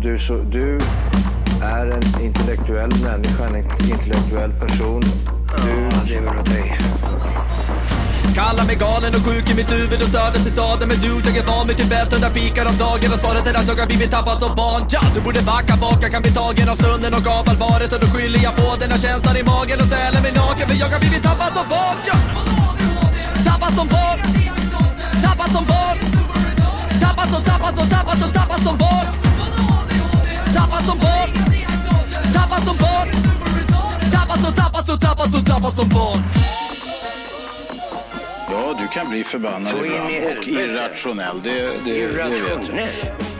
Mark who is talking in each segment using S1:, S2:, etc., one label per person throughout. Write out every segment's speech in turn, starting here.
S1: Du är en intellektuell människa, en intellektuell person. Du lever åt dig.
S2: Kallar mig galen och sjuk i mitt huvud och stördes i staden. Men du, jag är van vid Tibet under fikar om dagen. Och svaret är att jag har blivit tappad som barn. Ja, du borde backa bak, jag kan bli tagen av stunden och av allvaret. Och då skyller jag på den här känslan i magen och ställer mig naken. För jag har blivit tappad som barn. Ja. Tappad som barn. Tappad som barn. Tappad som barn. Tappad som barn. Tappad som barn. Tappad som barn.
S3: Ja, du kan bli förbannad ibland och irrationell. Det vet jag.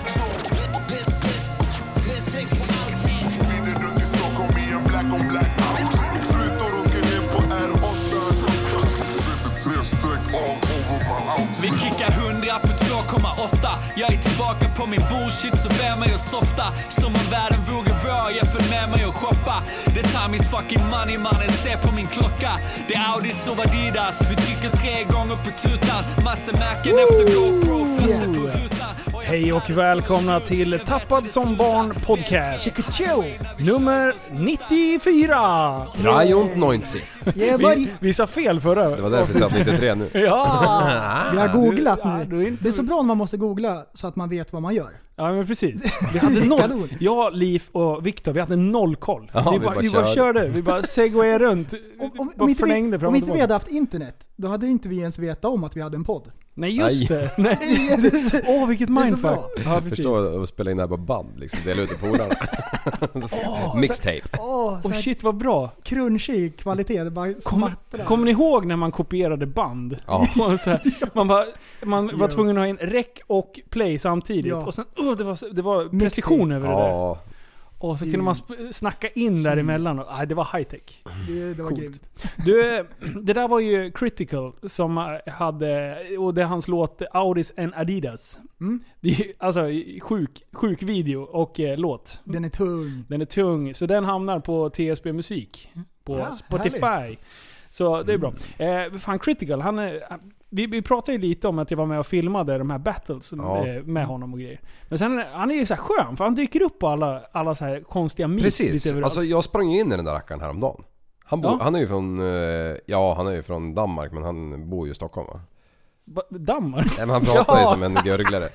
S2: Vi kickar 100 på 2,8. Jag är tillbaka på min bullshit, så vär mig och softa. Som om världen vore vår, jag följ med mig och shoppa. The time is fucking money, mannen, se på min klocka. Det är Audis och Adidas, vi trycker 3 gånger på tutan. Massor märken efter GoPro, fäster på rutan.
S4: Hej och välkomna till Tappad som barn podcast. Nummer 94.
S5: Rajon 90.
S4: Vi sa fel förra.
S5: Det var därför vi satt 93 nu.
S4: Ja.
S6: Vi har googlat nu. Det är så bra om man måste googla så att man vet vad man gör.
S4: Ja, men precis. Vi hade noll. Jag, Liv och Viktor, vi hade noll koll.
S5: Ja,
S4: vi bara körde. Vi bara segwayade runt.
S6: Om inte vi hade haft internet, då hade inte vi ens veta om att vi hade en podd.
S4: Nej, just det. Nej. Vilket mindfuck.
S5: Ja, förstår att spela in det här på band, liksom. Dela ut i polarna. Mixtape.
S4: Shit, vad bra.
S6: Crunchig kvalitet, det bara smattrar.
S4: Kommer ni ihåg när man kopierade band?
S5: Ja.
S4: Man var tvungen att ha en rec och play samtidigt. Ja. Och sen, det var precision över det där. Och så kunde man snacka in däremellan. Det var high tech.
S6: Det var grymt.
S4: Det där var ju Critical som hade, och det är hans låt Audis and Adidas. Det är alltså sjuk video och låt.
S6: Den är tung.
S4: Så den hamnar på TSB Musik på Spotify. Härligt. Så det är bra. Fan, Critical, vi pratade ju lite om att jag var med och filmade de här battles med honom och grejer. Men sen, han är ju så här skön, för han dyker upp på alla så här konstiga mix.
S5: Precis, alltså jag sprang in i den där rackaren häromdagen. Han är ju från, han är ju från Danmark, men han bor ju i Stockholm, va?
S4: Danmark?
S5: Nej, men han pratar ju som en görglare.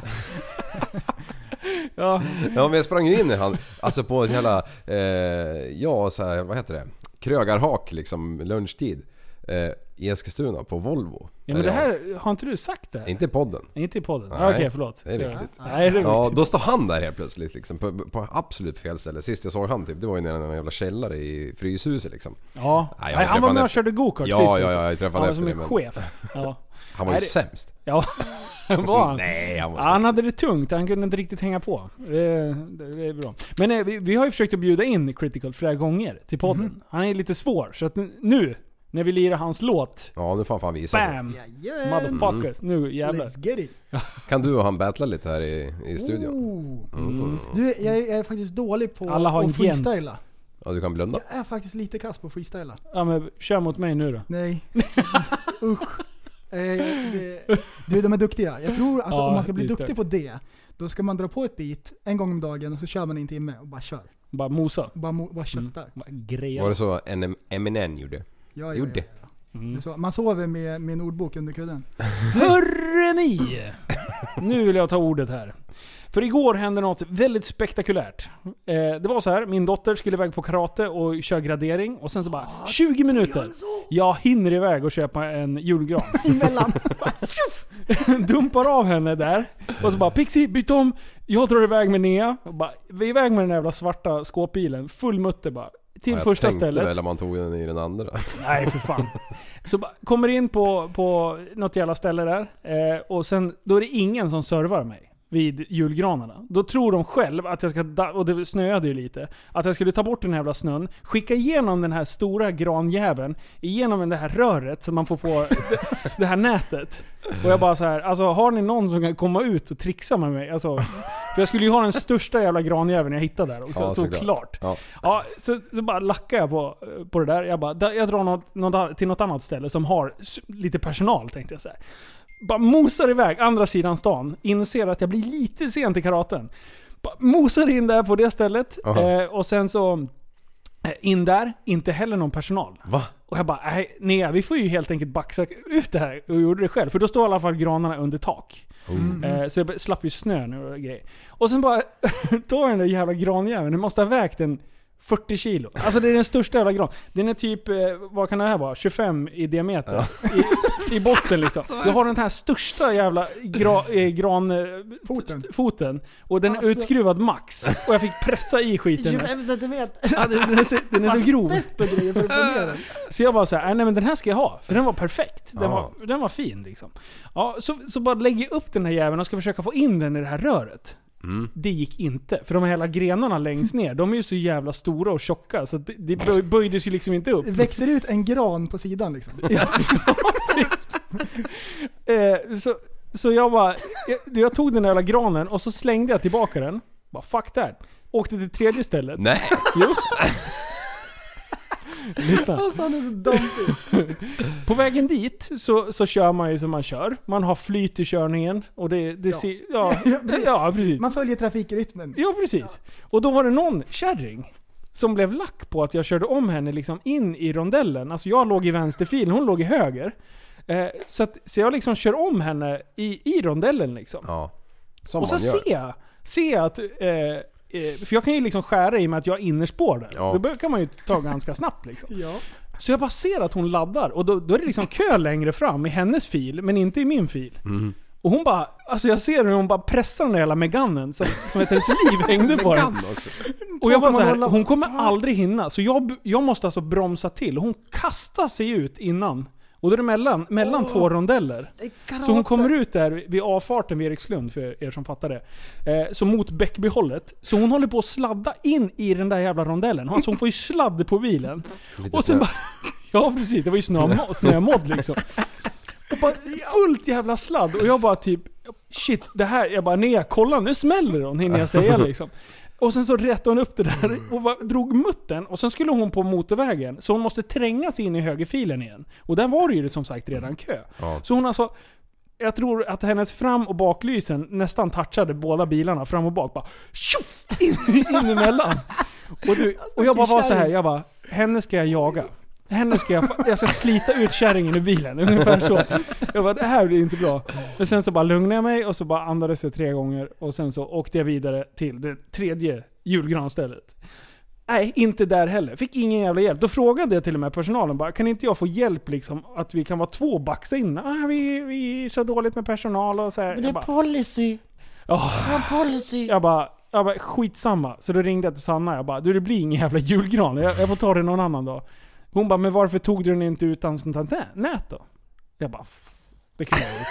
S5: Ja, men jag sprang in i han, alltså på ett jävla, så här, vad heter det? Krögarhak, liksom, lunchtid. I Eskilstuna på Volvo.
S4: Ja, men det här, har inte du sagt det?
S5: Inte i podden.
S4: Inte i podden. Okej, förlåt.
S5: Det är viktigt.
S4: Nej, det är viktigt.
S5: Ja, då står han där helt plötsligt liksom, på absolut fel ställe. Sist jag såg han typ, det var ju nere i en jävla källare i Fryshuset liksom.
S4: Ja. Nej, han var med och körde go-kart sist.
S5: Ja, jag träffade
S4: han
S5: efter
S4: var
S5: det.
S4: Som en chef. Ja.
S5: Han var ju sämst.
S4: Ja, var han?
S5: Nej,
S4: han hade det tungt. Han kunde inte riktigt hänga på. Det är bra. Men vi har ju försökt att bjuda in Critical flera gånger till podden. Han är lite svår. Så att nu, när vi lirar hans låt.
S5: Ja, nu fan visa sig.
S4: Bam! Motherfuckers. Nu jävlar.
S6: Let's get it.
S5: Kan du och han battla lite här i studion?
S6: Du, jag är faktiskt dålig på
S4: alla har
S6: att freestyla.
S5: Ja, du kan blunda.
S6: Jag är faktiskt lite kass på att freestyla.
S4: Ja, men kör mot mig nu då.
S6: Nej. Usch. De är duktiga. Jag tror att om man ska bli duktig på det, då ska man dra på ett beat en gång om dagen och så kör man en timme och bara kör.
S4: Bara mosa.
S6: Bara köttar.
S5: Var det så Eminem gjorde?
S6: Ja. Så, man sover med min ordbok under kudden.
S4: Hörre ni! Nu vill jag ta ordet här. För igår hände något väldigt spektakulärt. Det var så här, min dotter skulle iväg på karate och köra gradering. Och sen så bara, 20 minuter. Jag hinner iväg och köpa en julgran.
S6: Emellan.
S4: Dumpar av henne där. Och så bara, Pixie, byt om. Jag drar iväg med Nea. Och bara, vi är iväg med den jävla svarta skåpbilen. Full mutter bara. Till första stället. Jag tänkte
S5: väl om man tog den i den andra.
S4: Nej, för fan. Så kommer in på något jävla ställe där. Och sen, då är det ingen som servar mig vid julgranarna. Då tror de själv att jag ska, och det snöade ju lite, att jag skulle ta bort den här jävla snön, skicka igenom den här stora granjäveln igenom det här röret så man får på det här nätet. Och jag bara så här, alltså har ni någon som kan komma ut och trixa med mig? Alltså, för jag skulle ju ha den största jävla granjäveln jag hittade där också, såklart. Ja, så bara lackar jag på det där. Jag drar till något annat ställe som har lite personal, tänkte jag så här. Bara mosar iväg andra sidan stan, inser att jag blir lite sent i karaten. Mosar in där på det stället. Och sen så in där, inte heller någon personal.
S5: Va?
S4: Och jag bara, nej, vi får ju helt enkelt baxa ut det här. Och gjorde det själv. För då står i alla fall granarna under tak. Så jag slapp ju snö nu och grejer. Och sen bara, tar den där jävla granjäveln. Den måste ha vägt en 40 kilo. Alltså det är den största jävla gran. Den är typ, vad kan det här vara? 25 i diameter. I botten liksom. Du har den här största jävla granfoten. Och den är utskruvad max. Och jag fick pressa i skiten.
S6: 25 centimeter.
S4: Ja, den är så grov. Så jag bara så här, nej men den här ska jag ha. För den var perfekt. Den var fin liksom. Ja, så bara lägger jag upp den här jäveln och ska försöka få in den i det här röret. Det gick inte. För de här hela grenarna längst ner, de är ju så jävla stora och tjocka så det böjdes ju liksom inte upp.
S6: Det växer ut en gran på sidan liksom.
S4: Så jag bara, jag tog den här jävla granen och så slängde jag tillbaka den. Bara fuck that. Åkte till tredje stället.
S5: Nej.
S4: Jo. Lyssna.
S6: Alltså han är så dumpig.
S4: På vägen dit så kör man ju som man kör. Man har flyt i körningen. Och ja, precis.
S6: Man följer trafikrytmen.
S4: Ja, precis. Och då var det någon kärring som blev lack på att jag körde om henne liksom in i rondellen. Alltså jag låg i vänsterfilen, hon låg i höger. Så jag liksom kör om henne i rondellen liksom.
S5: Ja.
S4: Och så ser jag att... för jag kan ju liksom skära i med att jag är innerspår där.
S5: Ja.
S4: Det kan man ju ta ganska snabbt liksom.
S6: Ja.
S4: Så jag bara ser att hon laddar. Och då är det liksom kö längre fram i hennes fil, men inte i min fil. Och hon bara, alltså jag ser hur hon bara pressar den där jävla Meganen som ett hennes liv hängde på den. Och jag bara så här, hon kommer aldrig hinna. Så jag måste alltså bromsa till. Hon kastar sig ut innan. Och då är det mellan två rondeller. Så hon kommer ut där vid avfarten vid Erikslund, för er som fattar det. Så mot Bäckbyhållet. Så hon håller på att sladda in i den där jävla rondellen. Alltså hon får ju sladd på bilen.
S5: Lite
S4: och sen bara, ja precis, det var ju snömodd liksom. Och bara fullt jävla sladd. Och jag bara typ, shit, det här, jag bara, nej, kolla nu smäller hon, hinner jag säga liksom. Och sen så rättade hon upp det där och drog muttern. Och sen skulle hon på motorvägen. Så hon måste tränga sig in i högerfilen igen. Och där var det ju som sagt redan kö. Ja. Så hon alltså... Jag tror att hennes fram- och baklysen nästan touchade båda bilarna fram och bak. Bara tjoff! In emellan. Och jag bara var så här. Jag bara, henne ska jag jaga. Jag ska slita ut kärringen i bilen. Ungefär så. Jag bara, det här blir inte bra. Men sen så bara lugnade jag mig och så bara andades jag 3 gånger. Och sen så åkte jag vidare till det 3:e julgranstället. Nej, inte där heller. Fick ingen jävla hjälp. Då frågade jag till och med personalen bara, kan inte jag få hjälp liksom att vi kan vara 2 baxa in? Vi är så dåligt med personal och så här.
S6: Men det är policy.
S4: Ja.
S6: Policy.
S4: Jag bara, skitsamma. Så då ringde jag till Sanna. Jag bara, det blir ingen jävla julgran. Jag får ta det någon annan dag. Hon bara, men varför tog du den inte utan sånt här nät då? Jag bara, det kunde jag ha gjort.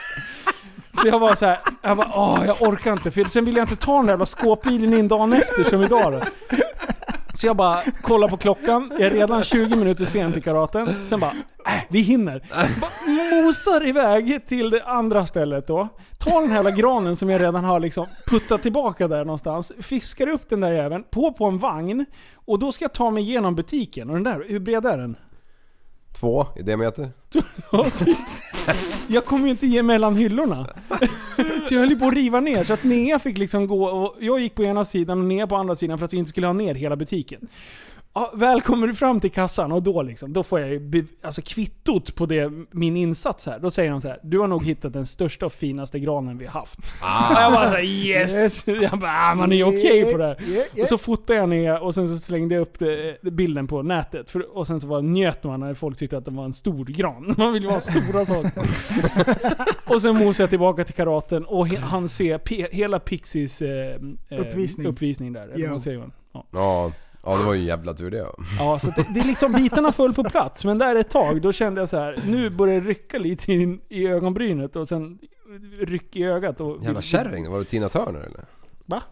S4: Så jag var så här, jag orkar inte. För sen vill jag inte ta den där jävla skåpbilen in dagen efter som idag då. Så jag bara kollar på klockan. Jag är redan 20 minuter sen till karaten. Sen bara, vi hinner. Bara mosar iväg till det andra stället då. Tar den här jävla granen som jag redan har liksom puttat tillbaka där någonstans. Fiskar upp den där jäveln på en vagn. Och då ska jag ta mig igenom butiken. Och den där, hur bred är den?
S5: 2 i diameter.
S4: Ja, typ. Jag kommer ju inte ge mellan hyllorna. Så jag höll på att riva ner. Så att Nea fick liksom gå. Och jag gick på ena sidan och Nea på andra sidan. För att vi inte skulle ha ner hela butiken. Ja, väl kommer du fram till kassan. Och då får jag ju kvittot på det, min insats här. Då säger han så här: du har nog hittat den största och finaste granen vi har haft. Och jag bara så här, yes. Jag bara, man är okej på det här. Och så fotade jag ner. Och sen så slängde jag upp bilden på nätet. Och sen så njöt man när folk tyckte att det var en stor gran. Man vill ju ha stora saker. Och sen mosade jag tillbaka till karaten. Och han ser hela Pixies uppvisning där. Eller vad säger man?
S5: Ja, det var ju en jävla tur det.
S4: Ja, så det är liksom bitarna föll på plats. Men där ett tag, då kände jag så här: nu börjar det rycka lite i ögonbrynet. Och sen ryck i ögat.
S5: Jävla kärring, var det Tina Turner eller?
S4: Va?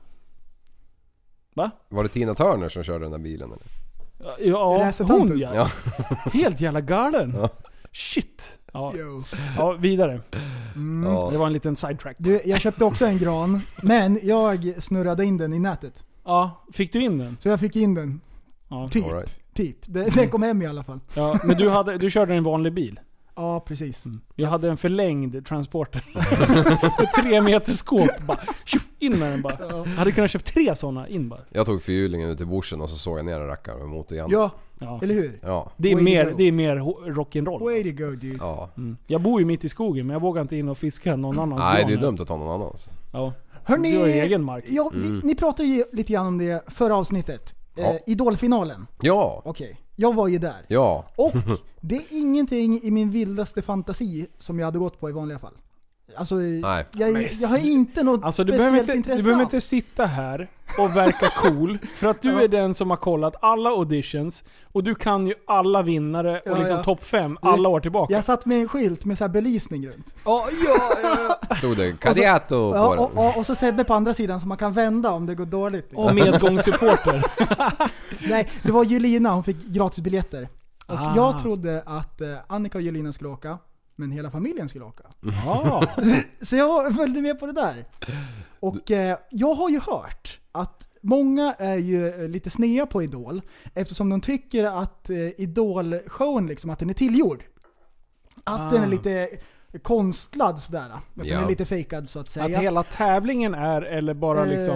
S5: Var det Tina Turner som körde den där bilen eller?
S4: Ja, hon ja. Helt jävla galen. Ja. Shit. Ja, vidare. Det var en liten sidetrack.
S6: Jag köpte också en gran. Men jag snurrade in den i nätet.
S4: Ja, fick du in den?
S6: Så jag fick in den. Ja. Typ. Den kom hem i alla fall.
S4: Ja, men du körde en vanlig bil?
S6: Ja, precis.
S4: Jag hade en förlängd transporter. 3 meter skåp. Bara, in med den bara. Jag hade kunnat köpa 3 sådana in bara.
S5: Jag tog fyrhjulingen ut i bushen och så såg jag ner en rackare med motor igen.
S6: Ja, eller hur?
S5: Ja.
S4: Det är mer rock'n'roll.
S6: Way to go, dude.
S5: Ja.
S4: Jag bor ju mitt i skogen, men jag vågar inte in och fiska någon annans.
S5: Nej, det är dumt att ta någon annans.
S4: Ja.
S6: Hörrni,
S4: du har egen mark.
S6: Ja, ni pratade ju lite grann om det förra avsnittet. Idolfinalen.
S5: Ja.
S6: Okej. Jag var ju där.
S5: Ja.
S6: Och det är ingenting i min vildaste fantasi som jag hade gått på i vanliga fall. Alltså,
S5: Nej.
S6: Jag har inte något speciellt intresse.
S4: Du behöver inte sitta här och verka cool. För att du är den som har kollat alla auditions. Och du kan ju alla vinnare och liksom topp 5 alla år tillbaka.
S6: Jag satt med en skylt med så här belysning runt.
S5: Stod det Cadiato på den.
S6: Och så Sebbe på andra sidan som man kan vända om det går dåligt. Liksom.
S4: Och medgångssupporter.
S6: Nej, det var Julina, hon fick gratisbiljetter. Och jag trodde att Annika och Julina skulle åka. Men hela familjen skulle åka. Så jag följde med på det där. Och jag har ju hört att många är ju lite snea på Idol. Eftersom de tycker att Idol-showen liksom, att den är tillgjord. Att den är lite konstlad sådär. Att den är lite fejkad så att säga.
S4: Att hela tävlingen är, eller bara liksom...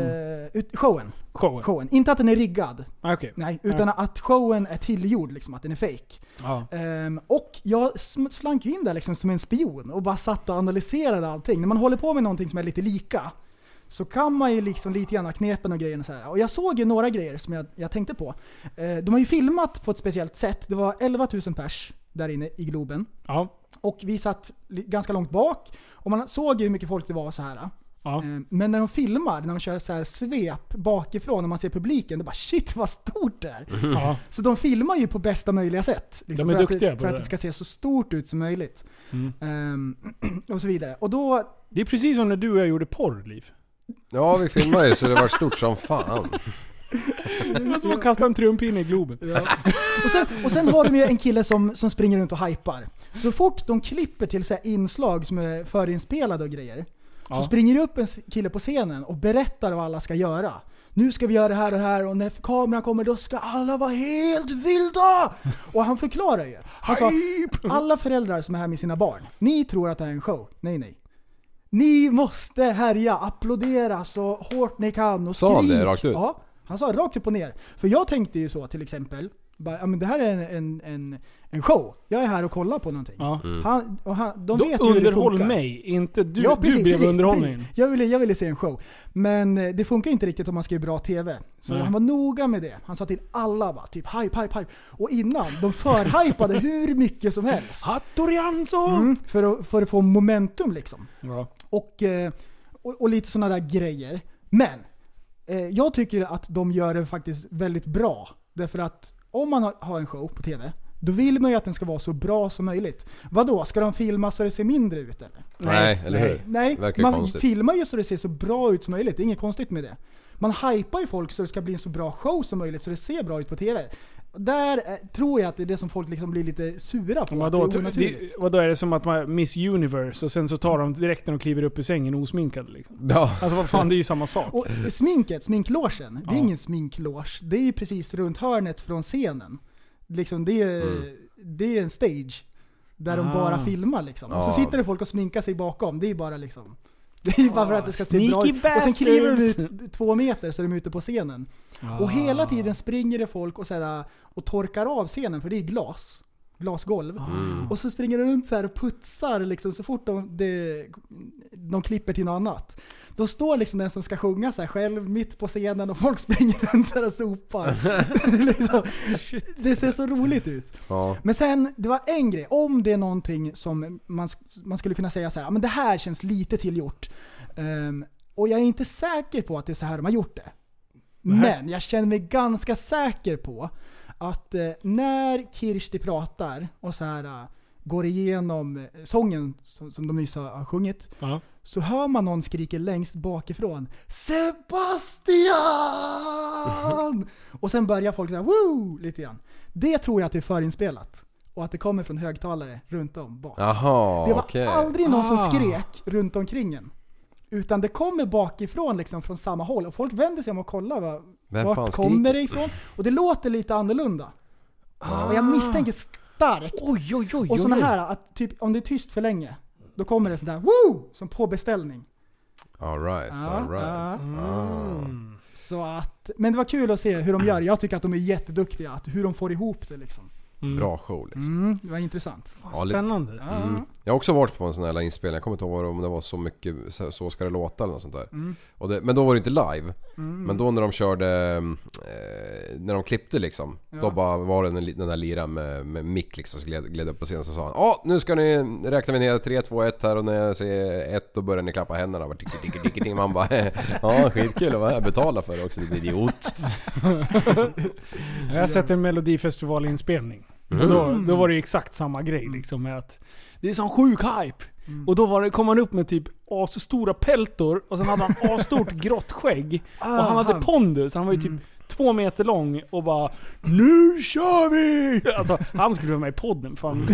S6: Showen. Inte att den är riggad.
S4: Okay.
S6: Nej, utan att showen är tillgjord, liksom, att den är fake. Och jag slank in där liksom som en spion och bara satt och analyserade allting. När man håller på med någonting som är lite lika, så kan man ju liksom lite grann knepen och grejerna så här. Och jag såg ju några grejer som jag tänkte på. De har ju filmat på ett speciellt sätt. Det var 11 000 pers där inne i Globen.
S4: Ja.
S6: Och vi satt ganska långt bak. Och man såg ju hur mycket folk det var så här.
S4: Ja.
S6: Men när de filmar, när de kör så här svep bakifrån, när man ser publiken, det bara shit vad stort det är.
S4: Ja.
S6: Så de filmar ju på bästa möjliga sätt. Liksom,
S4: de är duktiga på det.
S6: För att det ska se så stort ut som möjligt. Och så vidare. Och då...
S4: Det är precis som när du och jag gjorde porrliv.
S5: Ja, vi filmade ju så det var stort som fan.
S4: Som att kasta en trumpinne i Globen.
S6: Ja. Och sen har de ju en kille som springer runt och hypar. Så fort de klipper till så här inslag som är förinspelade och grejer, så springer det upp en kille på scenen och berättar vad alla ska göra. Nu ska vi göra det här och det här, och när kameran kommer då ska alla vara helt vilda. Och han förklarar ju. Han sa, alla föräldrar som är här med sina barn, ni tror att det här är en show. Nej. Ni måste härja, applådera så hårt ni kan och skrik.
S5: Sa han det rakt ut?
S6: Ja, han sa rakt upp och ner. För jag tänkte ju så till exempel, ja, men det här är en show. Jag är här och kollar på någonting.
S4: Ja.
S6: De vet
S4: underhåll mig, inte du. Ja, precis, du blev underhållningen.
S6: Jag ville se en show. Men det funkar inte riktigt om man ska göra bra TV. Så han var noga med det. Han sa till alla bara, typ hype. Och innan, de förhypade hur mycket som helst.
S4: Hattorianzo!
S6: För att få momentum liksom.
S4: Ja.
S6: Och lite sådana där grejer. Men jag tycker att de gör det faktiskt väldigt bra. Därför att om man har en show på TV, då vill man ju att den ska vara så bra som möjligt. Vadå? Ska de filma så det ser mindre ut eller?
S5: Nej, eller hur?
S6: Nej,
S5: man
S6: konstigt. Filmar ju så det ser så bra ut som möjligt. Det är inget konstigt med det. Man hypar ju folk så det ska bli en så bra show som möjligt så det ser bra ut på TV. Där tror jag att det är det som folk liksom blir lite sura på.
S4: Vadå är det som att man Miss Universe och sen så tar de direkt när de kliver upp i sängen osminkade liksom.
S5: Ja.
S4: Alltså vad fan, det är ju samma sak.
S6: Och sminklåsen, det är ingen sminklås. Det är ju precis runt hörnet från scenen. Liksom det är en stage där de bara filmar liksom. Och så sitter det folk och sminkar sig bakom. Det är bara liksom, det är bara för att det ska se bra ut. Och sen kliver de ut 2 meter så är de ute på scenen. Och hela tiden springer det folk och, så här, och torkar av scenen, för det är glasgolv. Och så springer de runt så här och putsar liksom, så fort de klipper till något annat. Då står liksom den som ska sjunga så här själv mitt på scenen och folk springer runt så här och sopar. Liksom, det ser så roligt ut. Ja. Men sen, det var en grej. Om det är någonting som man skulle kunna säga så här, men det här känns lite tillgjort. Och jag är inte säker på att det är så här de har gjort det. Men jag känner mig ganska säker på att när Kirsti pratar och så här går igenom sången som de nyss har sjungit, så hör man någon skrika längst bakifrån Sebastian! Och sen börjar folk så här woo lite grann. Det tror jag att det är förinspelat och att det kommer från högtalare runt om bak.
S5: Aha,
S6: det var aldrig någon som skrek runt omkring en. Utan det kommer bakifrån liksom, från samma håll. Och folk vänder sig om och kollar vart kommer det ifrån. Och det låter lite annorlunda. Och jag misstänker starkt.
S4: Oj.
S6: Och såna här, att typ om det är tyst för länge, då kommer det sån där woo! Som på beställning.
S5: All right.
S6: Så att, men det var kul att se hur de gör. Jag tycker att de är jätteduktiga, att hur de får ihop det liksom.
S5: Bra show liksom.
S6: Det var intressant.
S4: Spännande.
S5: Jag har också varit på en sån här inspelning. Jag kommer inte ihåg om det var så mycket så ska det låta eller något sånt där. Och men då var det inte live. Men då när de körde när de klippte liksom, då bara var det den där liran med mick liksom, så gled upp på scenen, så sa han: nu ska ni räkna ner 3, 2, 1 här, och när jag säger 1 då börjar ni klappa händerna. Bara tick. Man bara ja, skitkul, vad jag betalar för det också, det är idiot.
S4: Jag har sett en Melodifestivalinspelning. Och då var det exakt samma grej liksom, med att det är sån sjuk hype. Och då kom han upp med typ stora peltor, och sen hade han stort grått skägg, och han hade pondus, han var ju typ 2 meter lång, och bara nu kör vi! Alltså han skulle vara med i podden, fan.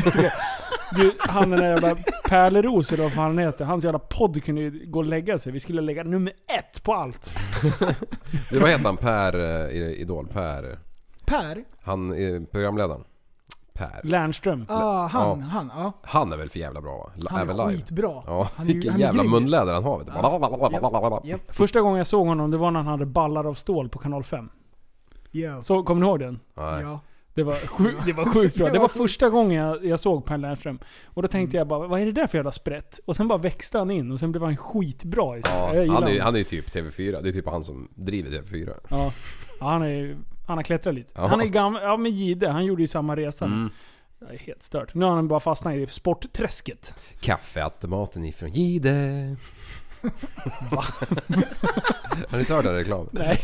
S4: Han den där jävla Pärleros, eller vad fan han heter, hans jävla podd kunde ju gå och lägga sig. Vi skulle lägga nummer 1 på allt.
S5: Det var heter han, Per Idol, Per? Han är programledaren. Per
S4: Lernström.
S5: Han är väl för jävla bra, va?
S6: Han är skitbra.
S5: Ja, vilken jävla munläder han har, vet du.
S6: Yep.
S4: Första gången jag såg honom, det var när han hade ballar av stål på kanal 5. Så kommer ni ihåg den?
S5: Nej.
S6: Ja.
S4: Det var sjukt bra. Det var första gången jag såg Per Lernström. Och då tänkte jag bara, vad är det där för jävla sprätt? Och sen bara växte han in, och sen blev han skitbra i sig.
S5: Han är typ TV4. Det är typ han som driver TV4.
S4: Ja, han har klättrat lite. Ja. Han är gammal, med Gide, han gjorde ju samma resa. Det är helt stört. Nu har han bara fastnat i sportträsket.
S5: Kaffeautomaten ifrån Gide.
S4: Va?
S5: Har ni inte hört den reklamen?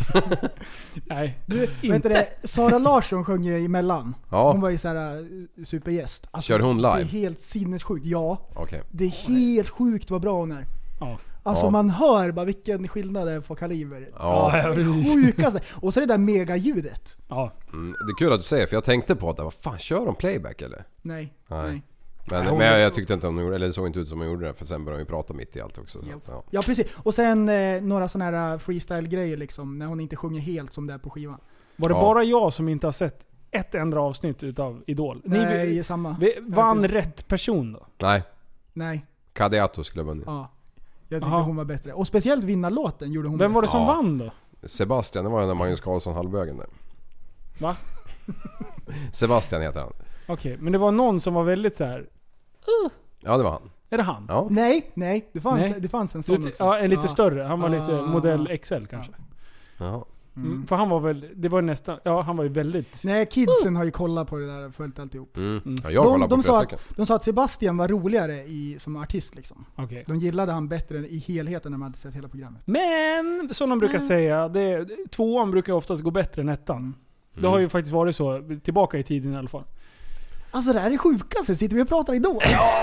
S4: Nej.
S6: Du, inte. Sara Larsson sjöng ju emellan.
S5: Ja.
S6: Hon var ju såhär supergäst. Alltså,
S5: körde hon live?
S6: Det är helt sinnessjukt. Ja.
S5: Okay.
S6: Det är helt sjukt vad bra hon är.
S4: Ja.
S6: Alltså man hör bara vilken skillnad det är på kaliber.
S5: Ja,
S6: precis. Sjukaste. Och så är det där megaljudet.
S4: Ja.
S5: Det är kul att du säger, för jag tänkte på att vad fan, kör de playback eller?
S6: Nej.
S5: Men jag tyckte inte om de gjorde, eller det såg inte ut som de gjorde det, för sen började de ju prata mitt i allt också. Så,
S6: ja, precis. Och sen några såna här freestyle-grejer liksom, när hon inte sjunger helt som det är på skivan.
S4: Var det bara jag som inte har sett ett enda avsnitt utav Idol?
S6: Nej, samma.
S4: Vann rätt person då?
S6: Nej.
S5: Kadiatou skulle ha vunnit.
S6: Ja. Jag tyckte hon var bättre. Och speciellt vinnarlåten gjorde hon.
S4: Vem var det som vann då?
S5: Sebastian, det var ju när Magnus Carlsson halvbögen där.
S4: Va?
S5: Sebastian heter han.
S4: Okej, men det var någon som var väldigt så här.
S5: Ja, det var han.
S4: Är det han?
S5: Ja.
S6: Nej, det fanns en sån också.
S4: Ja, en lite större. Han var lite modell XL kanske.
S5: Ja.
S4: För han var väl, det var nästan, han var ju väldigt...
S6: Nej, kidsen har ju kollat på det där och följt alltihop.
S5: Ja, jag kollar på
S6: de sa att Sebastian var roligare som artist liksom.
S4: Okay.
S6: De gillade han bättre i helheten när man hade sett hela programmet.
S4: Men, som de brukar säga, 2an brukar oftast gå bättre än 1an. Det har ju faktiskt varit så, tillbaka i tiden i alla fall.
S6: Alltså det här är sjukaste, sitter vi och pratar Idol?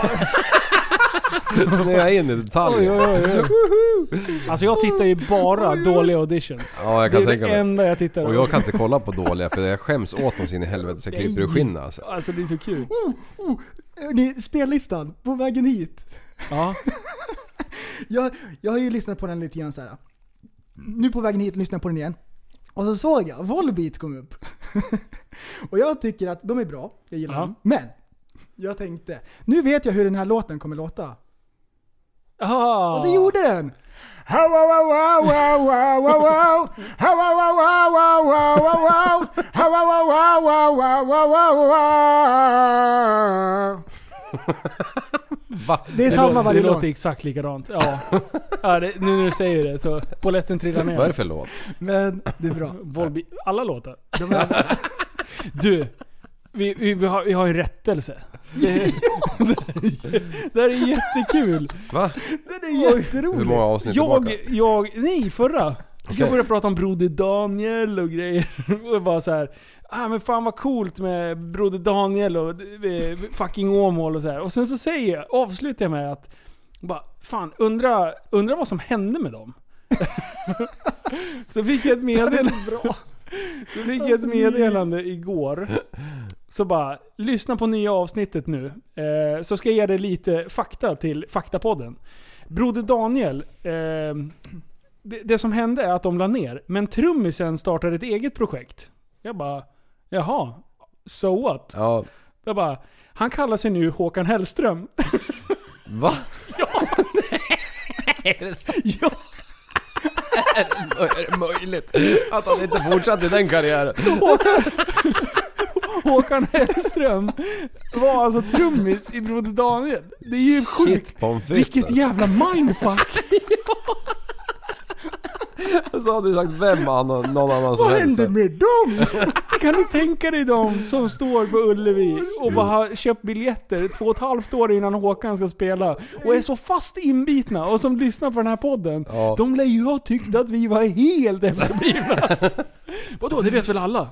S5: Snöa in i detaljer.
S4: Alltså jag tittar ju bara dåliga auditions.
S5: Ja, jag kan tänka mig.
S4: Det är det enda jag tittar.
S5: Och jag kan inte kolla på dåliga, för jag skäms åt dem sin i helvete, så jag kryper ur skinna alltså.
S4: Alltså det är så kul.
S6: Spellistan på vägen hit.
S4: Ja.
S6: jag har ju lyssnat på den lite grann så här. Nu på vägen hit lyssnar jag på den igen. Och så såg jag Volbeat kom upp. Och jag tycker att de är bra. Jag gillar dem. Men jag tänkte, nu vet jag hur den här låten kommer låta. Och det gjorde den.
S5: Va?
S6: Det är samma varje
S4: låt. Det
S6: låt.
S4: låter exakt likadant. Ja. Nu när du säger det så polletten trillar ner.
S5: Vad är det för låt?
S6: Men det är bra.
S4: Alla låtar. Du, vi har en rättelse. Det är jättekul.
S5: Va?
S6: Det är jätteroligt.
S5: Hur många avsnitt tillbaka?
S4: Nej, förra. Okay. Jag började prata om Broder Daniel och grejer. Och bara så här. Men fan vad coolt med Broder Daniel och fucking Åmål och så här. Och sen så avslutar jag med att bara, fan, undra vad som hände med dem. Så fick jag ett meddelande igår. Så bara, lyssna på nya avsnittet nu. Så ska jag ge dig lite fakta till Faktapodden. Broder Daniel, det som hände är att de la ner. Men trummisen startade ett eget projekt. Jag bara, jaha, so what?
S5: Ja.
S4: Jag bara, han kallar sig nu Håkan Hellström.
S5: Va?
S4: Ja.
S5: Är det så?
S4: Ja.
S5: Är det möjligt att han inte fortsatte i den karriären?
S4: Så Håkan Hellström var alltså trummis i Broder Daniel. Det är ju sjukt. Vilket jävla mindfuck.
S5: Så hade du sagt vem någon annan som
S6: Vad
S5: helst.
S6: händer med dem?
S4: Kan du tänka dig dem som står på Ullevi och bara har köpt biljetter 2,5 år innan Håkan ska spela och är så fast inbitna och som lyssnar på den här podden.
S5: Ja.
S4: De lär ju ha tyckt att vi var helt efterblivna. Vadå, det vet väl alla?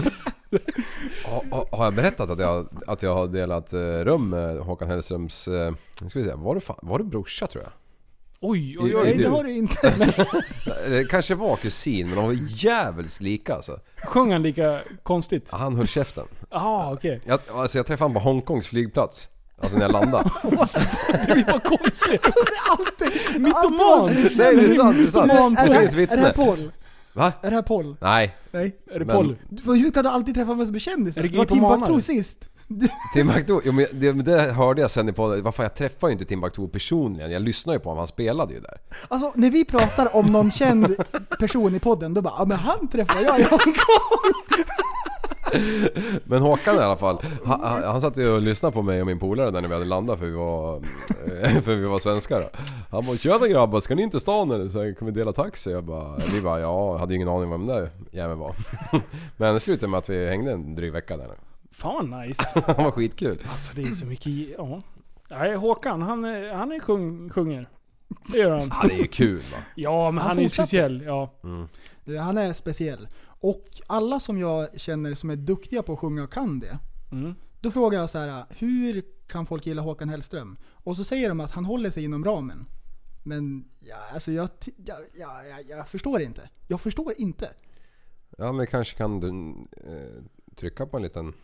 S5: Har jag berättat att jag har delat rum med Håkan Hellströms... ska vi säga, var det brorsa tror jag?
S4: Oj.
S6: Nej, det har du inte.
S5: Det kanske var kusin, men de var jävligt lika alltså.
S4: Sjöng han lika konstigt?
S5: Han höll käften.
S4: Jaha, okej.
S5: Jag träffade honom på Hongkongs flygplats. Alltså när jag landade.
S4: Det var konstigt.
S6: Det är alltid
S4: Mytoman.
S5: Nej, det är sant. Det finns
S6: Är det här
S5: vittne.
S6: Paul?
S5: Va?
S6: Är det här Paul?
S5: Nej.
S6: Nej.
S4: Är det
S5: Men-
S4: Paul?
S6: Hur kan du alltid träffa med kändisar?
S4: Är det
S6: Det var
S4: Grippomanare?
S6: Timbuktu sist.
S5: Timbuktu, jo, men det hörde jag sen i podden. Varför jag träffar ju inte Timbuktu personligen. Jag lyssnar ju på honom, han spelade ju där.
S6: Alltså när vi pratar om någon känd person i podden, då bara, ja men han träffar jag i Hongkong.
S5: Men Håkan i alla fall, han satt ju och lyssnade på mig och min polare där när vi hade landat för vi var svenskar då. Han bara, tjena grabbar, ska ni inte stan eller? Så kan vi dela taxi? Vi bara, ja, hade ingen aning om vem där jäveln var. Men det slutade med att vi hängde en dryg vecka där.
S4: Fan nice.
S5: Han var skitkul.
S4: Alltså det är så mycket... Ja. Nej, Håkan, han är sjunger. Det gör han.
S5: Han är ju kul va?
S4: Ja, men han är ju speciell. Ja.
S6: Han är speciell. Och alla som jag känner som är duktiga på att sjunga och kan det, då frågar jag så här: hur kan folk gilla Håkan Hellström? Och så säger de att han håller sig inom ramen. Men ja, alltså jag förstår inte. Jag förstår inte.
S5: Ja, men kanske kan du trycka på en liten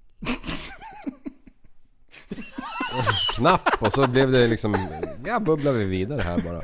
S5: knapp och så blev det liksom, ja, bubblar vi vidare här bara.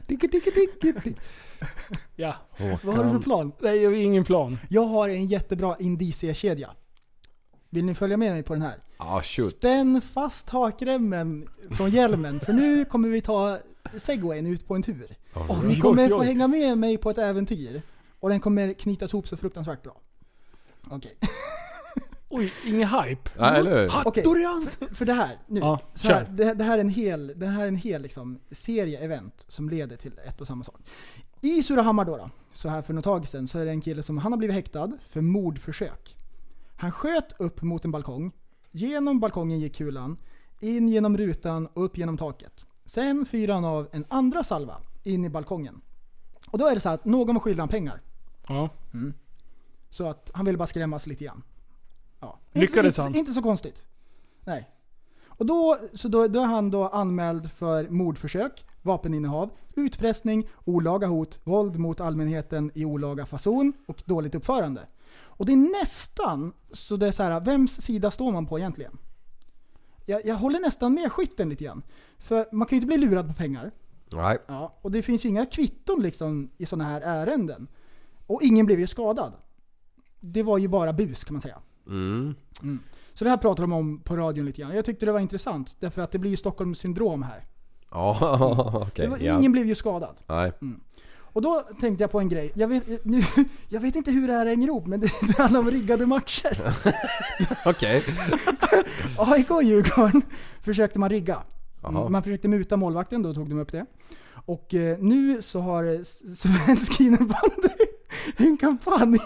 S4: Ja.
S6: Vad har du för plan?
S4: Nej, jag har ingen plan.
S6: Jag har en jättebra indiciekedja. Vill ni följa med mig på den här?
S5: Ah, shoot.
S6: Spänn fast hakremmen från hjälmen, för nu kommer vi ta segwayen ut på en tur. Ni kommer få hänga med mig på ett äventyr. Och den kommer knytas ihop så fruktansvärt bra. Okej.
S4: Oj, ingen hype.
S5: Nej, eller hur?
S6: Okej, för det här nu.
S4: Ja,
S6: Så här, det här är en hel liksom, serie-event som leder till ett och samma sak. I Surahammar då, så här för något tag sedan, så är det en kille som han har blivit häktad för mordförsök. Han sköt upp mot en balkong. Genom balkongen gick kulan, in genom rutan och upp genom taket. Sen fyrade han av en andra salva in i balkongen. Och då är det så här att någon var skyldig han pengar.
S4: Ja.
S6: Så att han ville bara skrämmas lite grann. Ja.
S4: Lyckades han?
S6: Inte så konstigt. Nej. Och då är han då anmäld för mordförsök, vapeninnehav, utpressning, olaga hot, våld mot allmänheten i olaga fason och dåligt uppförande. Och det är nästan så det är så här, vems sida står man på egentligen? Jag håller nästan med skytten lite grann. För man kan ju inte bli lurad på pengar.
S5: Nej.
S6: Ja, och det finns ju inga kvitton liksom i såna här ärenden. Och ingen blev ju skadad. Det var ju bara bus kan man säga. Så det här pratar de om på radion lite grann. Jag tyckte det var intressant därför att det blir ju Stockholms syndrom här.
S5: Ja, okej.
S6: Ingen blev ju skadad.
S5: Nej.
S6: Och då tänkte jag på en grej. Jag vet inte hur det här hänger ihop, men det handlar om riggade matcher.
S5: Okej.
S6: AIK och Djurgården försökte man rigga.
S5: Aha.
S6: Man försökte muta målvakten, då tog de upp det. Och nu så har svensk innebandy en kampanj.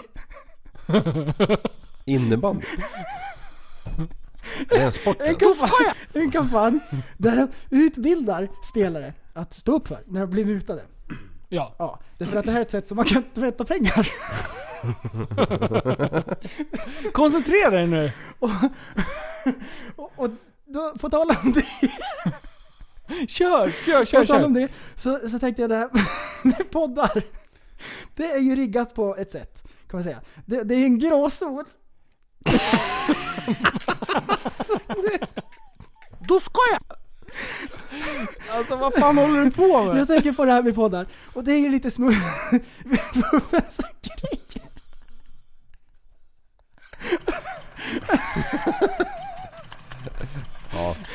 S5: Innebandy. Det är en sport.
S6: En kampanj där de utbildar spelare att stå upp för när de blir mutade.
S4: Ja.
S6: Därför att det här är ett sätt som man kan tvätta pengar.
S4: Koncentrera dig nu.
S6: Och då, på tal om det.
S4: Kör.
S6: Om det, så tänkte jag det här med poddar. Det är ju riggat på ett sätt, kan man säga. Det är en gråzon.
S4: Då ska jag. Alltså vad fan håller du på med?
S6: Jag tänker på det här med poddar. Och det är ju lite grejer.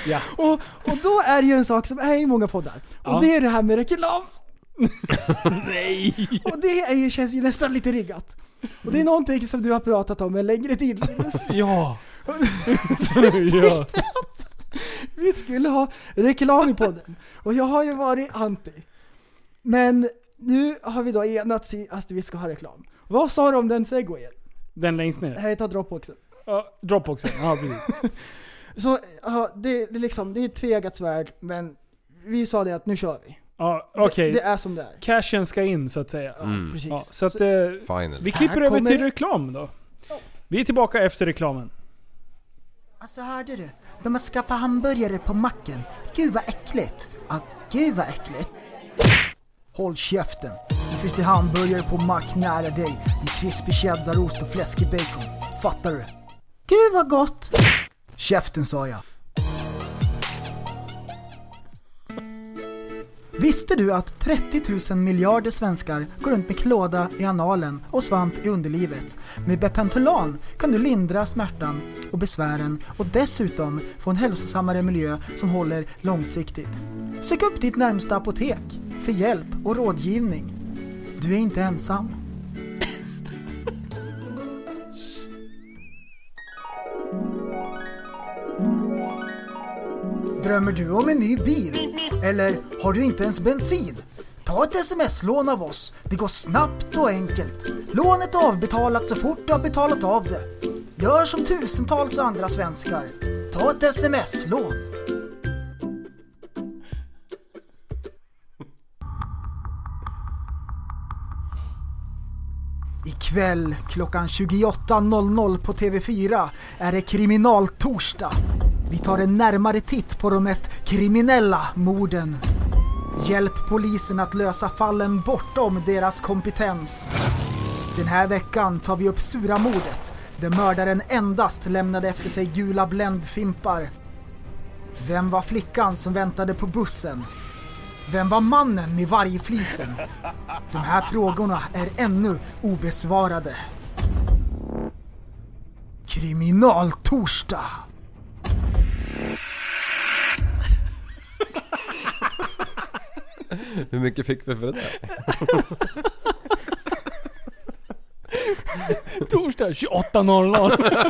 S4: Ja.
S6: Och då är det ju en sak som är i många poddar. Och det är det här med reklam.
S4: Nej!
S6: Och det känns ju nästan lite riggat. Och det är någonting som du har pratat om en längre tid, Linus.
S4: Ja.
S6: Ja. Vi skulle ha reklam i podden. Och jag har ju varit anti. Men nu har vi då enats i att vi ska ha reklam. Vad sa du om den segwayen?
S4: Den längst ner?
S6: Jag tar Dropboxen.
S4: Ja, Dropboxen. Ja, precis.
S6: Så det är ett tveeggat svärd, men vi sa det att nu kör vi.
S4: Ja, okej.
S6: Det är som det är.
S4: Cashen ska in så att säga.
S6: Ja, precis.
S4: Ja, så att vi klipper
S6: Här
S4: över
S6: kommer-
S4: till reklam då. Vi är tillbaka efter reklamen.
S7: Alltså hörde du? De har skaffat hamburgare på macken. Gud vad äckligt. Ja, gud vad äckligt. Håll käften. Nu finns det hamburgare på mack nära dig. Med krispig cheddarost och fläskig bacon. Fattar du? Gud vad gott. Käften sa jag. Visste du att 30 000 miljarder svenskar går runt med klåda i analen och svamp i underlivet? Med Bepentolan kan du lindra smärtan och besvären och dessutom få en hälsosammare miljö som håller långsiktigt. Sök upp ditt närmsta apotek för hjälp och rådgivning. Du är inte ensam. Drömmer du om en ny bil? Eller har du inte ens bensin? Ta ett sms-lån av oss. Det går snabbt och enkelt. Lånet är avbetalat så fort du har betalat av det. Gör som tusentals andra svenskar. Ta ett sms-lån. Ikväll klockan 28.00 på TV4 är det kriminaltorsdag. Vi tar en närmare titt på de mest kriminella morden. Hjälp polisen att lösa fallen bortom deras kompetens. Den här veckan tar vi upp Sura-mordet, där mördaren endast lämnade efter sig gula bländfimpar. Vem var flickan som väntade på bussen? Vem var mannen med vargflisen? De här frågorna är ännu obesvarade. Kriminaltorsdag.
S5: Hur mycket fick vi för det där?
S4: Torsdag 28.00.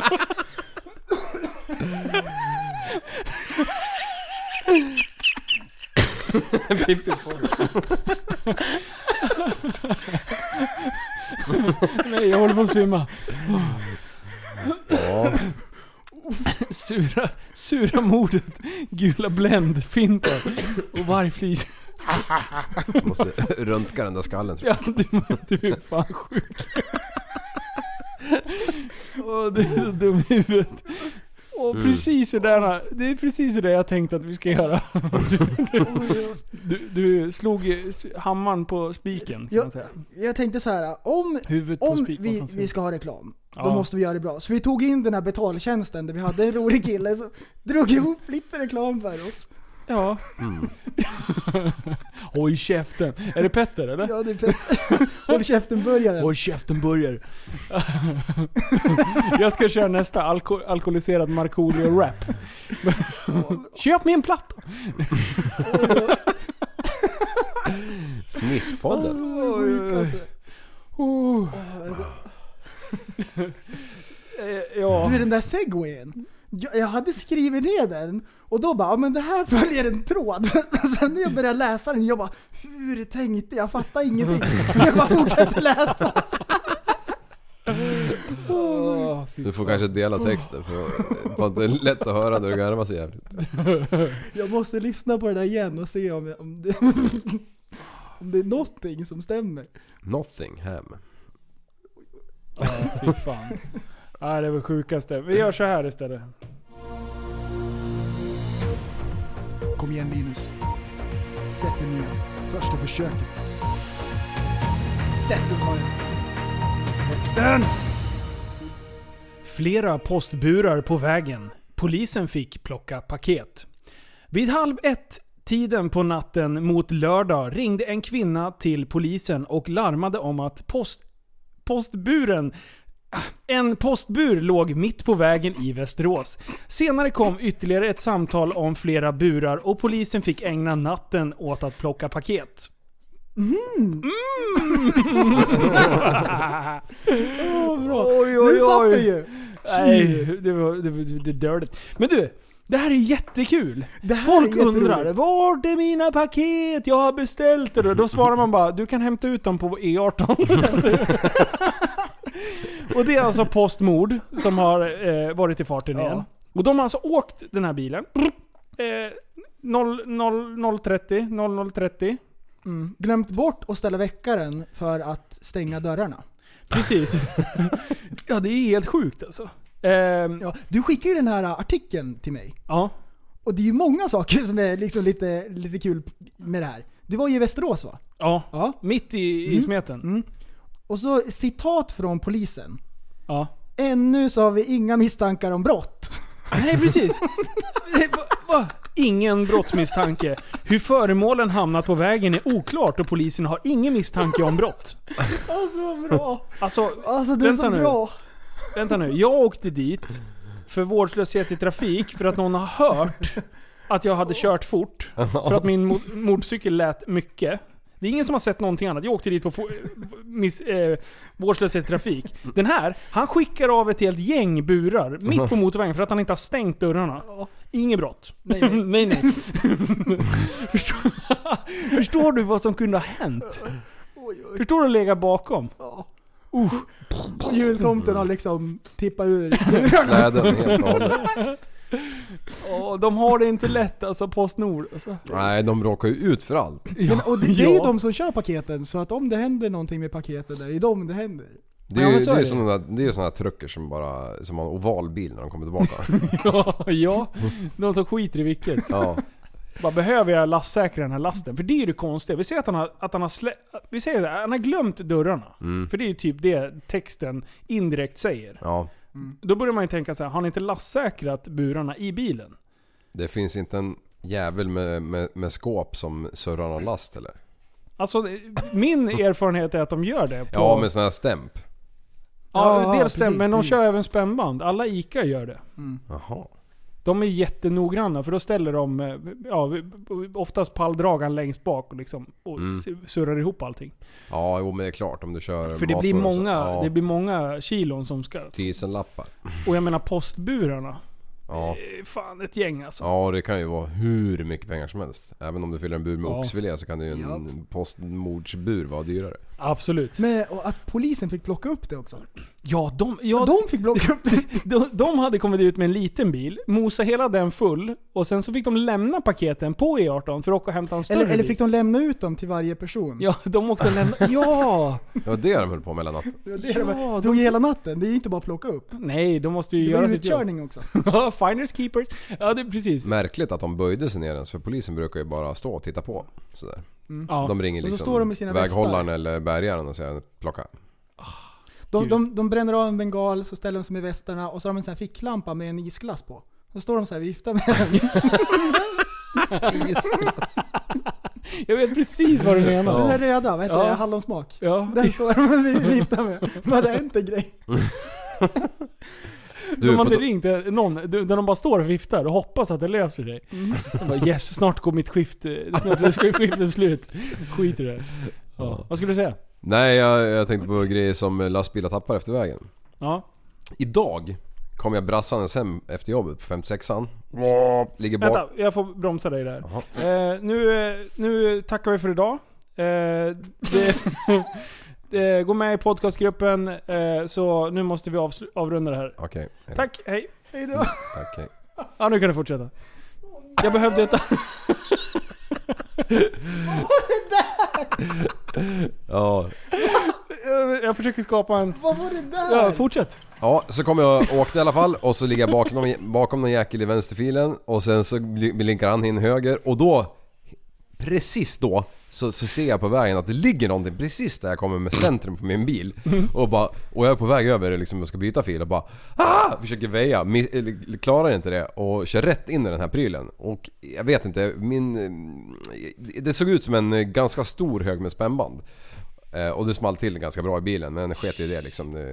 S4: Nej, jag håller på att svimma.
S5: Ja.
S4: Sura mordet, gula bländfimpar och vargflis.
S5: Måste röntga den där skallen, tror jag.
S4: Ja, du är fan sjuk. Åh, det är så dum i huvudet. Och precis så där, det är precis det jag tänkte att vi ska göra. Du slog hammaren på spiken, kan man säga.
S6: Jag tänkte så här, om vi ska ha reklam, då måste vi göra det bra. Så vi tog in den här betaltjänsten där vi hade en rolig kille som drog ihop lite reklam för oss.
S4: Ja. Håll käften. Är det Petter eller?
S6: Ja, det är Petter. Håll käften burgare.
S4: Håll käften burgare. Jag ska köra nästa alkoholiserad Markoolio-rap. Köp mig en platta.
S5: Fnisspodden.
S4: Ja.
S6: Du, den där segwayen. Jag hade skrivit ner den och då bara, men det här följer en tråd. Sen när jag började läsa den, jag bara, hur tänkte jag? Fattar ingenting. Jag bara fortsätter läsa.
S5: Du får kanske dela texten för att det är lätt att höra när du garvar så jävligt.
S6: Jag måste lyssna på det där igen och se om det är någonting som stämmer.
S5: Nottingham.
S4: Ja, fy fan. Ja, det är väl sjukaste. Vi gör så här istället.
S6: Kom igen, Linus. Sätt den nu. Första försöket. Sätt den, sa jag. Sätt den!
S4: Flera postburar på vägen. Polisen fick plocka paket. Vid 12:30 tiden på natten mot lördag ringde en kvinna till polisen och larmade om att postburen En postbur låg mitt på vägen i Västerås. Senare kom ytterligare ett samtal om flera burar och polisen fick ägna natten åt att plocka paket.
S6: Bra.
S4: Oj.
S6: Du satt det ju.
S4: Nej, det är dörligt. Men du, det här är jättekul. Folk undrar, vart är mina paket? Jag har beställt det. Då svarar man bara, du kan hämta ut dem på E18. Och det är alltså Postnord som har varit i farten igen. Och de har alltså åkt den här bilen 00:30.
S6: Glömt bort att ställa väckaren för att stänga dörrarna.
S4: Precis. Ja, det är helt sjukt alltså.
S6: Du skickade ju den här artikeln till mig.
S4: Ja.
S6: Och det är ju många saker som är liksom lite kul med det här. Det var ju i Västerås, va?
S4: Ja. Mitt i smeten.
S6: Och så citat från polisen.
S4: Ja.
S6: Ännu så har vi inga misstankar om brott.
S4: Nej, precis. Ingen brottsmisstanke. Hur föremålen hamnat på vägen är oklart och polisen har ingen misstanke om brott.
S6: Alltså vad bra.
S4: Alltså
S6: det är så bra.
S4: Vänta nu. Jag åkte dit för vårdslöshet i trafik för att någon har hört att jag hade kört fort. För att min motorcykel lät mycket. Det är ingen som har sett någonting annat. Jag åkte dit på vårdslöshet i trafik. Den här, han skickar av ett helt gäng burar mitt på motorvägen för att han inte har stängt dörrarna. Ingen brott. Nej. Förstår du vad som kunde ha hänt? Förstår du att lägga bakom?
S6: Jultomten har liksom tippat ur
S5: Släden helt och hållet.
S4: De har det inte lätt alltså, Postnord alltså.
S5: Nej, de råkar ju ut för allt.
S6: Och det är ju de som kör paketen, så att om det händer någonting med paketen där, är de det händer.
S5: Det är ju sådana trucker som bara som har en oval bil när de kommer tillbaka.
S4: Ja, de som skiter i vilket.
S5: Ja.
S4: Bara behöver jag lastsäkra den här lasten? För det är ju det konstiga. Vi säger att han har glömt dörrarna. För det är ju typ det texten indirekt säger.
S5: Ja.
S4: Då börjar man ju tänka så här, har han inte lastsäkrat burarna i bilen?
S5: Det finns inte en jävel med skåp som surrar någon last eller?
S4: Alltså min erfarenhet är att de gör det.
S5: Ja, med sån här stämp.
S4: Ja, dels stämp, men de kör även spännband. Alla ICA gör det.
S5: Jaha.
S4: De är jättenoggranna för då ställer de oftast palldragaren längst bak och, liksom, och surrar ihop allting.
S5: Ja, men det är klart om du kör.
S4: För det blir många kilon som ska.
S5: 1000 lappar.
S4: Och jag menar postburarna.
S5: Ja.
S4: Fan, ett gäng alltså.
S5: Ja, det kan ju vara hur mycket pengar som helst. Även om du fyller en bur med oxfilé så kan ju en postmordsbur vara dyrare.
S4: Absolut.
S6: Men och att polisen fick plocka upp det också.
S4: Ja, de
S6: fick plocka upp det.
S4: De hade kommit ut med en liten bil, mosa hela den full och sen så fick de lämna paketen på E18 för att åka och hämta en större bil.
S6: Eller fick de lämna ut dem till varje person?
S4: Ja, de åkte lämna. Ja!
S5: Det var det de höll på med hela natten.
S6: De tog hela natten. Det är ju inte bara att plocka upp.
S4: Nej, de måste ju göra sitt jobb.
S6: Det var ju utkörning också.
S4: Ja, finders keepers. Ja, det är precis.
S5: Märkligt att de böjde sig ner ens, för polisen brukar ju bara stå och titta på sådär. De ringer liksom
S6: står de med sina
S5: väghållaren eller bärgaren och säger plocka.
S6: De bränner av en bengal, så ställer de sig med västarna och så har de en sån här ficklampa med en isglass på. Så står de så här och viftar med den.
S5: Isglass.
S4: Jag vet precis vad du menar.
S6: Den är röda, vet du, hallonsmak.
S4: Ja.
S6: Den står de och viftar med. Men det är inte en grej.
S4: De har inte ringt någon där de bara står och viftar och hoppas att det löser sig. De bara, yes, snart går mitt skifte. Snart är skiftet slut. Skit i det. Ja. Vad skulle du säga?
S5: Nej, jag tänkte på grejer som lastbilar tappar efter vägen.
S4: Ja.
S5: Idag kom jag brassandes hem efter jobbet på 56an. Ligger bak.
S4: Vänta, jag får bromsa dig där. Nu tackar vi för idag. Gå med i podcastgruppen, så nu måste vi avrunda det här.
S5: Okej.
S4: Tack, hej.
S6: Hej då.
S5: Tack, hej.
S4: Ja, nu kan du fortsätta. Jag behövde detta.
S6: Vad var det där?
S5: Ja.
S4: Jag försöker skapa en...
S6: Vad var det där?
S4: Ja, fortsätt.
S5: Ja, så kom jag och åkte i alla fall. Och så ligger jag bakom någon jäkel i vänsterfilen. Och sen så blinkar han in höger. Och då, precis då, så ser jag på vägen att det ligger någonting precis där jag kommer med centrum på min bil. Och jag är på väg över liksom, och ska byta fil och bara försöker väja, klarar inte det och kör rätt in i den här prylen. Och jag vet inte, det såg ut som en ganska stor hög med spännband. Och det small till ganska bra i bilen, men sket i det liksom.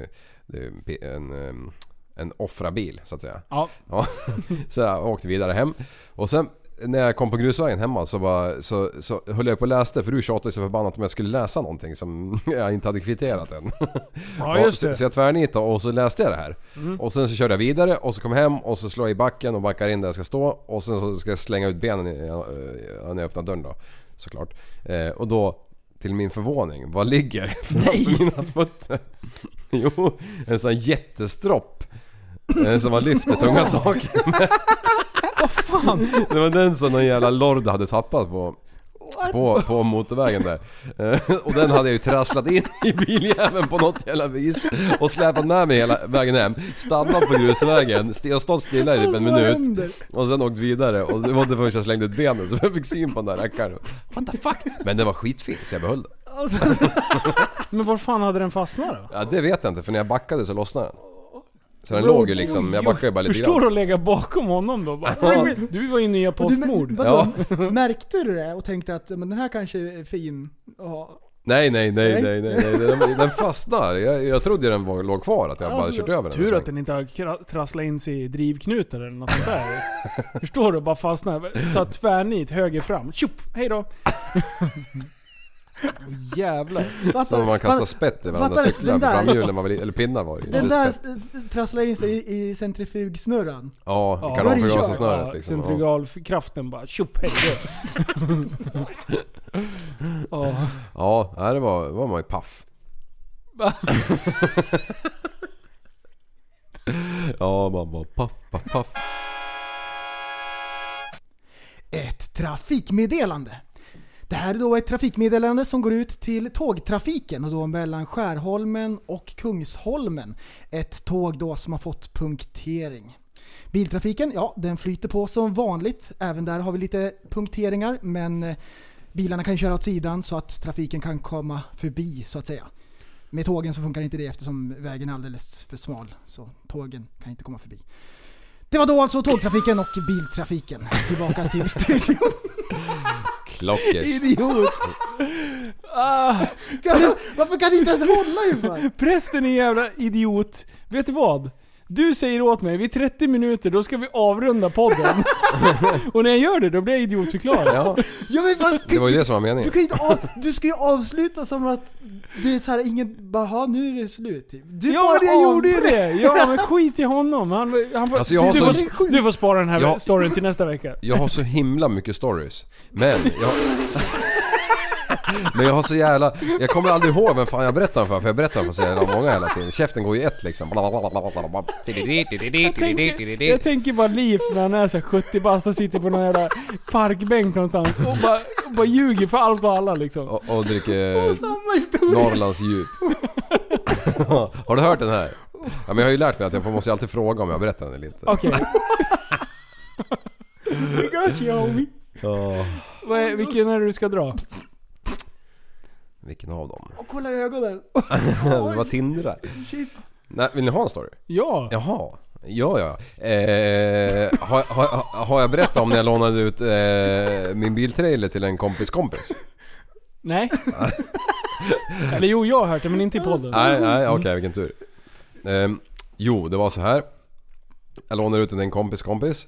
S5: det är en offrabil så att säga.
S4: Ja.
S5: Så jag åkte vidare hem. Och sen när jag kom på grusvägen hemma så höll jag på att läsa, för du tjatade så förbannat om jag skulle läsa någonting som jag inte hade kvitterat än.
S4: Ja, just det.
S5: Så jag tvärnitade och så läste jag det här. Och sen så körde jag vidare och så kom jag hem och så slår jag i backen och backar in där jag ska stå. Och sen så ska jag slänga ut benen när jag öppnar dörren då, såklart. Och då, till min förvåning, vad ligger framför mina fötter? Jo, en sån jättestropp som man lyfter tunga saker med.
S4: Vad fan?
S5: Det var den som någon jävla lord hade tappat på motorvägen där. Och den hade jag ju trasslat in i biljäveln på något jävla vis och släpat med mig hela vägen hem. Stannat på grusvägen, jag stått stilla i typ en minut och sen åkt vidare. Och det var inte först jag slängde ut benen så jag fick syn på den där rackaren. What the fuck? Men det var skitfint så jag behöll den.
S4: Men var fan hade den fastnat då?
S5: Ja, det vet jag inte, för när jag backade så lossnade den. Så den låg ju liksom, jag backade ju bara lite grann.
S4: Förstår du att lägga bakom honom då? Du var ju nya Postmord.
S6: Ja. Märkte du det och tänkte att men den här kanske är fin?
S5: Nej. Den fastnade. Jag trodde den låg kvar, att jag bara kört över den.
S4: Tur att den inte har trasslat in sig i drivknutar eller något sånt där. Förstår du? Bara fastnade. Så tvärnit höger fram. Tjup, hej då. Jävlar.
S5: Så man kastar spett i varandra cyklar på framhjulen eller pinnar var det.
S6: Den där trasslar in sig i centrifugsnurran.
S5: Ja, kanonförgasarsnöret liksom.
S4: Centrifugalkraften bara tjup, hej då.
S5: Ja, det var man ju paff. Ja, man var paff.
S6: Ett trafikmeddelande. Det här är då ett trafikmeddelande som går ut till tågtrafiken och då mellan Skärholmen och Kungsholmen. Ett tåg då som har fått punktering. Biltrafiken, ja, den flyter på som vanligt. Även där har vi lite punkteringar, men bilarna kan köra åt sidan så att trafiken kan komma förbi så att säga. Med tågen så funkar inte det eftersom vägen är alldeles för smal, så tågen kan inte komma förbi. Det var då alltså tågtrafiken och biltrafiken. Tillbaka till studion.
S5: Klockers.
S6: Idiot. Varför kan du inte ens hålla ju för?
S4: Prästen är en jävla idiot. Vet du vad? Du säger åt mig, vid 30 minuter då ska vi avrunda podden. Och när jag gör det, då blir jag idiotförklarad.
S5: Ja. Det var ju det som var meningen.
S6: Du ska ju avsluta som att det är så här, ingen bara, nu är det slut typ.
S4: Jag gjorde ju det. Ja, men skit i honom.
S5: Alltså,
S4: du får spara den här storyn till nästa vecka.
S5: Jag har så himla mycket stories. Men jag har så jävla... Jag kommer aldrig ihåg vem fan jag berättar för jag berättar för så jävla många hela tiden. Käften går ju ett liksom.
S4: Jag tänker bara Liv när han är så 70 bast och sitter på någon jävla parkbänk någonstans och bara ljuger för allt och alla liksom.
S5: Och dricker Norrlands djup. Har du hört den här? Ja, men jag har ju lärt mig att jag måste alltid fråga om jag berättar den eller inte.
S4: Okej.
S6: Gotcha, homie.
S4: Vilken är det du ska dra?
S5: Vilken av dem?
S6: Och kolla i ögonen.
S5: Det var tindrar.
S6: Shit.
S5: Nej, vill ni ha en story?
S4: Ja.
S5: Jaha. Ja. Har jag berättat om när jag lånade ut min biltrailer till en kompis?
S4: Nej. Eller jo, jag har hört det, men inte i podden.
S5: Nej, okej, vilken tur. Jo, det var så här. Jag lånade ut den till en kompis.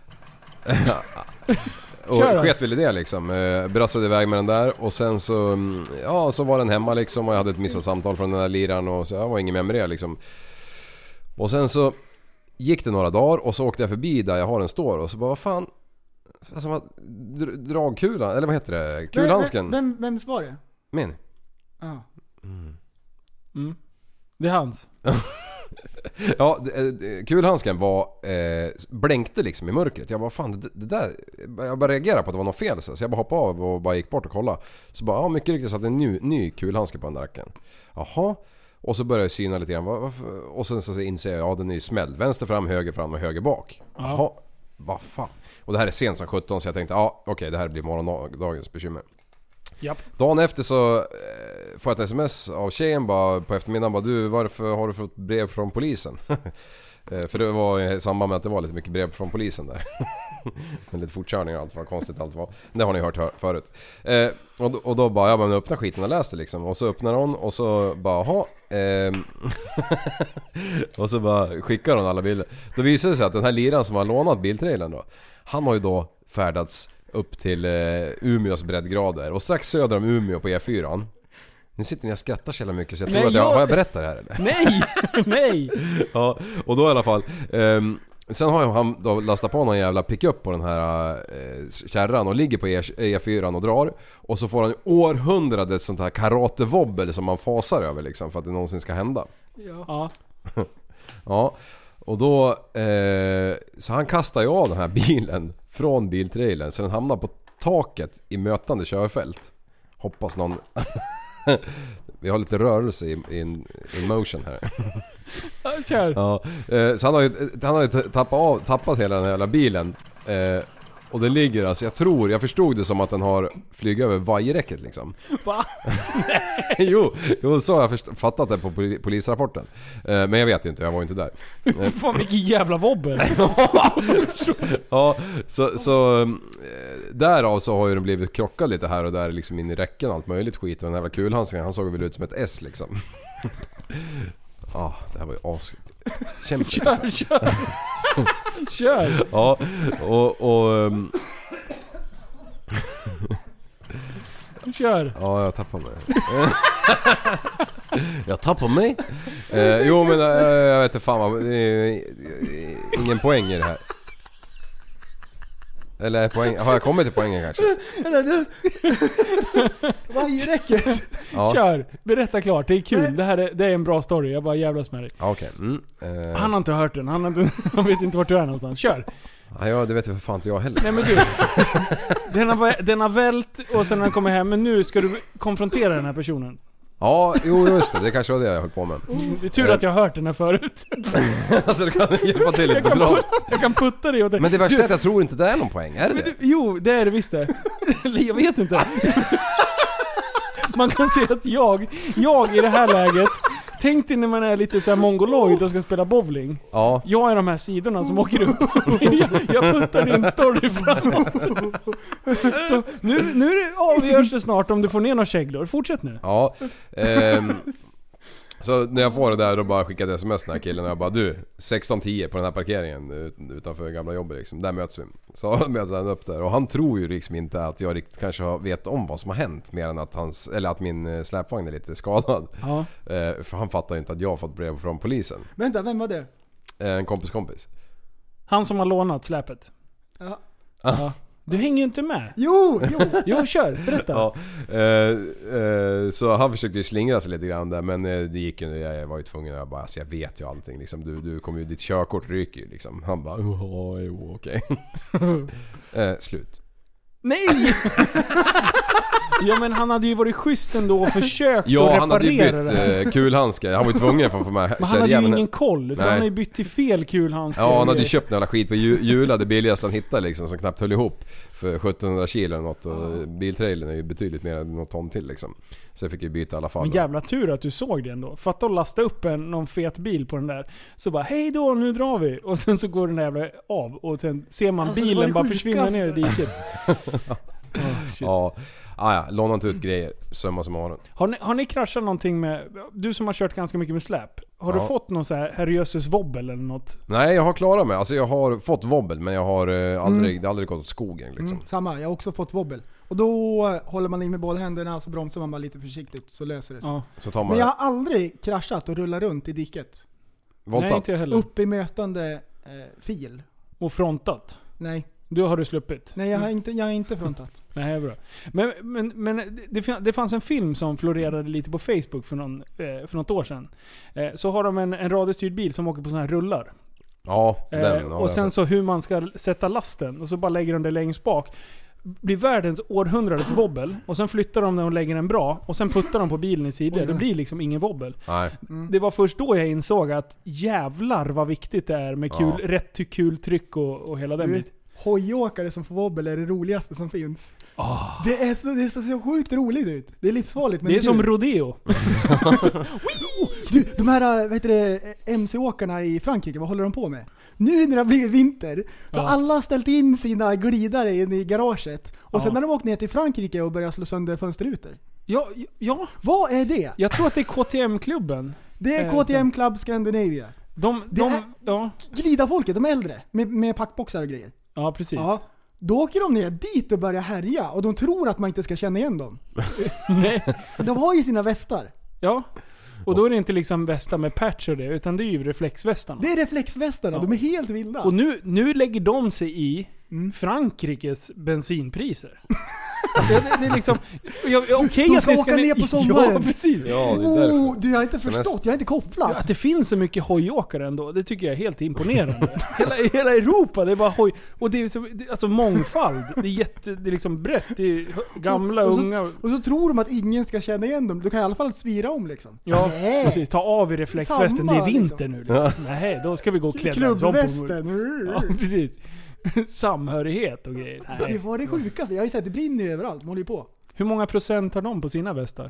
S5: Och sket väl i det liksom. Brassade iväg med den där. Och sen så var den hemma liksom. Och jag hade ett missat samtal från den där liraren. Och så jag var ingen med det liksom. Och sen så gick det några dagar. Och så åkte jag förbi där jag har den står. Och så bara, vad fan. Alltså, dragkulan. Eller vad heter det? Kulhandsken.
S6: Vems var det?
S5: Min.
S6: Ja.
S4: Det är hans.
S5: Ja, kulhandsken var blänkte liksom i mörkret. Jag bara, fan det där. Jag bara reagerade på att det var något fel. Så jag bara hoppade av och bara gick bort och kollade. Så bara, mycket riktigt satt en ny kulhandske på den där racken. Jaha. Och så började jag syna lite grann. Och sen så inser jag, den är ju smälld. Vänster fram och höger bak. Jaha, vad fan. Och det här är sent som 17, så jag tänkte, okej, det här blir morgondagens bekymmer.
S4: Japp.
S5: Dagen efter så får jag ett sms av tjejen bara på eftermiddagen. Du, varför har du fått brev från polisen? För det var i samband med att det var lite mycket brev från polisen där. Men lite fortkörningar och allt, vad konstigt allt var. Det har ni hört förut. Och då bara, jag bara öppna skiten och läste liksom. Och så öppnar hon och så bara, Och så bara skickar hon alla bilder. Då visar det sig att den här liran som har lånat biltrailern då, han har ju då färdats upp till Umeås breddgrader. Och strax söder om Umeå på E4. Nu sitter ni och skrattar så jävla mycket så jag tror att har jag berättat det här eller?
S4: Nej!
S5: Ja, och då i alla fall sen har han då lastat på någon jävla pickup på den här kärran och ligger på E4 och drar. Och så får han århundradets sånt här karatevobbel som man fasar över liksom, för att det någonsin ska hända.
S4: Ja.
S5: Ja, och då så han kastar ju av den här bilen från biltrailern så den hamnar på taket i mötande körfält. Hoppas någon vi har lite rörelse in motion här. Ja, så han har ju tappat hela den här jävla bilen. Och det ligger alltså, jag förstod det som att den har flygit över vajräcket liksom.
S4: Va?
S5: jo, så har jag fattat det på polisrapporten. Men jag vet inte, jag var inte där.
S4: Fan vilken jävla wobbel.
S5: Ja, så därav så har ju den blivit krockad lite här och där liksom in i räcken och allt möjligt skit. Och den här jävla kulhandsken, han såg väl ut som ett S liksom. Ja, det här var ju kämpigt.
S4: Kör.
S5: Ja, och
S4: kör.
S5: Ja, jag tappar mig. Jo men jag vet inte fan vad, ingen poäng i det här. Eller poäng, har jag kommit till poängen kanske?
S6: Vad är räcket?
S5: Ja.
S4: Kör, berätta klart, det är kul. Det är en bra story, jag bara jävlas med dig.
S5: Okej.
S4: Han har inte hört den, han vet inte vart du är någonstans. Kör.
S5: Ja, det vet jag för fan inte jag heller.
S4: Nej men du, den har vält och sen när han kommer hem, men nu ska du konfrontera den här personen.
S5: Ja, jo just det kanske var det jag höll på med.
S4: Det är tur att jag har hört den här förut.
S5: Alltså du kan hjälpa till lite på
S4: jag kan putta dig åt det.
S5: Men det värsta är att jag tror inte det är någon poäng, är det?
S4: Jo, det är det visst det. Jag vet inte. Man kan säga att jag i det här läget, tänk dig när man är lite så här mongoloid och ska spela bowling.
S5: Ja.
S4: Jag är de här sidorna som åker upp. Jag puttar din story framåt. Så nu avgörs det snart om du får ner några käglor. Fortsätt nu.
S5: Ja. Så när jag får det där då bara skickade sms den här killen och jag bara du 16:10 på den här parkeringen utanför gamla jobbet liksom. Där möts vi. Så möter han upp där och han tror ju liksom inte att jag riktigt kanske vet om vad som har hänt mer än att att min släpvagn är lite skadad.
S4: Ja.
S5: För han fattar ju inte att jag har fått brev från polisen.
S6: Vänta, vem var det?
S5: En kompis.
S4: Han som har lånat släpet.
S6: Ja.
S4: Ja. Du hänger ju inte med.
S6: Jo,
S4: kör, berätta.
S5: Ja, så han försökte ju slingra sig lite grann där, men det gick ju, jag var ju tvungen att bara, alltså jag vet ju allting liksom, du kommer ju, ditt körkort ryker ju liksom. Han bara, okej. Slut.
S4: Nej! Ja men han hade ju varit schysst ändå och försökt att reparera det.
S5: Ja, han hade ju bytt kulhandskar. Han var ju tvungen för att få med.
S4: Men han hade ju ingen koll, så han hade ju bytt till fel kulhandskar.
S5: Ja, han hade ju köpt en jävla skit på Jula, det billigaste han hittade liksom, som knappt höll ihop för 1700 kilo eller något. Och biltrailern är ju betydligt mer än något ton till liksom. Så jag fick ju byta i alla fall.
S4: Men jävla tur att du såg det ändå. Fatta att lasta upp någon fet bil på den där. Så bara, hej då, nu drar vi. Och sen så går den där jävla av. Och sen ser man alltså, bilen bara försvinna ner i diket.
S5: Ja, låna inte ut grejer. Sömma som morgon.
S4: Har ni kraschat någonting med... Du som har kört ganska mycket med släp. Har du fått någon så här herjöses wobbel eller något?
S5: Nej, jag har klarat mig. Alltså jag har fått wobbel, men jag har det har aldrig gått åt skogen liksom.
S6: Samma, jag har också fått wobbel. Och då håller man in med båda händerna och så bromsar man bara lite försiktigt så löser det sig.
S4: Ja.
S5: Så tar man
S6: men jag har aldrig kraschat och rullat runt i diket.
S5: Voltat?
S4: Nej, inte jag heller.
S6: Upp i mötande fil.
S4: Och frontat?
S6: Nej.
S4: Du har du sluppit?
S6: Nej, jag har inte frontat.
S4: Nej, bra. Men det fanns en film som florerade lite på Facebook för något år sedan. Så har de en radiostyrd bil som åker på såna här rullar.
S5: Ja, den
S4: och sen så hur man ska sätta lasten. Och så bara lägger de det längst bak. Blir världens århundradets wobbel. Och sen flyttar de den och lägger den bra. Och sen puttar de på bilen i sidor. Det blir liksom ingen wobbel.
S5: Nej.
S4: Det var först då jag insåg att jävlar vad viktigt det är med rätt till kul tryck och hela den biten.
S6: Hojåkare som får wobbel är det roligaste som finns. Det är så sjukt roligt ut. Det är livsfarligt. Men
S4: det är som rodeo.
S6: Du, de här MC-åkarna i Frankrike, vad håller de på med? Nu när det har blivit vinter, då alla har ställt in sina glidare in i garaget. Och sen när de åkt ner till Frankrike och börjar slå sönder fönsterrutor.
S4: Ja.
S6: Vad är det?
S4: Jag tror att det är KTM-klubben.
S6: Det är KTM Club Scandinavia.
S4: Ja.
S6: Glidarfolket, de äldre, med packboxar och grejer.
S4: Ja, precis.
S6: Ja. Då åker de ner dit och börjar härja och de tror att man inte ska känna igen dem.
S4: Nej.
S6: De har ju sina västar.
S4: Ja. Och då är det inte liksom västar med patch och det, utan det är ju reflexvästarna.
S6: Det är reflexvästarna, de är helt vilda.
S4: Och nu lägger de sig i Frankrikes bensinpriser. Alltså det är liksom...
S6: Du ska åka ner på sommaren.
S4: Ja, precis.
S5: Ja, det är därför.
S6: Du har inte förstått, jag har inte kopplat.
S4: Ja, att det finns så mycket hojåkare ändå, det tycker jag är helt imponerande. hela Europa, det är bara hoj. Och det är så, alltså mångfald. Det är liksom brett. Det är gamla, unga.
S6: Och så tror de att ingen ska känna igen dem. Du kan i alla fall svira om liksom.
S4: Ja, precis. Ta av i reflexvästen. Det är vinter nu liksom. Nej, då ska vi gå och klädda
S6: klubbvästen.
S4: Ja, precis. Samhörighet och grejer. Nej.
S6: Det var det sjukaste. Jag har ju sett det brinner överallt. De håller ju på.
S4: Hur många procent har de på sina västar?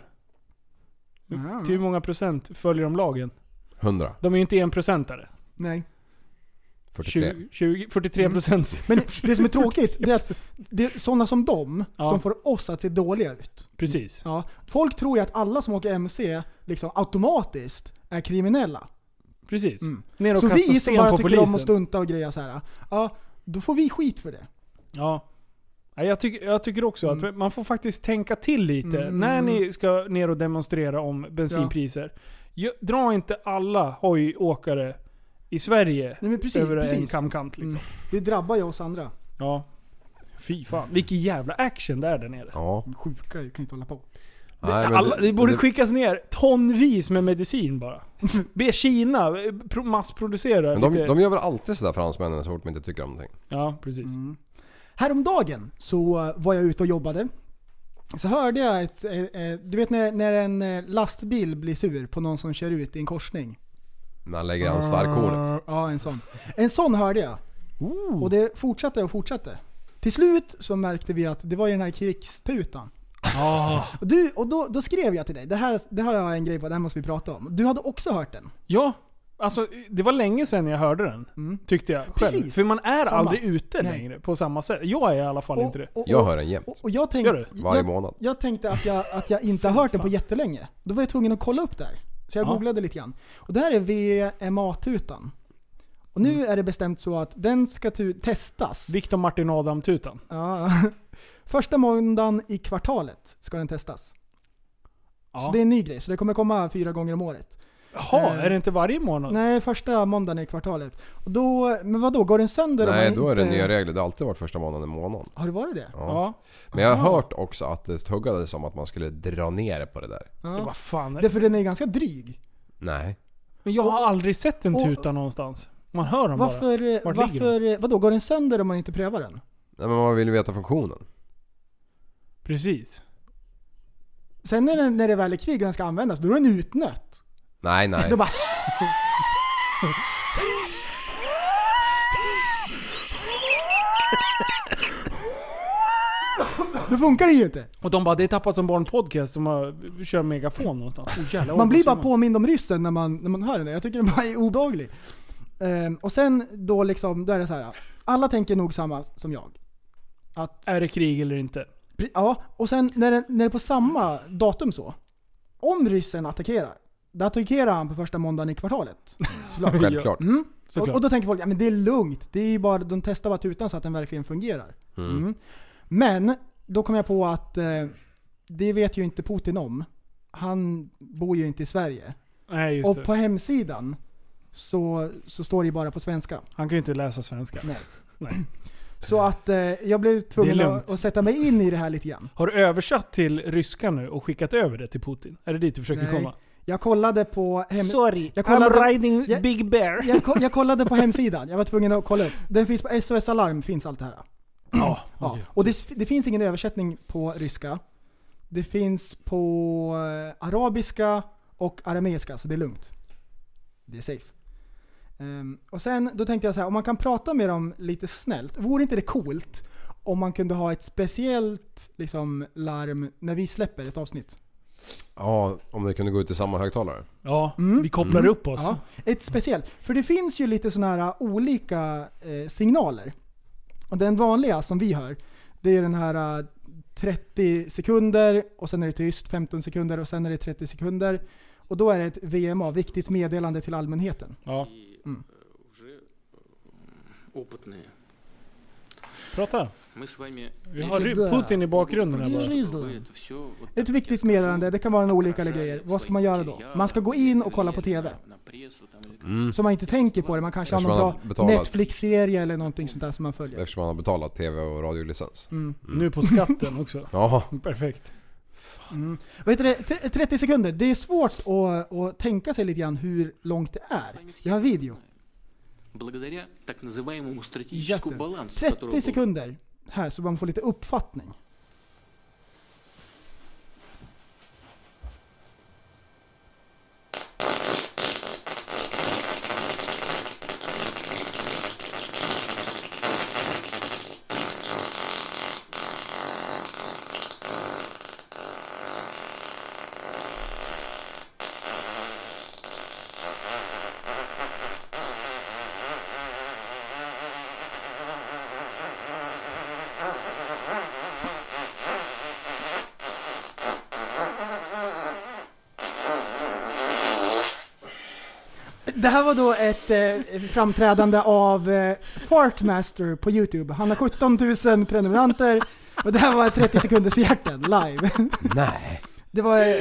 S4: Till hur många procent följer de lagen?
S5: 100.
S4: De är ju inte 1%are.
S6: Nej.
S5: 43.
S4: 43%.
S6: Men det som är tråkigt, det är att det är sådana som dem som får oss att se dåliga ut.
S4: Precis.
S6: Ja. Folk tror ju att alla som åker MC liksom automatiskt är kriminella.
S4: Precis.
S6: Ner och så vi som bara tycker om att stunta och grejer så här. Ja, då får vi skit för det.
S4: Ja. Jag tycker också att man får faktiskt tänka till lite när ni ska ner och demonstrera om bensinpriser. Dra inte alla hojåkare i Sverige över en kamkant liksom.
S6: Det drabbar ju oss andra.
S4: Ja. Fy fan. Vilken jävla action det är där nere.
S5: Ja.
S6: Sjuka, jag kan inte hålla på.
S4: Det borde skickas ner tonvis med medicin bara. Be Kina massproducera.
S5: Men de gör väl alltid sådär, fransmännen, så fort man inte tycker om någonting.
S4: Ja, precis.
S6: Häromdagen så var jag ute och jobbade. Så hörde jag du vet när en lastbil blir sur på någon som kör ut i en korsning.
S5: När han lägger an starkhornet.
S6: Ja, en sån. En sån hörde jag. Och det fortsatte och fortsatte. Till slut så märkte vi att det var ju den här krigstutan. Och då skrev jag till dig. Det här har jag en grej på, det här måste vi prata om. Du hade också hört den.
S4: Ja, alltså det var länge sedan jag hörde den. Tyckte jag själv.
S6: Precis.
S4: För man är aldrig ute längre på samma sätt. Jag är i alla fall inte det.
S5: Jag hör den jämt.
S6: Och jag tänkte,
S5: varje månad.
S6: Jag tänkte att jag inte har hört den på jättelänge. Då var jag tvungen att kolla upp där. Så jag googlade lite grann. Och det här är VMA-tutan. Och nu är det bestämt så att den ska testas.
S4: Victor Martin Adam-tutan.
S6: Ja. Första måndagen i kvartalet ska den testas.
S4: Ja.
S6: Så det är en ny grej. Så det kommer komma 4 gånger om året.
S4: Jaha, är det inte varje månad?
S6: Nej, första måndagen i kvartalet. Och då, men vadå, går den sönder?
S5: Nej, då är det nya regler. Det har alltid varit första månaden i månaden.
S6: Har det varit det?
S5: Ja. Men jag har hört också att det tuggades om att man skulle dra ner på det där.
S6: Ja.
S4: Vad fan är
S6: det? För den är ganska dryg.
S5: Nej.
S4: Men jag har aldrig sett en tuta någonstans. Man hör dem
S6: varför, vadå, går den sönder om man inte prövar den?
S5: Nej, men man vill veta funktionen.
S4: Precis.
S6: Sen när det väl är krig och den ska användas, då är den utnött.
S5: Nej.
S6: Då bara... Det funkar ju inte.
S4: Och de bara, det är tappat som barn podcast som kör megafon någonstans.
S6: Man blir bara påmind om ryssen när man hör den där. Jag tycker den bara är obehaglig. Och sen då liksom, då är det så här. Alla tänker nog samma som jag. Att,
S4: är det krig eller inte?
S6: Ja, och sen när det är på samma datum så. Om ryssen attackerar, då attackerar han på första måndagen i kvartalet.
S5: Självklart.
S6: Och då tänker folk, ja men det är lugnt. Det är bara, de testar bara tutan så att den verkligen fungerar. Men då kom jag på att det vet ju inte Putin om. Han bor ju inte i Sverige.
S4: Nej, just
S6: och
S4: det.
S6: På hemsidan så står det bara på svenska.
S4: Han kan ju inte läsa svenska. Nej.
S6: Så att jag blev tvungen att sätta mig in i det här lite grann.
S4: Har du översatt till ryska nu och skickat över det till Putin? Är det dit du försöker komma?
S6: Jag kollade på
S4: I'm riding Big Bear.
S6: Jag kollade på hemsidan. Jag var tvungen att kolla upp. Den finns på SOS Alarm, finns allt det här.
S4: Ja.
S6: Och det finns ingen översättning på ryska. Det finns på arabiska och arameiska, så det är lugnt. Det är safe. Och sen då tänkte jag så här, om man kan prata med dem lite snällt, vore inte det coolt om man kunde ha ett speciellt liksom larm när vi släpper ett avsnitt?
S5: Ja, om det kunde gå ut i samma högtalare.
S4: Ja, vi kopplar upp oss.
S6: Ja, ett speciellt. För det finns ju lite såna här olika signaler. Och den vanliga som vi hör, det är den här 30 sekunder och sen är det tyst, 15 sekunder och sen är det 30 sekunder. Och då är det ett VMA, viktigt meddelande till allmänheten.
S4: Ja. Prata. Vi har Putin i bakgrunden här bara.
S6: Ett viktigt meddelande, det kan vara en olika grejer. Vad ska man göra då? Man ska gå in och kolla på TV. Så man inte tänker på det. Man kanske har någon bra Netflix-serie eller någonting sånt där som man följer.
S5: Eftersom man har betalat TV och radiolicens.
S4: Nu på skatten också.
S5: Ja.
S4: Perfekt.
S6: Vad heter det? 30 sekunder. Det är svårt att tänka sig lite grann hur långt det är. Jag har video. 30 sekunder här så man får lite uppfattning. Det här var då ett framträdande av Fartmaster på YouTube. Han har 17 000 prenumeranter och det här var 30 sekunders hjärtan live.
S5: Nej.
S6: Det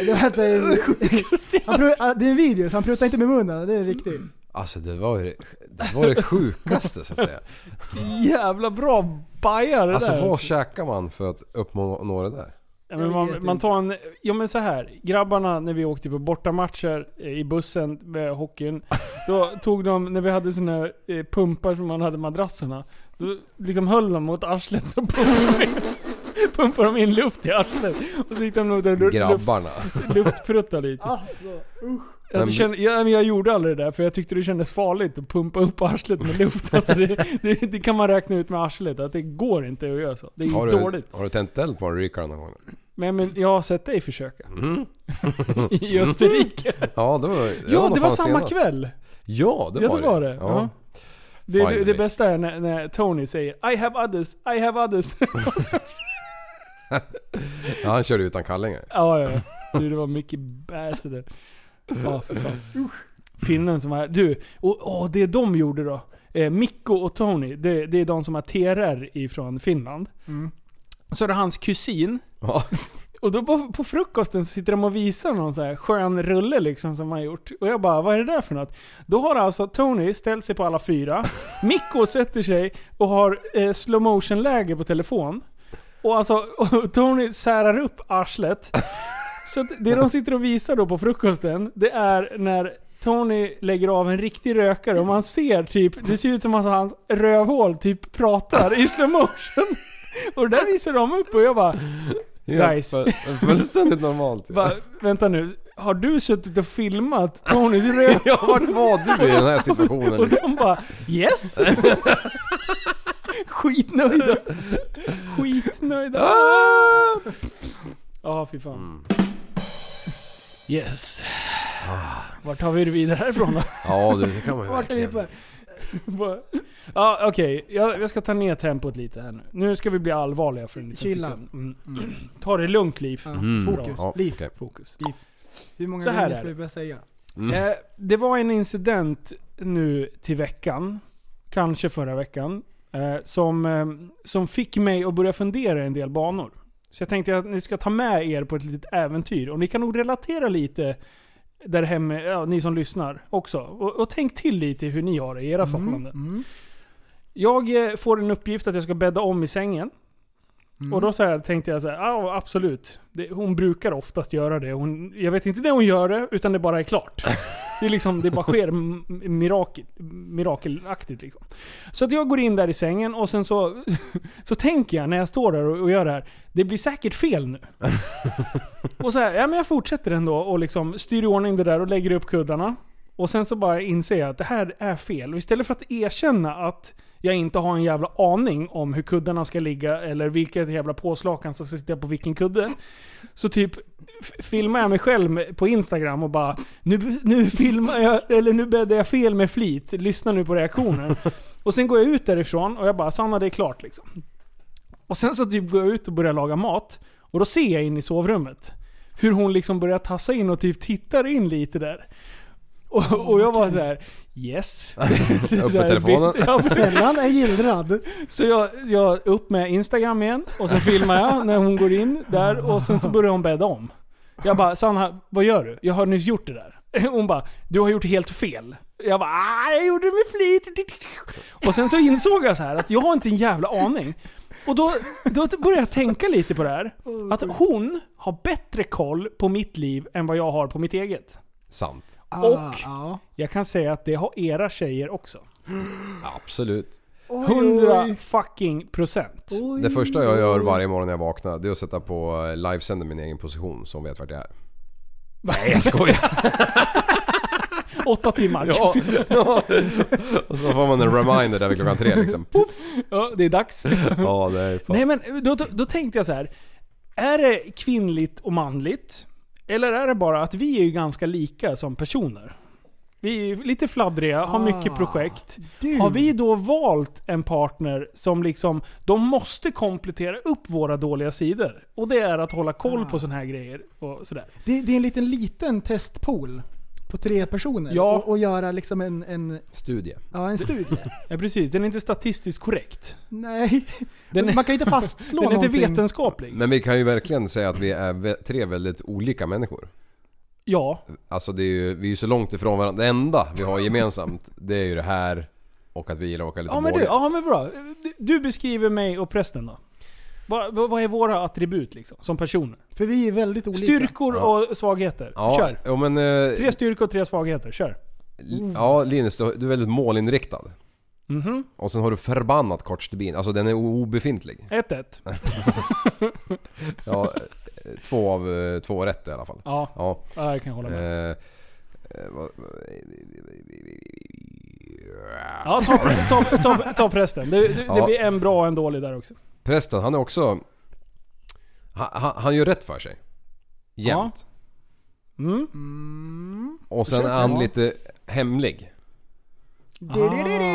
S6: är en video så han prutar inte med munnen, det är riktigt.
S5: Alltså det var det sjukaste så att säga.
S4: Jävla bra bajar det
S5: alltså,
S4: där.
S5: Alltså vad käkar man för att uppnå det där?
S4: Ja, men man tar en... Ja men så här, grabbarna när vi åkte på bortamatcher i bussen med hockeyn, då tog de, när vi hade såna pumpar som man hade madrasserna, då liksom höll de mot arslet så pumpade de in luft i arslet och så gick de nog där
S5: grabbarna
S6: Alltså,
S4: luftprutta lite. Jag gjorde aldrig det där för jag tyckte det kändes farligt att pumpa upp arslet med luft. Alltså det kan man räkna ut med arslet att det går inte att göra så. Det är dåligt.
S5: Har du tänt eld på en rykare någon gång?
S4: Men jag har sett dig försöka. I Österrike.
S5: Ja, det
S4: var samma kväll.
S5: Ja, det var det.
S4: Ja. Det bästa är när Tony säger I have others.
S5: Ja, han körde utan kallingar.
S4: Ja. Det var mycket bäs där. Ja, för fan. Finnen som är... det de gjorde då. Mikko och Tony, det är de som har TRR ifrån Finland. Så är det hans kusin.
S5: Ja.
S4: Och då på frukosten så sitter de och visar någon så här skön rulle liksom som man har gjort. Och jag bara, vad är det där för något? Då har alltså Tony ställt sig på alla fyra. Mikko sätter sig och har slow motion läge på telefon. Och Tony särar upp arslet. Så det de sitter och visar då på frukosten, det är när Tony lägger av en riktig rökare och man ser typ, det ser ut som att hans rövhål typ pratar i slow motion. Och där visar de upp och jag bara, guys.
S5: Fullständigt normalt.
S4: Vänta nu, har du suttit och filmat Tonys röv?
S5: Ja, vart var du i den här situationen?
S4: Och de bara, yes! Skitnöjda. Ja, fy fan. Yes. Vart tar vi det vidare härifrån då?
S5: Ja, det kan man ju verkligen.
S4: Ja, okej. Jag ska ta ner tempot lite här nu. Nu ska vi bli allvarliga för en liten sekund. Ta det lugnt, Liv.
S6: Fokus.
S5: Ja,
S6: Liv.
S5: okay.
S4: Fokus.
S6: Hur många gånger ska vi börja säga?
S4: Det var en incident nu till veckan, kanske förra veckan, som fick mig att börja fundera en del banor. Så jag tänkte att ni ska ta med er på ett litet äventyr. Och ni kan nog relatera lite där hemma, ni som lyssnar också. Och tänk till lite hur ni har det i era förhållanden. Jag får en uppgift att jag ska bädda om i sängen. Och då tänkte jag så här, ja absolut. Hon brukar oftast göra det. Jag vet inte när hon gör det, utan det bara är klart. Det bara sker mirakelaktigt liksom. Så att jag går in där i sängen och sen så tänker jag när jag står där och gör det här, det blir säkert fel nu. Och så här, men jag fortsätter ändå och liksom styr i ordning det där och lägger upp kuddarna. Och sen så bara inser jag att det här är fel. Och istället för att erkänna att jag inte har en jävla aning om hur kuddarna ska ligga eller vilket jävla påslakan som ska sitta på vilken kudde, så typ filmar jag mig själv på Instagram och bara nu filmar jag, eller nu bäddar jag fel med flit. Lyssna nu på reaktionen. Och sen går jag ut därifrån och jag bara, Sanna, det är klart liksom. Och sen så typ går jag ut och börjar laga mat och då ser jag in i sovrummet. hur hon liksom börjar tassa in och typ tittar in lite där. Och jag var så här: yes.
S5: Upp med telefonen.
S6: Fällan är gillrad.
S4: Så jag upp med Instagram igen och så filmar jag när hon går in där och sen så börjar hon bädda om. Jag bara, Sanna, vad gör du? Jag har nyss gjort det där. Hon bara, du har gjort helt fel. Jag bara, jag gjorde det med flit. Och sen så insåg jag så här att jag har inte en jävla aning. Och då började jag tänka lite på det här. Att hon har bättre koll på mitt liv än vad jag har på mitt eget.
S5: Sant.
S4: Och jag kan säga att det har era tjejer också.
S5: Absolut.
S4: 100%
S5: Det första jag gör varje morgon när jag vaknar, det är att sätta på livesända min egen position, så hon vet vart jag är. Nej, jag skojar.
S4: 8 timmar.
S5: Ja. Och så får man en reminder där vid 3 liksom.
S4: Ja, det är dags.
S5: Ja, det är fan.
S4: Nej, men då tänkte jag så här: är det kvinnligt och manligt? Eller är det bara att vi är ju ganska lika som personer? Vi är lite fladdriga, har mycket projekt. Har vi då valt en partner som liksom, de måste komplettera upp våra dåliga sidor? Och det är att hålla koll på såna här grejer och sådär.
S6: Det är en liten testpool på 3 personer.
S4: Ja.
S6: Och göra liksom en
S5: studie.
S6: Ja, en studie.
S4: Ja, precis. Den är inte statistiskt korrekt.
S6: Nej. Man kan inte fastslå
S4: den är
S6: någonting.
S4: inte vetenskaplig.
S5: Men vi kan ju verkligen säga att vi är 3 väldigt olika människor.
S4: Ja.
S5: Alltså vi är ju så långt ifrån varandra. Det enda vi har gemensamt, det är ju det här och att vi gillar att åka lite båge.
S4: Ja, men bra. Du beskriver mig och prästen då. Vad är våra attribut liksom, som personer?
S6: För vi är väldigt olika.
S4: Styrkor och svagheter.
S5: Ja,
S4: kör.
S5: Ja, men,
S4: 3 styrkor och 3 svagheter. Kör.
S5: Ja, Linus, du är väldigt målinriktad.
S4: Mhm.
S5: Och sen har du förbannat kort stubin. Alltså den är obefintlig.
S4: 1-1.
S5: Ja, 2 av 2 rätt i alla fall.
S4: Ja, jag kan hålla med. Ja, ta prästen. Det blir en bra och en dålig där också.
S5: Prästen, han är också... Han gör rätt för sig. Jämt.
S4: Ja.
S5: Och sen är han lite hemlig. 2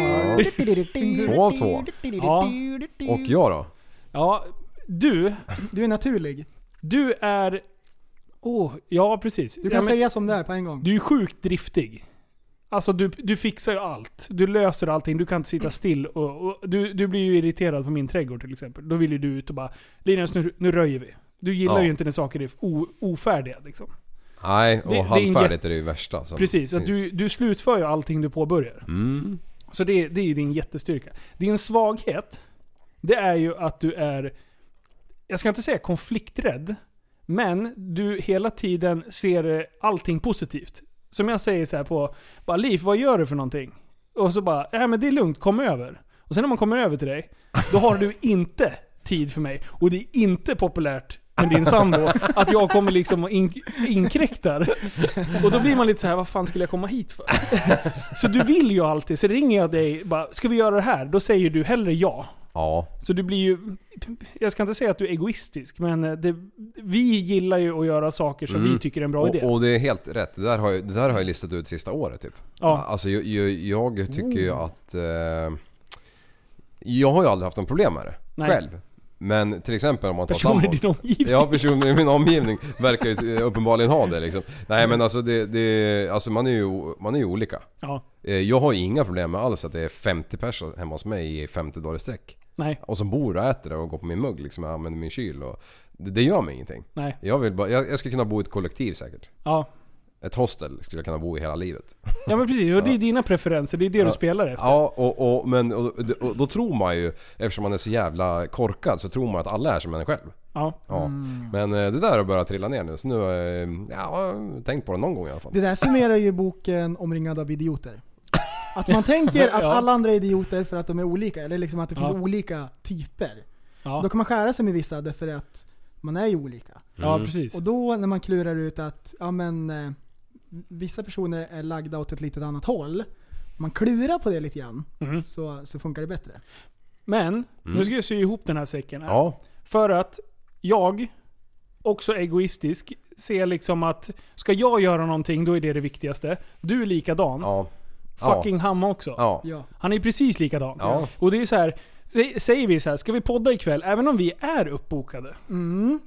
S5: av 2.
S4: Ja.
S5: Och jag då?
S4: Ja, du
S6: är naturlig.
S4: Du är... ja precis.
S6: Du kan säga som det är på en gång.
S4: Du är sjukt driftig. Alltså du fixar ju allt. Du löser allting. Du kan inte sitta still. Och du blir ju irriterad på min trädgård till exempel. Då vill ju du ut och bara, Linus, nu röjer vi. Du gillar ju inte när saker är ofärdiga liksom.
S5: Nej, och halvfärdigt är det ju värsta.
S4: Precis, att du slutför ju allting du påbörjar. Så det är din jättestyrka. Din svaghet, det är ju att du är, jag ska inte säga konflikträdd, men du hela tiden ser allting positivt. Som jag säger så här på, bara, Liv, vad gör du för någonting? Och så bara, men det är lugnt, kom över. Och sen när man kommer över till dig, då har du inte tid för mig. Och det är inte populärt med din sambo att jag kommer liksom och inkräktar. Och då blir man lite så här, vad fan skulle jag komma hit för? Så du vill ju alltid, så ringer jag dig bara, ska vi göra det här? Då säger du hellre ja.
S5: Ja.
S4: Så du blir ju, jag ska inte säga att du är egoistisk, men vi gillar ju att göra saker som vi tycker är en bra idé.
S5: Och det är helt rätt. Det där har jag listat ut sista året typ.
S4: Ja.
S5: Alltså jag tycker ju att jag har ju aldrig haft någon problem med det själv. Men till exempel om man tar
S4: personer i din omgivning.
S5: Ja, personer i min omgivning verkar ju uppenbarligen ha det liksom. Nej, men alltså alltså man är ju olika.
S4: Ja.
S5: Jag har ju inga problem med alls att det är 50 personer hemma hos mig i 50 dagar i sträck.
S4: Nej.
S5: Och som bor och äter och går på min mugg liksom, jag använder min kyl och det gör mig ingenting.
S4: Nej.
S5: Jag ska kunna bo i ett kollektiv säkert.
S4: Ja.
S5: Ett hostel skulle jag kunna bo i hela livet.
S4: Ja, men precis, och det är dina preferenser, det är det du spelar efter.
S5: Ja, och då tror man ju, eftersom man är så jävla korkad, så tror man att alla är som en själv.
S4: Ja.
S5: Men det där har börjat trilla ner nu, så nu har jag tänkt på det någon gång i alla fall.
S6: Det där summerar ju boken Omringad av idioter. Att man tänker att alla andra är idioter för att de är olika, eller liksom att det finns olika typer. Ja. Då kan man skära sig med vissa därför att man är ju olika.
S4: Ja, precis.
S6: Och då när man klurar ut att vissa personer är lagda åt ett litet annat håll, man klurar på det lite grann, så funkar det bättre. Men nu ska jag sy ihop den här säcken här.
S5: Ja.
S4: För att jag, också egoistisk, ser liksom att ska jag göra någonting, då är det viktigaste. Du är likadan.
S5: Ja.
S4: Fucking Hamma också.
S6: Ja.
S4: Han är precis likadan.
S5: Ja.
S4: Och det är så här, säger vi så här, ska vi podda ikväll även om vi är uppbokade?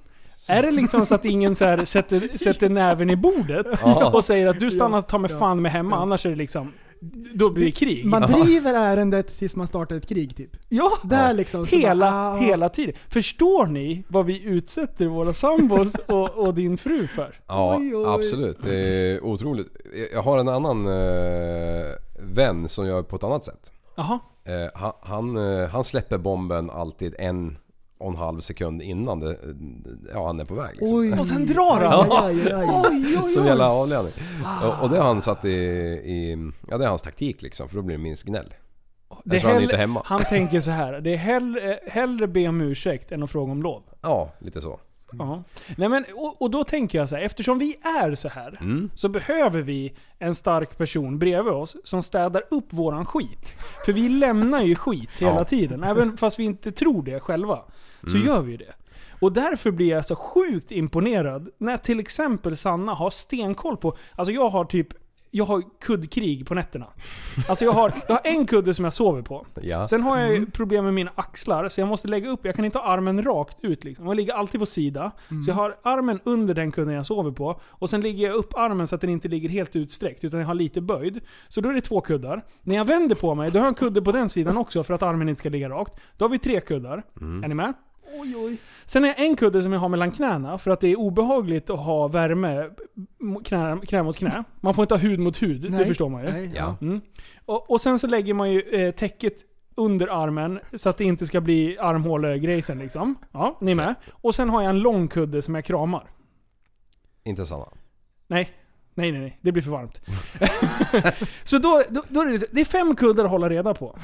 S4: Är det liksom så att ingen så här sätter näven i bordet och säger att du stannar ta med fan med hemma, annars är det liksom, då blir det krig.
S6: Man driver ärendet tills man startar ett krig typ.
S4: Ja,
S6: där liksom,
S4: hela tiden. Förstår ni vad vi utsätter våra sambos och din fru för?
S5: Ja, absolut. Det är otroligt. Jag har en annan vän som gör på ett annat sätt.
S4: Jaha.
S5: Han släpper bomben alltid 1,5 sekund innan han är på väg liksom.
S4: Och sen drar han.
S5: Som jävla avledning. Och det har han satt i det är hans taktik liksom, för då blir det minst gnäll. Han är inte hemma.
S4: Han tänker så här: det är hellre be om ursäkt än att fråga om lov.
S5: Ja, lite så.
S4: Ja. Nej, men, och då tänker jag så här, eftersom vi är så här så behöver vi en stark person bredvid oss som städar upp våran skit. För vi lämnar ju skit hela tiden. Även fast vi inte tror det själva, så gör vi det. Och därför blir jag så sjukt imponerad när till exempel Sanna har stenkoll på, alltså jag har kuddkrig på nätterna. Alltså jag har en kudde som jag sover på.
S5: Ja.
S4: Sen har jag problem med mina axlar, så jag måste lägga upp, jag kan inte ha armen rakt ut liksom. Jag ligger alltid på sida. Så jag har armen under den kudden jag sover på, och sen lägger jag upp armen så att den inte ligger helt utsträckt utan jag har lite böjd. Så då är det 2 kuddar. När jag vänder på mig, då har jag en kudde på den sidan också för att armen inte ska ligga rakt. Då har vi 3 kuddar. Är ni med?
S6: Oj.
S4: Sen är jag en kudde som jag har mellan knäna för att det är obehagligt att ha värme knä mot knä. Man får inte ha hud mot hud, det förstår man ju.
S6: Nej.
S5: Ja.
S4: Och sen så lägger man ju täcket under armen så att det inte ska bli armhålegrejsen liksom. Ja, ni är med. Och sen har jag en lång kudde som jag kramar.
S5: Inte Sanna.
S4: Nej, det blir för varmt. Så då är det är 5 kuddar att hålla reda på.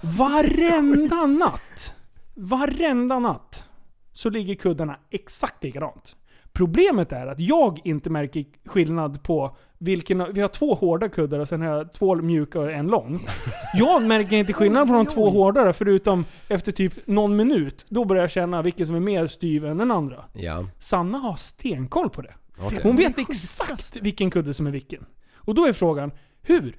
S4: Varenda natt så ligger kuddarna exakt likadant. Problemet är att jag inte märker skillnad på vilken. Vi har 2 hårda kuddar och sen har jag 2 mjuka och en lång. Jag märker inte skillnad på de 2 hårdare förutom efter typ någon minut. Då börjar jag känna vilken som är mer styv än den andra.
S5: Ja.
S4: Sanna har stenkoll på det.
S5: Okay.
S4: Hon vet exakt vilken kudde som är vilken. Och då är frågan, hur?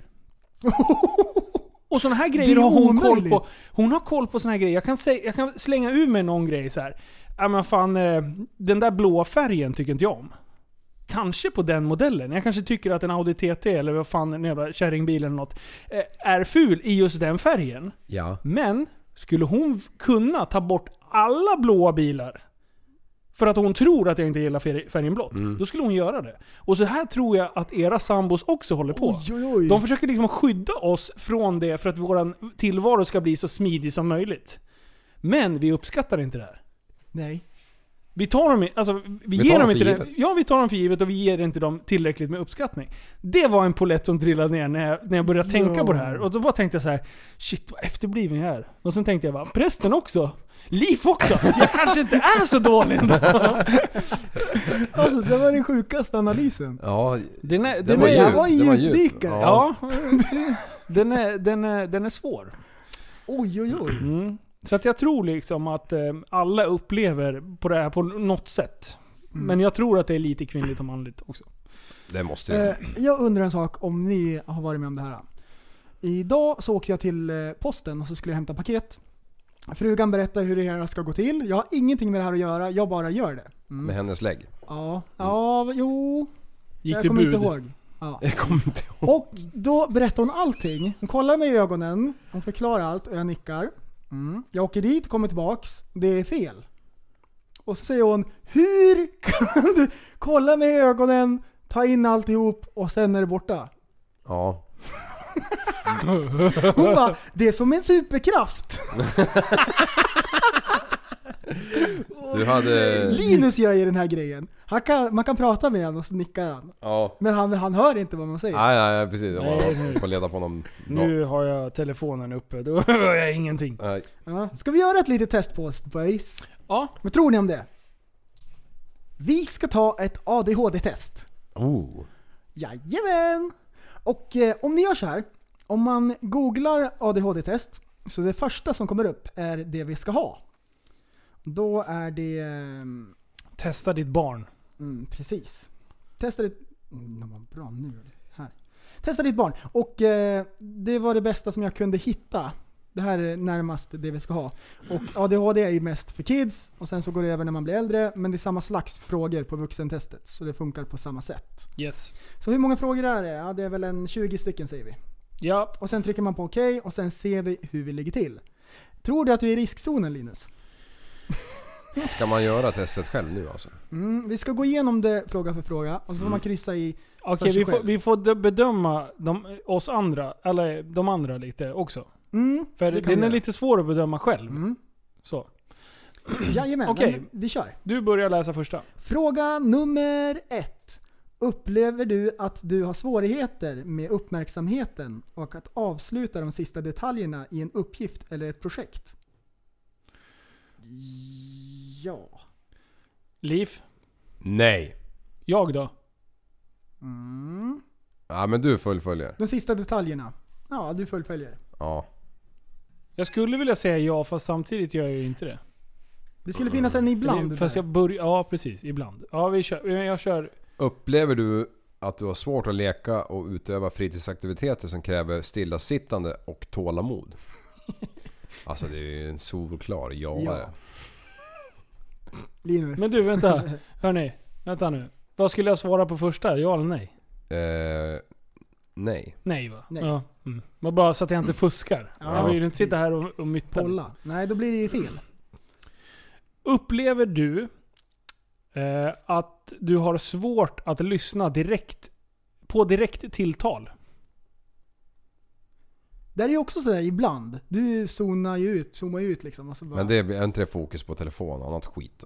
S4: Och såna här grejer har hon koll på. Hon har koll på såna här grejer. Jag kan slänga ur med någon grej så här. Ja men fan, den där blåa färgen tycker inte jag om. Kanske på den modellen. Jag kanske tycker att en Audi TT eller vad fan, en jävla kärringbil eller något är ful i just den färgen.
S5: Ja.
S4: Men skulle hon kunna ta bort alla blåa bilar för att hon tror att jag inte gillar färgen blått, då skulle hon göra det. Och så här tror jag att era sambos också håller på.
S6: Oj.
S4: De försöker liksom skydda oss från det för att våran tillvaro ska bli så smidig som möjligt. Men vi uppskattar inte det här.
S6: Nej.
S4: Vi tar dem, alltså vi ger dem inte det. Ja, vi tar dem för givet och vi ger inte dem tillräckligt med uppskattning. Det var en polett som trillade ner när jag började tänka på det här. Och då bara tänkte jag så här: shit, vad efterbliven jag är. Och sen tänkte jag bara, prästen också. Liv också. Jag kanske inte är så dålig ändå.
S6: Alltså, det var den sjukaste analysen.
S5: Ja,
S6: den var djupdykare.
S4: Ja, den är svår.
S6: Oj.
S4: Så att jag tror liksom att alla upplever på det här på något sätt. Men jag tror att det är lite kvinnligt och manligt också.
S5: Det måste jag.
S6: Jag undrar en sak om ni har varit med om det här. Idag så åkte jag till posten och så skulle jag hämta paket. Frugan berättar hur det här ska gå till. Jag har ingenting med det här att göra, jag bara gör det.
S5: Med hennes lägg.
S6: Jo.
S4: Jag
S6: kommer inte ihåg. Ja.
S5: Jag kommer inte ihåg.
S6: Och då berättar hon allting. Hon kollar mig i ögonen, hon förklarar allt och jag nickar. Jag åker dit, kommer tillbaks. Det är fel. Och så säger hon: hur kan du kolla mig i ögonen, ta in alltihop och sen är det borta?
S5: Ja.
S6: Hon bara: det är som en superkraft. Linus gör ju den här grejen. Man kan prata med honom och så nickar han.
S5: Ja.
S6: Men han hör inte vad man säger.
S5: Nej, precis. Jag får leda på honom.
S4: Nu har jag telefonen uppe, då hör jag ingenting.
S5: Nej.
S6: Ja. Ska vi göra ett litet test på oss, boys?
S4: Ja.
S6: Vad tror ni om det? Vi ska ta ett ADHD-test. Jajamän! Och om ni gör så här, om man googlar ADHD-test, så det första som kommer upp är det vi ska ha. Då är det...
S4: Testa ditt barn.
S6: Precis. Testa ditt... bra nu. Här. Testa ditt barn. Och det var det bästa som jag kunde hitta Det här är närmast det vi ska ha. Och ADHD är ju mest för kids och sen så går det över när man blir äldre, men det är samma slags frågor på vuxentestet, så det funkar på samma sätt.
S4: Yes.
S6: Så hur många frågor är det? Ja, det är väl en 20 stycken säger vi.
S4: Ja.
S6: Och sen trycker man på okej och sen ser vi hur vi ligger till. Tror du att du är i riskzonen, Linus?
S5: Ska man göra testet själv nu alltså?
S6: Vi ska gå igenom det fråga för fråga och så får man kryssa i.
S4: Okej, vi får bedöma oss andra, eller de andra lite också. För den är lite svår att bedöma själv. Så.
S6: Jajamän,
S4: okej.
S6: Vi kör.
S4: Du börjar läsa första.
S6: Fråga nummer 1. Upplever du att du har svårigheter med uppmärksamheten och att avsluta de sista detaljerna i en uppgift eller ett projekt? Ja.
S4: Liv?
S5: Nej.
S4: Jag då?
S5: Ja, men du fullföljer.
S6: De sista detaljerna. Ja, du fullföljer.
S5: Ja.
S4: Jag skulle vilja säga ja, fast samtidigt gör jag ju inte det.
S6: Det skulle finnas en ibland.
S4: Fast jag börjar... Ja, precis. Ibland. Ja, jag kör...
S5: Upplever du att du har svårt att leka och utöva fritidsaktiviteter som kräver stillasittande och tålamod? Alltså det är ju en solklar ja.
S6: Linus.
S4: Men du, vänta. Hörni, vänta nu. Vad skulle jag svara på första? Ja eller nej?
S5: Nej.
S4: Nej va?
S6: Nej.
S4: Ja. Men bara så att jag inte fuskar.
S6: Ja.
S4: Jag vill ju inte sitta här och mytta.
S6: Polla. Nej, då blir det ju fel.
S4: Upplever du att du har svårt att lyssna direkt tilltal?
S6: Det är ju också sådär ibland. Du zoomar ju ut liksom. Och så bara...
S5: Men det är inte fokus på telefon, annat skit.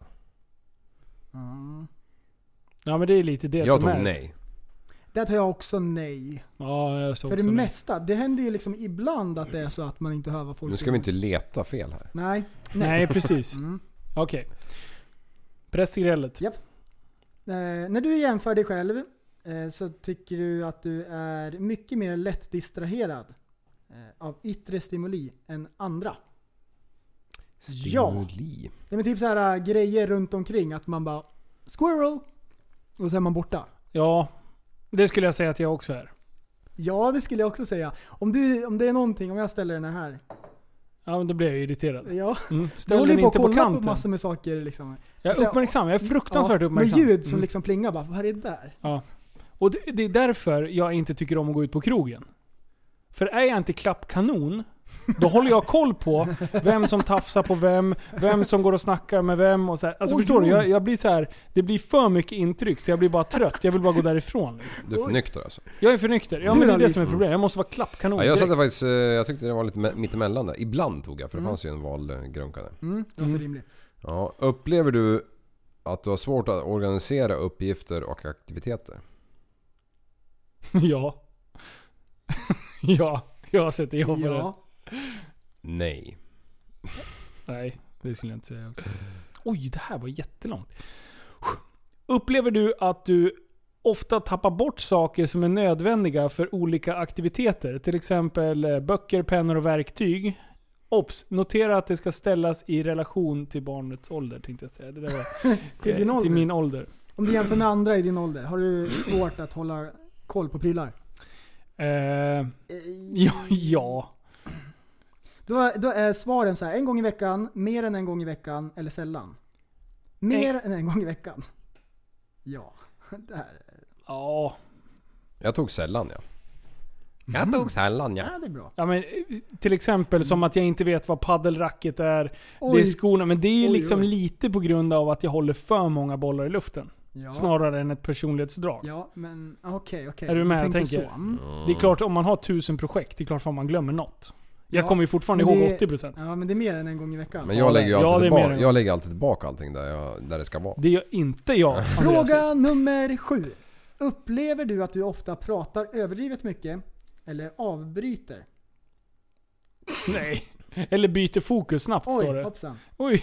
S4: Ja, men det är lite det
S5: jag
S4: som är.
S5: Jag tog nej.
S6: Där tar jag också nej.
S4: Ja, jag står
S6: för
S4: också
S6: det
S4: nej.
S6: mesta, det händer ju liksom ibland att det är så att man inte hör vad folk
S5: Nu ska vi inte leta fel här.
S6: Nej,
S4: precis. Okej. Pressgrället.
S6: Japp. När du jämför dig själv så tycker du att du är mycket mer lätt distraherad av yttre stimuli än andra.
S5: Stimuli?
S6: Ja. Det är typ så här grejer runt omkring att man bara squirrel och så är man borta.
S4: Ja, det skulle jag säga att jag också är.
S6: Ja, det skulle jag också säga. Om det är någonting, om jag ställer den här.
S4: Ja, men då blir jag irriterad.
S6: Ja.
S4: Ställ den inte på kanten.
S6: På massor med saker liksom.
S4: Jag är uppmärksam, jag är fruktansvärt uppmärksam.
S6: Med ljud som liksom plingar bara, vad är det där?
S4: Ja. Och det är därför jag inte tycker om att gå ut på krogen. För är jag inte klappkanon, då håller jag koll på vem som tafsar på vem som går och snackar med vem och så här. Alltså förstår du, jag blir så här, det blir för mycket intryck så jag blir bara trött. Jag vill bara gå därifrån liksom.
S5: Du är för nykter alltså?
S4: Jag är för nykter. Ja, men det är det som är problemet. Jag måste vara klappkanon.
S5: Ja, jag tyckte det var lite mittemellan där. Ibland tog jag, för det fanns ju en valgrunkare.
S6: Det är rimligt.
S5: Ja, upplever du att du har svårt att organisera uppgifter och aktiviteter?
S4: Ja. Ja, jag har sett det jag på det.
S5: Nej.
S4: Nej, det skulle jag inte säga också. Oj, det här var jättelångt. Upplever du att du ofta tappar bort saker som är nödvändiga för olika aktiviteter? Till exempel böcker, pennor och verktyg. Ops, notera att det ska ställas i relation till barnets ålder, tänkte jag säga. Det där var
S6: till din ålder?
S4: Till min ålder.
S6: Om du jämför med andra i din ålder, har du svårt att hålla koll på prylar?
S4: Ja.
S6: Då är svaren så här: en gång i veckan, mer än en gång i veckan eller sällan. Mer än en gång i veckan. Ja. Det här.
S4: Ja.
S5: Jag tog sällan, ja. Jag tog sällan, ja.
S6: Ja, det är bra.
S4: Ja, men till exempel som att jag inte vet vad paddelracket är. Det är skorna, men det är liksom lite på grund av att jag håller för många bollar i luften. Ja. Snarare än ett personlighetsdrag.
S6: Ja, men okej.
S4: Är du med? Jag tänker. Det är klart, om man har 1000 projekt, det är klart att man glömmer något. Jag kommer ju fortfarande ihåg 80%.
S6: Ja, men det är mer än en gång i veckan.
S5: Men jag lägger alltid tillbaka allting där det ska vara.
S4: Det gör inte jag.
S6: Fråga nummer 7. Upplever du att du ofta pratar överdrivet mycket eller avbryter?
S4: Nej. Eller byter fokus snabbt, står det.
S6: Hoppsan.
S4: Oj.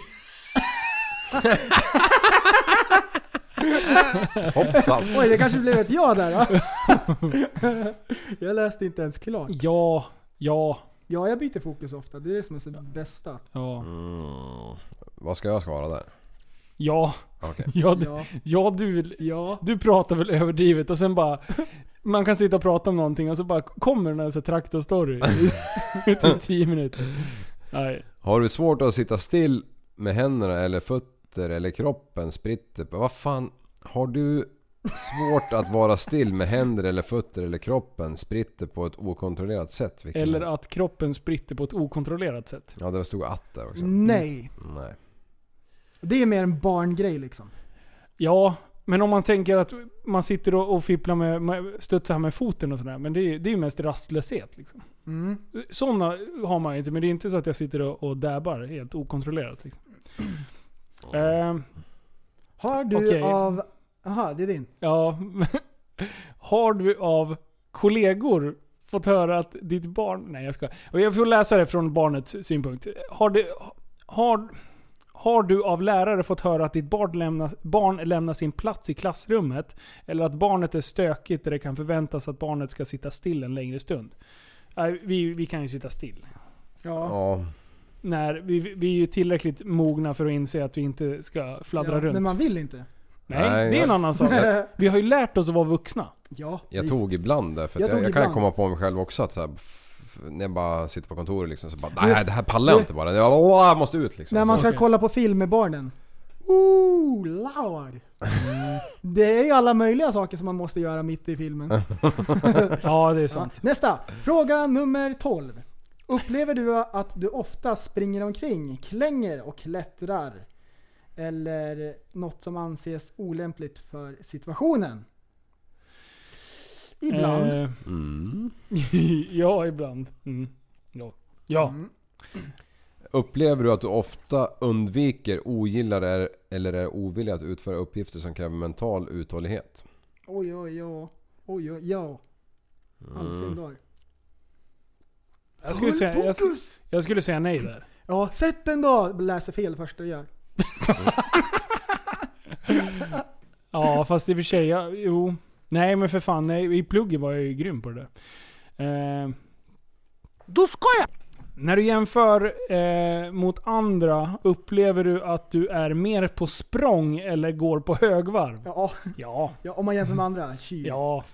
S5: Hoppsan.
S6: Oj, det kanske blev ett ja där då. Jag läste inte ens klart.
S4: Ja,
S6: jag byter fokus ofta. Det är det som är det bästa.
S4: Ja.
S5: Vad ska jag svara där?
S4: Ja.
S5: Okay.
S4: Du pratar väl överdrivet och sen bara man kan sitta och prata om någonting och så bara kommer den här så traktorstory i typ 10 minuter. Nej.
S5: Har du svårt att sitta still med händerna eller fötter eller kroppen spritter på? Vad fan, har du svårt att vara still med händer eller fötter eller kroppen spritter på ett okontrollerat sätt?
S4: Eller att kroppen spritter på ett okontrollerat sätt.
S5: Ja, det stod att där också.
S6: Nej.
S5: Nej.
S6: Det är mer en barngrej liksom.
S4: Ja, men om man tänker att man sitter och fipplar med studsar med foten och sådär, men det är ju mest rastlöshet liksom. Sådana har man ju inte, men det är inte så att jag sitter och dabbar helt okontrollerat liksom.
S6: Har du av... Aha, det är din.
S4: Ja. Har du av kollegor fått höra att ditt barn... Nej, jag ska... Och jag får läsa det från barnets synpunkt. Har du av lärare fått höra att ditt barn lämnar sin plats i klassrummet, eller att barnet är stökigt där det kan förväntas att barnet ska sitta still en längre stund? Vi kan ju sitta still.
S6: Ja.
S4: När vi är ju tillräckligt mogna för att inse att vi inte ska fladdra runt.
S6: Men man vill inte.
S4: Nej, det är en annan sak. Vi har ju lärt oss att vara vuxna.
S6: Ja,
S5: jag tog ibland det, för jag kan komma på mig själv också att så här, när jag bara sitter på kontoret liksom, så bara, nej, det här pallar jag inte bara. Jag måste ut liksom.
S6: När man ska kolla på film med barnen. Lord. Det är ju alla möjliga saker som man måste göra mitt i filmen.
S4: Ja, det är sant.
S6: Ja. Nästa. Fråga nummer 12. Upplever du att du ofta springer omkring, klänger och klättrar? Eller något som anses olämpligt för situationen? Ibland.
S4: Ja, ibland. Ja.
S5: Upplever du att du ofta undviker, ogillar eller är ovillig att utföra uppgifter som kräver mental uthållighet?
S6: Oj. Allsin dag.
S4: Jag skulle säga nej där.
S6: Ja, sätt den då. Läser fel först du gör.
S4: Ja, fast i och för sig, jo. Nej, men för fan, nej, i plugget var jag ju grym på det där.
S7: Då ska jag!
S4: När du jämför mot andra, upplever du att du är mer på språng eller går på högvarv?
S6: Ja, om man jämför med andra.
S4: Ja.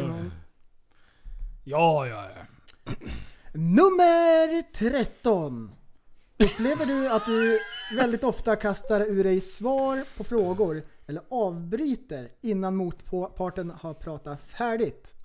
S6: Nummer 13. Upplever du att du väldigt ofta kastar ur dig svar på frågor eller avbryter innan motparten har pratat färdigt?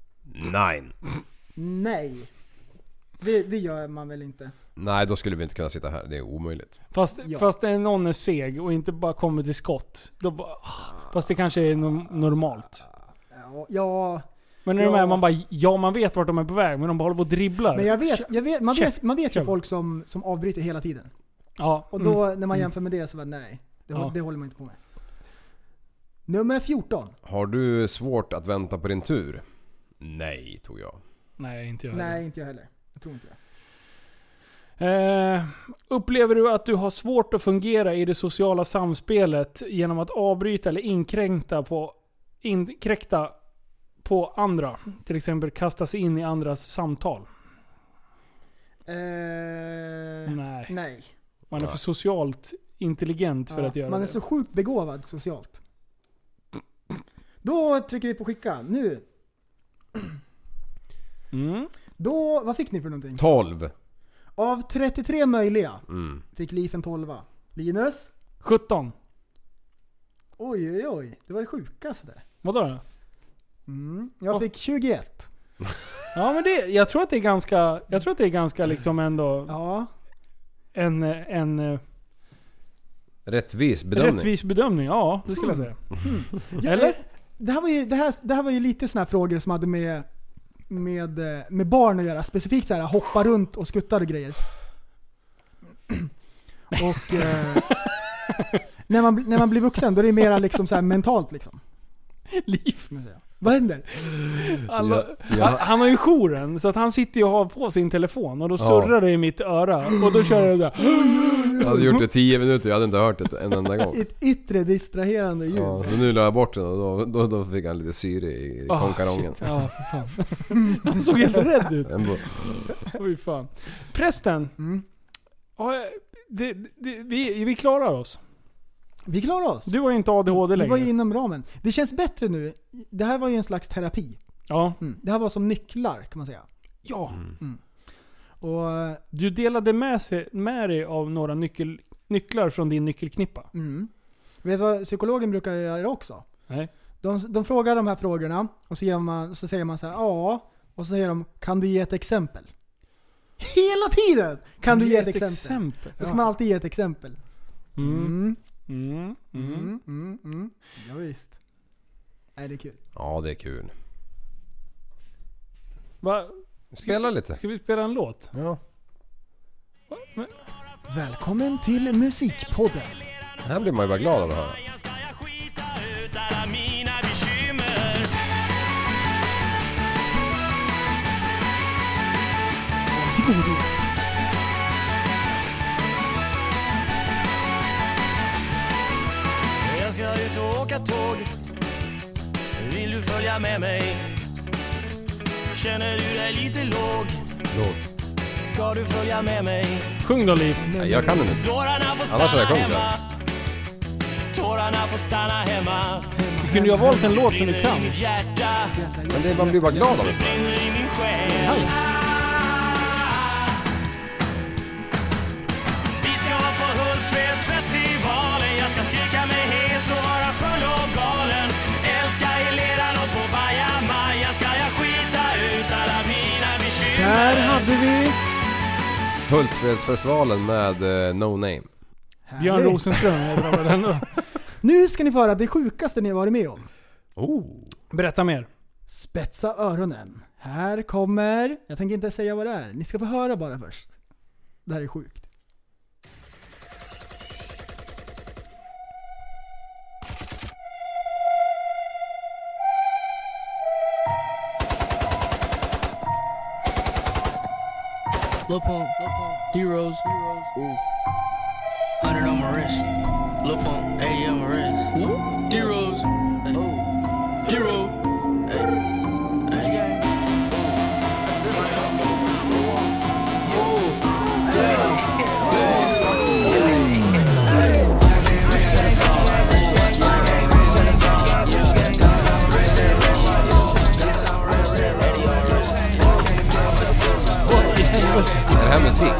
S6: Nej. Det gör man väl inte?
S5: Nej, då skulle vi inte kunna sitta här. Det är omöjligt.
S4: Fast någon är seg och inte bara kommer till skott. Fast det kanske är normalt.
S6: Ja.
S4: Men när man bara, man vet vart de är på väg, men de bara håller på och dribblar.
S6: Men man vet ju folk som avbryter hela tiden.
S4: Ja.
S6: Och då när man jämför med det så var nej. Det håller man inte på med. Nummer 14.
S5: Har du svårt att vänta på din tur? Nej, tog jag.
S4: Nej, inte jag heller.
S6: Nej, inte jag heller. Jag tror inte det.
S4: Upplever du att du har svårt att fungera i det sociala samspelet genom att avbryta eller inkräkta på andra? Till exempel kasta sig in i andras samtal.
S6: Nej.
S4: Man är för socialt intelligent för att göra det.
S6: Man är så sjukt begåvad socialt. Då trycker vi på skicka. Nu. Då, vad fick ni för någonting?
S5: 12.
S6: Av 33 möjliga fick Liv en 12. Linus?
S4: 17.
S6: Oj. Det var det sjukaste.
S4: Vadå då?
S6: Jag fick 21.
S4: Ja, men jag tror att det är ganska liksom ändå...
S6: Ja.
S4: En
S5: rättvis bedömning,
S4: ja, det skulle jag säga. Eller?
S6: Det här var ju lite såna här frågor som hade med barn att göra. Specifikt så här, hoppa runt och skuttar och grejer. Och när man blir vuxen, då är det mer liksom så här mentalt liksom.
S4: Liv.
S6: Vad händer?
S4: Han har ju jouren, så att han sitter ju och har på sin telefon och då surrar det i mitt öra och då kör jag där.
S5: Jag hade gjort det 10 minuter, jag hade inte hört det en enda gång.
S6: Ett yttre distraherande ljud.
S5: Ja, så nu la jag bort den och då fick han lite syre i konkarongen.
S4: Ja, för fan. Han såg helt rädd ut. Oj fan. Prästen. Vi klarar oss.
S6: Vi klarar oss.
S4: Du var ju inte ADHD längre.
S6: Det var ju inom ramen. Det känns bättre nu. Det här var ju en slags terapi.
S4: Ja.
S6: Det här var som nycklar kan man säga.
S4: Ja.
S6: Och
S4: Du delade med dig av några nycklar från din nyckelknippa.
S6: vet du vad psykologen brukar göra också?
S4: Nej.
S6: De frågar de här frågorna och så säger man så här, ja, och så säger de, kan du ge ett exempel? Hela tiden! Kan du ge ett exempel? Då ska man alltid ge ett exempel. Ja, visst. Nej, det är kul.
S5: Ja, det är kul.
S4: Va?
S5: Spela lite.
S4: Ska vi spela en låt?
S5: Ja.
S6: Välkommen till Musikpodden.
S5: Det här blir man ju bara glad av att höra.
S2: Jag ska ut och åka tåg. Vill du följa med mig? Känner du dig lite låg? Ska du följa med mig?
S4: Sjung då, Liv.
S5: Nej, jag kan den inte.
S2: Tårarna får
S5: Annars hade jag
S2: stanna
S5: sjungit
S2: hemma. Tårarna får stanna hemma.
S4: Du kunde ju ha valt en låt som du kan.
S2: Brinner i mitt hjärta.
S5: Men man blir bara glad av det.
S2: Brinner i min själ. Vi ska på Hultsfredsfestivalen. Jag ska skrika mig hes och vara full och galen. Älska i leran och på bajamaja ska jag skita ut alla mina bekymmer.
S6: Där hade vi
S5: Hultsfredsfestivalen med No Name.
S4: Björn Rosenström heter den då.
S6: Nu ska ni få höra det sjukaste ni har varit med om.
S4: Berätta mer.
S6: Spetsa öronen. Här kommer... Jag tänker inte säga vad det är. Ni ska få höra bara först. Det här är sjukt.
S8: Lil Pump, D-Rose, 100 on my wrist. Lil Pump, 80 on my wrist. D-Rose, D-Rose.
S5: Är det här musik?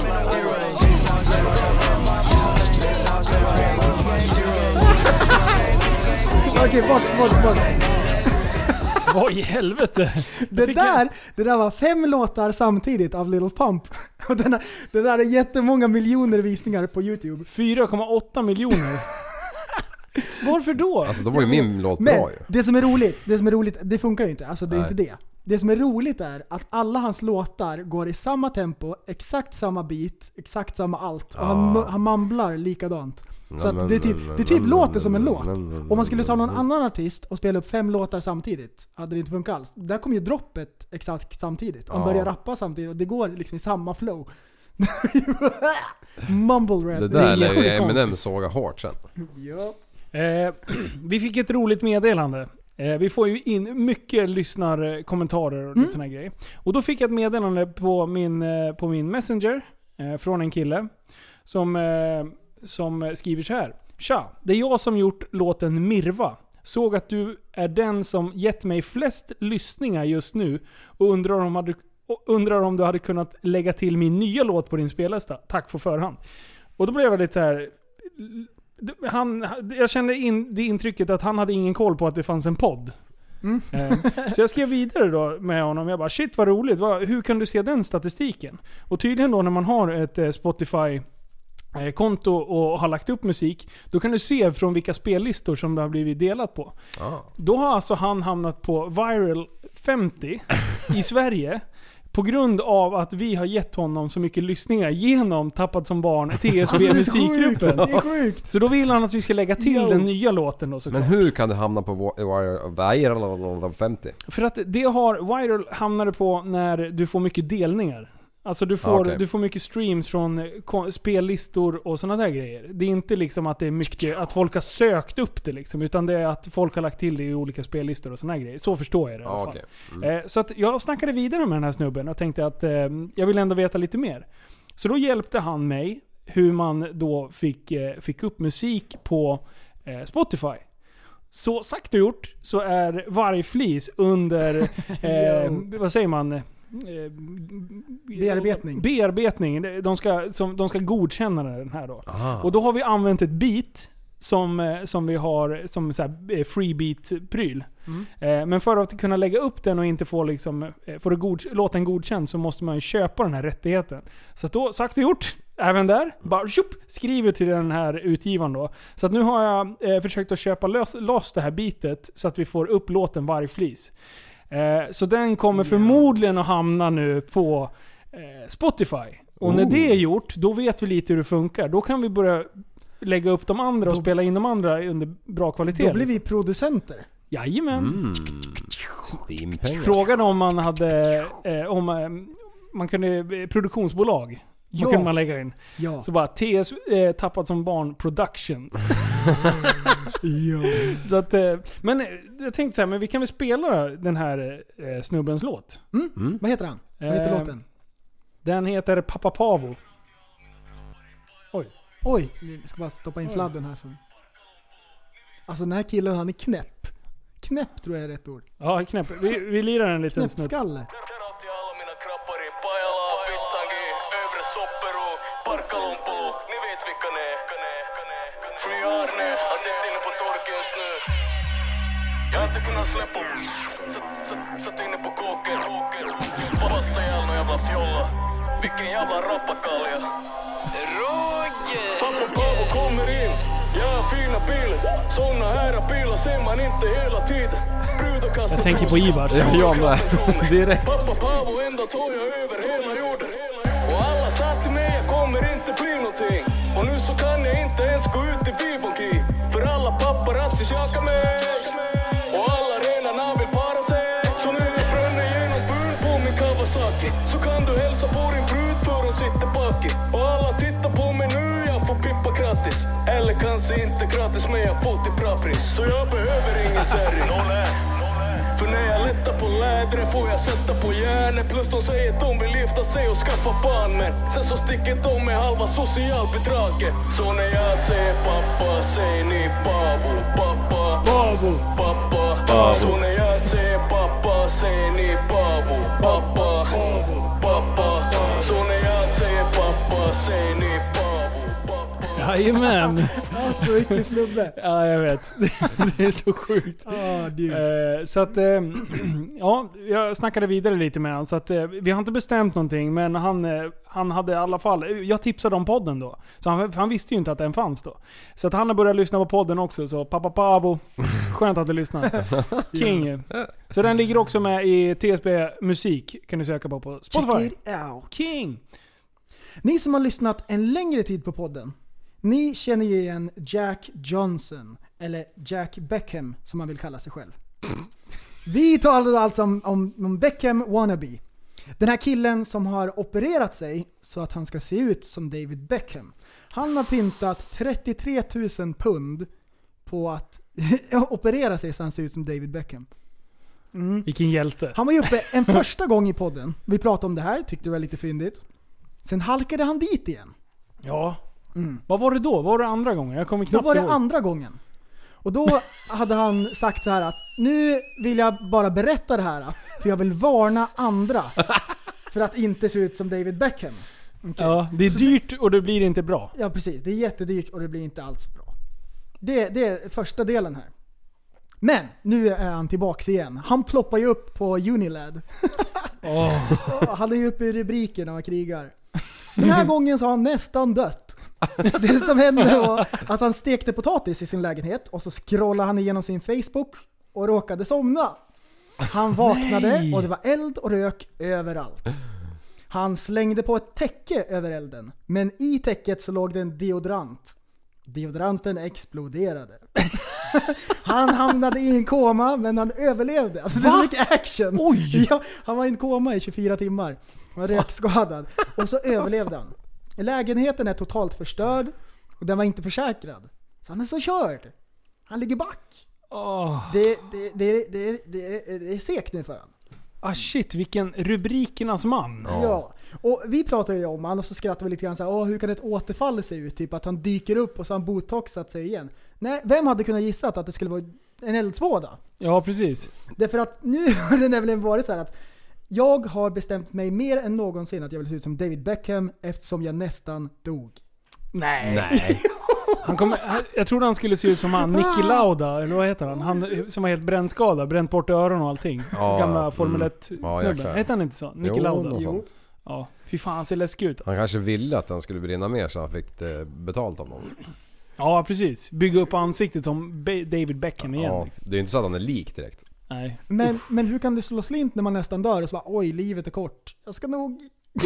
S6: Okej, bort.
S4: Vad i helvete?
S6: Det där var 5 låtar samtidigt av Lil Pump. Och det där är jättemånga miljoner visningar på YouTube.
S4: 4,8 miljoner. Varför då?
S5: Alltså då var ju min låt
S6: Men
S5: bra ju.
S6: det som är roligt, det funkar ju inte. Alltså det är inte det. Det som är roligt är att alla hans låtar går i samma tempo, exakt samma beat, exakt samma allt. Och han mamblar likadant. Så att det typ låter som en låt. Om man skulle ta någon annan artist och spela upp 5 låtar samtidigt hade det inte funkat alls. Där kommer ju droppet exakt samtidigt. Han börjar rappa samtidigt och det går liksom i samma flow. Mumble rap.
S5: Det där lär ju Eminem såga hårt sen.
S6: Ja.
S4: Vi fick ett roligt meddelande. Vi får ju in mycket lyssnarkommentarer och lite såna här grejer. Och då fick jag ett meddelande på min Messenger från en kille som skriver så här: Tja, det är jag som gjort låten Mirva. Såg att du är den som gett mig flest lyssningar just nu och undrar om du hade kunnat lägga till min nya låt på din spellista. Tack för förhand. Och då blev jag lite så här. Jag kände det intrycket att han hade ingen koll på att det fanns en podd. Så jag skrev vidare då med honom. Jag bara, shit vad roligt. Hur kan du se den statistiken? Och tydligen då när man har ett Spotify-konto och har lagt upp musik, då kan du se från vilka spellistor som det har blivit delat på. Då har alltså han hamnat på Viral 50 i Sverige. På grund av att vi har gett honom så mycket lyssningar genom Tappad som barn, TSB musikgruppen.
S6: Det är sjukt.
S4: Så då vill han att vi ska lägga till den nya låten då, såklart.
S5: Men hur kan det hamna på Viral 50?
S4: För att det har Viral hamnade på när du får mycket delningar. Alltså du får mycket streams från spellistor och såna där grejer. Det är inte liksom att det är mycket att folk har sökt upp det liksom, utan det är att folk har lagt till det i olika spellistor och såna här grejer. Så förstår jag det i alla fall. Så att jag snackade vidare med den här snubben och tänkte att jag vill ändå veta lite mer. Så då hjälpte han mig hur man då fick upp musik på Spotify. Så sagt och gjort så är varje flis under vad säger man? Bearbetning. De ska godkänna den här då. Och då har vi använt ett beat som vi har som så här free beat-pryl. Men för att kunna lägga upp den och inte få liksom låten godkänd så måste man ju köpa den här rättigheten. Så att då, sagt och gjort, även där, bara skriver till den här utgivaren då. Så att nu har jag försökt att köpa loss det här beatet så att vi får upp låten varje flis. Så den kommer förmodligen att hamna nu på Spotify. Och när det är gjort, då vet vi lite hur det funkar. Då kan vi börja lägga upp de andra och spela in de andra under bra kvalitet.
S6: Då blir vi producenter.
S4: Jajamän.
S5: Steampengar.
S4: Frågan om man hade man kunde produktionsbolag. Då kan man lägga in.
S6: Ja.
S4: Så bara TS tappat som barn productions. Så att, men jag tänkte så här, men vi kan väl spela den här snubbens låt.
S6: Vad heter han? Vad heter låten?
S4: Den heter Pappa Pavo.
S6: Oj, vi ska bara stoppa in sladden här så. Alltså den här killen, han är knäpp. Knäpp tror jag är rätt ord.
S4: Ja, knäpp. Vi lirar en liten snutt.
S6: Knäppskalle.
S9: Jag har inte kunnat släppa satt inne på kåken. Basta ihjäl nån jävla fjolla. Vilken jävla rappakalja. Roger! Pappa Pavo kommer in. Jag har fina bilar. Såna här bilar ser man inte hela tiden.
S4: Jag tänker på Ivar.
S5: Jag med. Direkt.
S9: Pappa Pavo ända tar jag över hela jorden. Och alla sa till mig jag kommer inte bli någonting. Och nu så kan jag inte ens gå ut i Vivonki. För alla paparazzis jagar mig. Och alla renarna vill para sig. Så nu jag bränner genom bun på min Kawasaki. Så kan du hälsa på din brud för hon sitter baki. Och alla tittar på mig nu, jag får pippa gratis. Eller kanske inte gratis men jag får till bra pris. Så jag behöver ingen särring. För när jag lättar på lädret får jag sätta på järnet. Plus de säger att de vill gifta sig och skaffa barn. Men sen så sticker de med halva socialbidraget. Så när jag säger pappa säger ni Pavo. Pappa, Pavo, pappa, Pavo. Så när jag säger pappa säger ni Pavo. Pappa, pappa. Så när jag säger pappa säger ni Pavo.
S4: Jajamän.
S6: Alltså vilken snubbe.
S4: Ja, jag vet. Det är så sjukt. Så att ja, jag snackade vidare lite med honom. Så att vi har inte bestämt någonting. Men han hade i alla fall, jag tipsade om podden då. Så han visste ju inte att den fanns då. Så att han har börjat lyssna på podden också. Så Pappa Pavo, skönt att du lyssnar. King. Så den ligger också med i TSB Musik. Kan du söka på Spotify.
S6: Check it out.
S4: King.
S6: Ni som har lyssnat en längre tid på podden, ni känner ju igen Jack Johnson, eller Jack Beckham som man vill kalla sig själv. Vi talade alltså om Beckham wannabe. Den här killen som har opererat sig så att han ska se ut som David Beckham. Han har pyntat 33 000 pund på att operera sig så han ser ut som David Beckham.
S4: Vilken hjälte.
S6: Han var ju uppe en första gång i podden. Vi pratade om det här, tyckte det var lite fyndigt. Sen halkade han dit igen.
S4: Ja. Vad var det då? Var det andra gången? Jag kommer knappt
S6: ihåg. Då var det
S4: ihåg.
S6: andra gången. Och då hade han sagt så här att nu vill jag bara berätta det här för jag vill varna andra för att inte se ut som David Beckham. Okay.
S4: Ja, det är dyrt och det blir inte bra.
S6: Ja, precis. Det är jättedyrt och det blir inte alls bra. Det är första delen här. Men nu är han tillbaks igen. Han ploppar ju upp på Unilad. Han är ju uppe i rubriken när han krigar. Den här gången så har han nästan dött. Det som hände var att han stekte potatis i sin lägenhet och så scrollade han igenom sin Facebook och råkade somna. Han vaknade och det var eld och rök överallt. Han slängde på ett täcke över elden, men i täcket så låg det en deodorant. Deodoranten exploderade. Han hamnade i en koma, men han överlevde. Alltså det är så mycket action.
S4: Oj.
S6: Ja, han var i en koma i 24 timmar. Han var rökskadad. Och så överlevde han. Lägenheten är totalt förstörd och den var inte försäkrad. Så han är så körd. Han ligger back. Det är segt nu för han.
S4: Shit, vilken rubrikernas man.
S6: Ja. Och vi pratade ju om han och så skrattade vi lite grann så här, hur kan ett återfall se ut? Typ att han dyker upp och så har han botoxat sig igen. Nej, vem hade kunnat gissa att det skulle vara en eldsvåda.
S4: Ja, precis.
S6: Därför att nu har det nämligen varit så här att jag har bestämt mig mer än någonsin att jag vill se ut som David Beckham eftersom jag nästan dog.
S4: Nej. Jag trodde han skulle se ut som han Niki Lauda, eller vad heter han? Han som var helt brännskadad, bränt bort öron och allting. Gamla Formel 1-snubben. Heter han inte så? Niki Lauda.
S5: Jo.
S4: Ja, fy fan, han ser läskig ut. Alltså.
S5: Han kanske ville att han skulle brinna mer så han fick det betalt av någon.
S4: Ja, precis. Bygga upp ansiktet som David Beckham igen.
S5: Ja,
S4: liksom.
S5: det är inte så att han är lik direkt.
S4: Nej.
S6: Men hur kan det slå slint när man nästan dör och så bara, oj, livet är kort. Jag ska nog...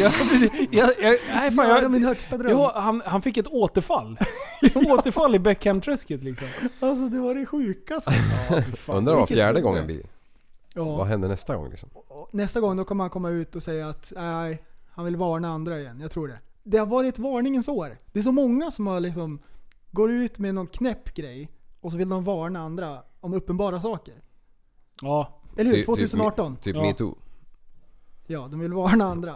S4: Jag
S6: min högsta dröm.
S4: Ja, han fick ett återfall. Återfall i Beckham-träsket liksom.
S6: Alltså det var det sjukaste.
S5: Undrar vad fjärde gången blir.
S6: Ja.
S5: Vad händer nästa gång liksom?
S6: Nästa gång då kommer han komma ut och säga att nej, han vill varna andra igen. Jag tror det. Det har varit varningens år. Det är så många som har liksom går ut med någon knäpp grej och så vill de varna andra om uppenbara saker.
S4: Ja.
S6: Eller hur? 2018.
S5: Typ Me Too.
S6: Ja, de vill varna andra.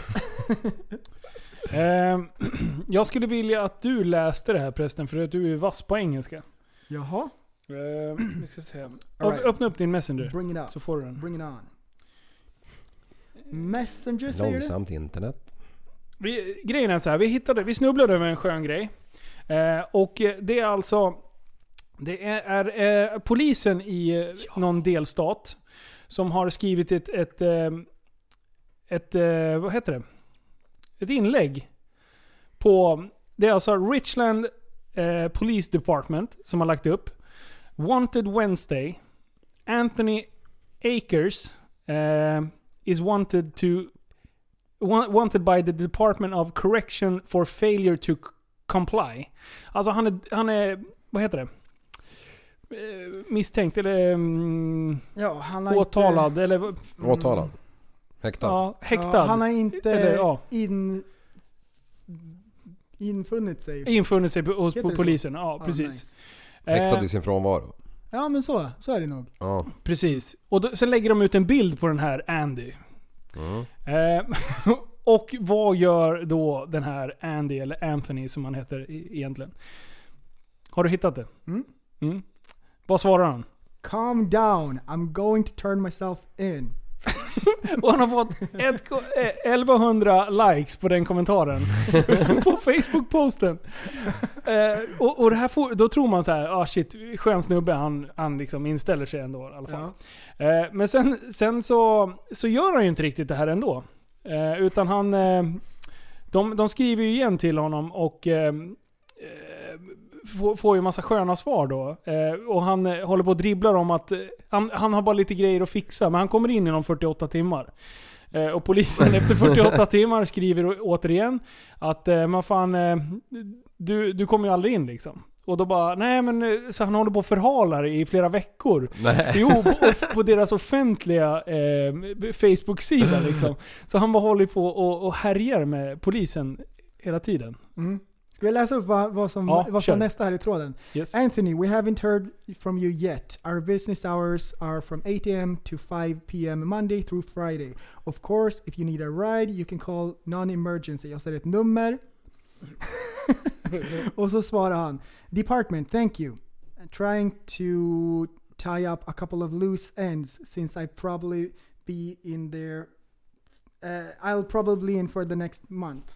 S4: Jag skulle vilja att du läste det här prästen för att du är vass på engelska.
S6: Jaha.
S4: Vi ska se. Öppna upp din Messenger.
S6: Bring it up.
S4: Så får du den.
S6: Bring it on. Messenger säger
S5: långsamt internet.
S4: Grejen är så här, vi snubblade över en skön grej. Och det är alltså det är polisen i någon delstat som har skrivit ett vad heter det? Ett inlägg på, det är alltså Richland Police Department som har lagt upp Wanted Wednesday. Anthony Akers is wanted by the Department of Correction for failure to comply. Alltså han är vad heter det? Misstänkt eller
S6: han har
S4: åtalad
S6: inte,
S4: eller
S5: åtalad. Häktad.
S4: Ja, häktad.
S6: Ja, han har inte
S4: eller,
S6: infunnit sig
S4: hos polisen. Ja, precis.
S6: Nice.
S5: Häktad i sin frånvaro.
S6: Ja, men så är det nog.
S5: Ja.
S4: Precis. Och sen lägger de ut en bild på den här Andy. Och vad gör då den här Andy eller Anthony som han heter egentligen? Har du hittat det? Vad svarar han?
S6: Calm down, I'm going to turn myself in.
S4: Och han har fått 1100 likes på den kommentaren på Facebook-posten. Och det här då tror man så här, shit, skön snubbe, han liksom inställer sig ändå i alla fall. Ja. Men sen så gör han ju inte riktigt det här ändå. Utan de skriver ju igen till honom och får ju massa sköna svar då. Och han håller på att dribbla om att han har bara lite grejer att fixa, men han kommer in inom 48 timmar. Och polisen efter 48 timmar skriver återigen att man fan, du kommer ju aldrig in liksom. Och då bara, nej men så han håller på att förhala det i flera veckor.
S5: Nej.
S4: Jo, på deras offentliga Facebook-sida liksom. Så han bara håller på och härjar med polisen hela tiden.
S6: Ska vi läsa upp vad som nästa här i tråden?
S4: Yes.
S6: Anthony, we haven't heard from you yet. Our business hours are from 8 a.m. to 5 p.m. Monday through Friday. Of course, if you need a ride, you can call non-emergency. Och så är det ett nummer. Och så svarar han, Department, thank you. Trying to tie up a couple of loose ends since I probably be in there. I'll probably in for the next month.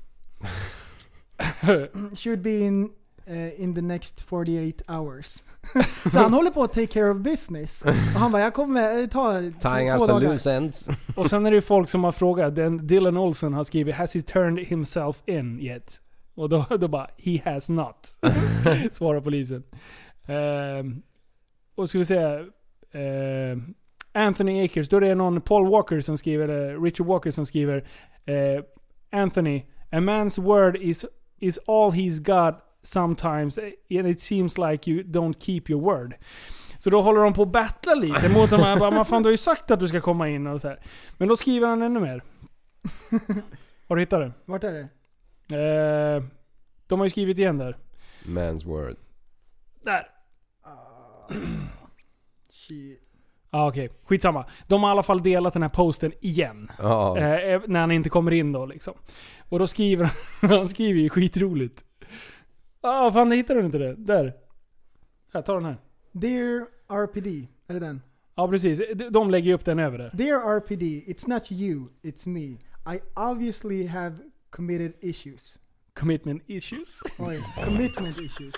S6: Should be in the next 48 hours. Så han håller på att take care of business. Och han bara, jag kommer ta 2 dagar.
S5: Loose ends.
S4: Och sen är det ju folk som har frågat, Dylan Olsen har skrivit, has he turned himself in yet? Och då bara, he has not. Svarar polisen. Och ska vi säga Anthony Akers, då är det någon Paul Walker som skriver, eller Richard Walker som skriver, Anthony, a man's word is all he's got sometimes, and it seems like you don't keep your word. Så då håller de på att battla lite mot de här, bara, fan du har ju sagt att du ska komma in och så här. Men då skriver han ännu mer. Har du hittat det?
S6: Vart är det?
S4: De har ju skrivit igen där.
S5: Man's word.
S4: Där.
S6: Shit.
S4: Okej. Skitsamma. De har i alla fall delat den här posten igen. När han inte kommer in då liksom. Och då skriver han skriver ju skitroligt. Fan, hittar du inte det? Där. Jag tar den här.
S6: Dear RPD, är det den?
S4: Ja, precis. De lägger upp den över där.
S6: Dear RPD, it's not you, it's me. I obviously have committed issues.
S4: Commitment issues?
S6: Oj, commitment issues.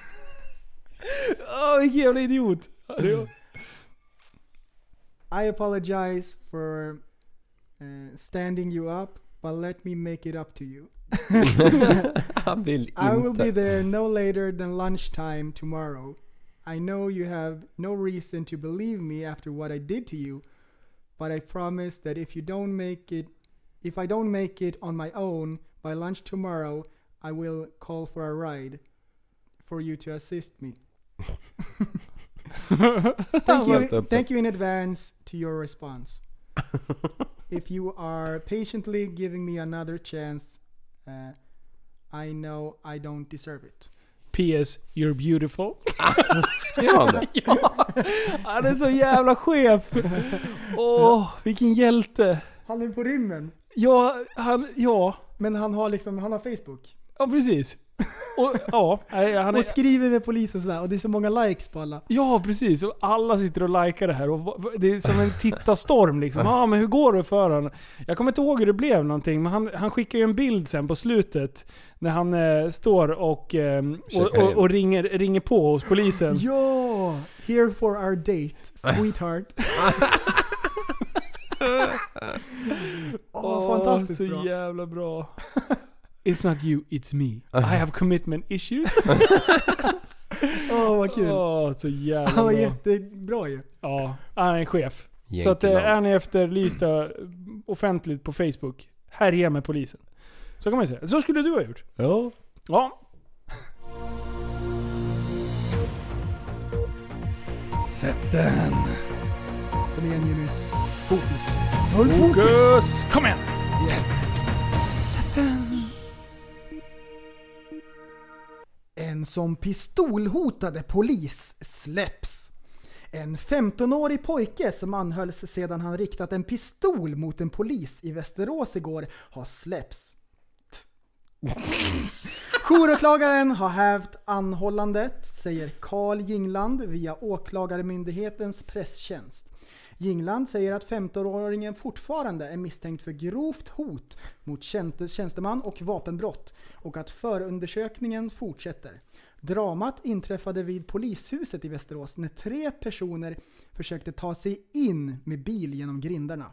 S4: Vilken jävla idiot.
S6: I apologize for standing you up, but let me make it up to you.
S5: Han vill inte.
S6: I will be there no later than lunchtime tomorrow. I know you have no reason to believe me after what I did to you, but I promise that if I don't make it on my own by lunch tomorrow, I will call for a ride for you to assist me. Thank you in advance to your response. If you are patiently giving me another chance, I know I don't deserve it.
S4: P.S. You're beautiful.
S5: Skrev han det?
S4: Ja. Han är så jävla chef. Vilken hjälte.
S6: Han är på rymmen.
S4: Ja.
S6: Men han har Facebook.
S4: Ja, precis.
S6: Och skriver med polisen och sådär. Och det är så många likes på alla.
S4: Ja, precis. Och alla sitter och likar det här. Och det är som en tittarstorm liksom. Men hur går det för honom? Jag kommer inte ihåg hur det blev någonting. Men han skickar ju en bild sen på slutet. När han står och ringer på hos polisen.
S6: Ja! Here for our date, sweetheart. Fantastiskt
S4: så
S6: bra.
S4: Jävla bra. It's not you, it's me. I have commitment issues.
S6: Vad kul.
S4: Så jävla
S6: Han var
S4: bra.
S6: jättebra ju.
S4: Ja, han är en chef. Så att är ni efterlysta offentligt på Facebook, härja med polisen. Så kan man säga. Så skulle du ha gjort. Ja. Sätt den.
S6: Kom igen Jimmy. Fokus.
S4: Fokus. Kom igen. Sätt den.
S6: En som pistolhotade polis släpps. En 15-årig pojke som anhölls sedan han riktat en pistol mot en polis i Västerås igår har släppts. Jouråklagaren har hävt anhållandet, säger Carl Jingland via åklagarmyndighetens presstjänst. Jingland säger att 15-åringen fortfarande är misstänkt för grovt hot mot tjänsteman och vapenbrott och att förundersökningen fortsätter. Dramat inträffade vid polishuset i Västerås när 3 personer försökte ta sig in med bil genom grindarna.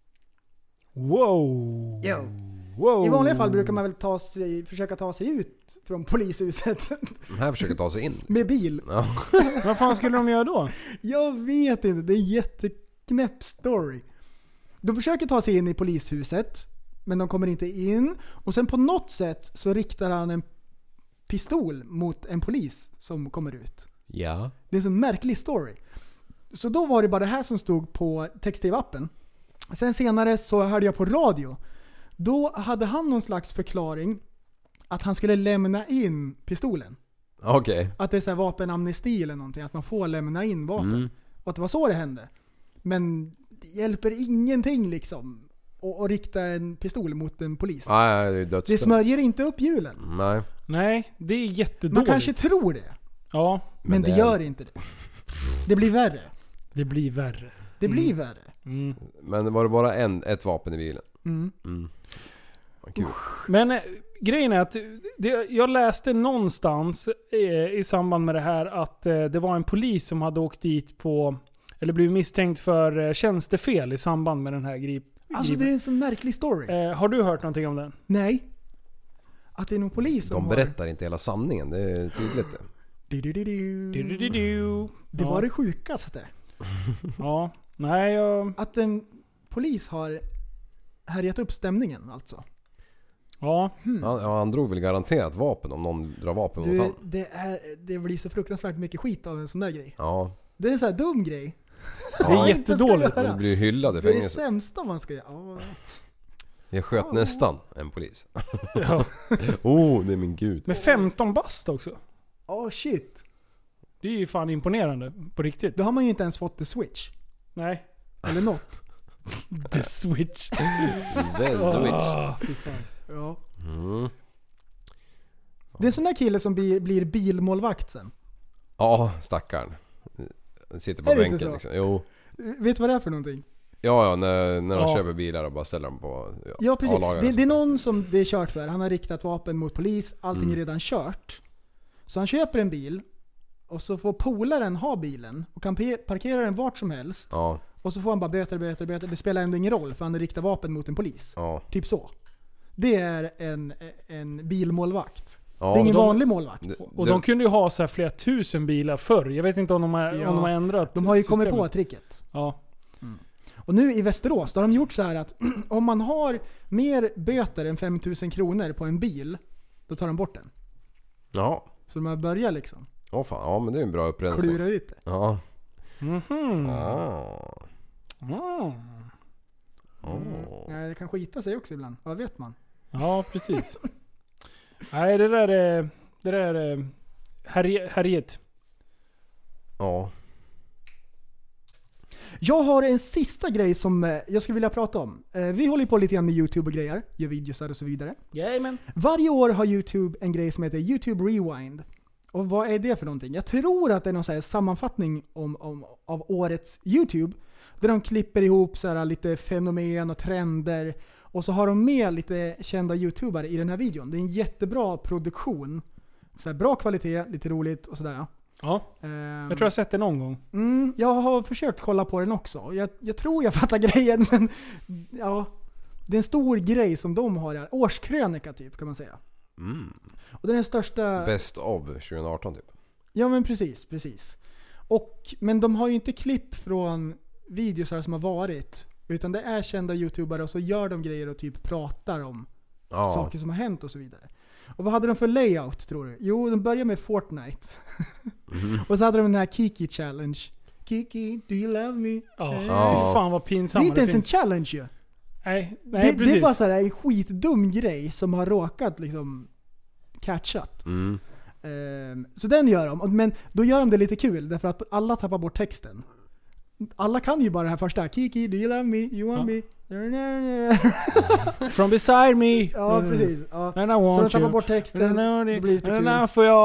S4: Wow.
S6: I vanliga fall brukar man väl försöka ta sig ut från polishuset.
S5: De här försöker ta sig in.
S6: Med bil.
S5: Ja.
S4: Vad fan skulle de göra då?
S6: Jag vet inte, det är en jätteknäpp story. De försöker ta sig in i polishuset, men de kommer inte in. Och sen på något sätt så riktar han en pistol mot en polis som kommer ut.
S5: Ja.
S6: Det är en så märklig story. Så då var det bara det här som stod på text-tv-appen. Sen senare så hörde jag på radio. Då hade han någon slags förklaring att han skulle lämna in pistolen.
S5: Okej.
S6: Att det är så här vapenamnesti eller någonting. Att man får lämna in vapen. Och att det var så det hände. Men det hjälper ingenting liksom. Och rikta en pistol mot en polis.
S5: Nej, det är dödsdömt.
S6: Det smörjer inte upp hjulen.
S4: Nej, det är jättedåligt.
S6: Man kanske tror det.
S4: Ja.
S6: Men det gör inte det. Det blir värre.
S4: Det blir värre.
S6: Det blir värre.
S4: Mm.
S5: Men var det bara ett vapen i bilen? Kul.
S4: Men grejen är att jag läste någonstans i samband med det här att det var en polis som hade åkt dit på, eller blivit misstänkt för tjänstefel i samband med den här
S6: Alltså det är en så märklig story.
S4: Har du hört någonting om den?
S6: Nej. Att det är någon polis som
S5: De berättar inte hela sanningen, det är tydligt det.
S6: Det var det sjukaste.
S4: Ja. Nej,
S6: att en polis har härjat upp stämningen alltså.
S4: Ja.
S5: Han drog väl garanterat vapen om någon drar vapen mot han.
S6: Det blir så fruktansvärt mycket skit av en sån där grej.
S5: Ja.
S6: Det är en sån här dum grej.
S4: Det är jättedåligt.
S5: Det blir hyllad i
S6: fängelse.
S5: fängelse.
S6: Det är det sämsta man ska göra.
S5: Jag sköt nästan en polis.
S4: Ja.
S5: Det är min gud.
S4: Med 15 bast också.
S6: Shit.
S4: Det är ju fan imponerande på riktigt.
S6: Då har man ju inte ens fått the switch.
S4: Nej.
S6: Eller något.
S4: The switch.
S5: The switch.
S6: Ja. Det är en sån där kille som blir bilmålvakt sen.
S5: Ja, stackarn. Sitter på bänken liksom. Jo.
S6: Vet du vad det är för någonting?
S5: Ja, när de köper bilar och bara ställer dem på
S6: Ja, precis. Det är någon som det är kört för. Han har riktat vapen mot polis. Allting är redan kört. Så han köper en bil och så får polaren ha bilen och kan parkera den vart som helst.
S5: Ja.
S6: Och så får han bara böter. Det spelar ändå ingen roll för han riktar vapen mot en polis.
S5: Ja.
S6: Typ så. Det är en bilmålvakt.
S5: Ja.
S6: Det är ingen vanlig målvakt.
S4: Och de kunde ju ha så här flera tusen bilar förr. Jag vet inte om de har ändrat.
S6: De har ju
S4: systemet.
S6: kommit på tricket.
S4: Ja.
S6: Och nu i Västerås, då har de gjort så här att om man har mer böter än 5 000 kronor på en bil, då tar de bort den.
S5: Ja.
S6: Så de har börjat liksom.
S5: Fan. Ja, men det är en bra upprensning.
S6: Klura ut det.
S5: Ja.
S6: Nej, det kan skita sig också ibland. Vad vet man?
S4: Ja, precis. Nej, det där är härjet.
S5: Ja.
S6: Jag har en sista grej som jag skulle vilja prata om. Vi håller på lite grann med YouTube och grejer. Gör videos och så vidare.
S4: Jajamän.
S6: Varje år har YouTube en grej som heter YouTube Rewind. Och vad är det för någonting? Jag tror att det är någon så här sammanfattning av årets YouTube. Där de klipper ihop så här lite fenomen och trender. Och så har de med lite kända YouTubare i den här videon. Det är en jättebra produktion. Så här bra kvalitet, lite roligt och sådär.
S4: Ja, jag tror jag har sett det någon gång.
S6: Jag har försökt kolla på den också. Jag tror jag fattar grejen, men ja, det är en stor grej som de har här. Årskrönika typ, kan man säga. Och det är den största...
S5: Best of 2018 typ.
S6: Ja, men precis. Men de har ju inte klipp från videos här som har varit, utan det är kända YouTubare och så gör de grejer och typ pratar om saker som har hänt och så vidare. Och vad hade de för layout, tror du? Jo, de börjar med Fortnite. Och så hade de den här Kiki Challenge. Kiki, do you love me?
S4: Fy fan vad pinsamt.
S6: Det är inte ens en challenge ju.
S4: Nej,
S6: det
S4: precis.
S6: är bara så här en skitdum grej som har råkat liksom catchat. Så den gör de. Men då gör de det lite kul, därför att alla tappar bort texten. Alla kan ju bara det här första. Kiki, do you love me? You want me?
S4: From beside me.
S6: Ja, precis. Ja.
S4: And I want
S6: så de tappar bort texten. Det blir lite kul.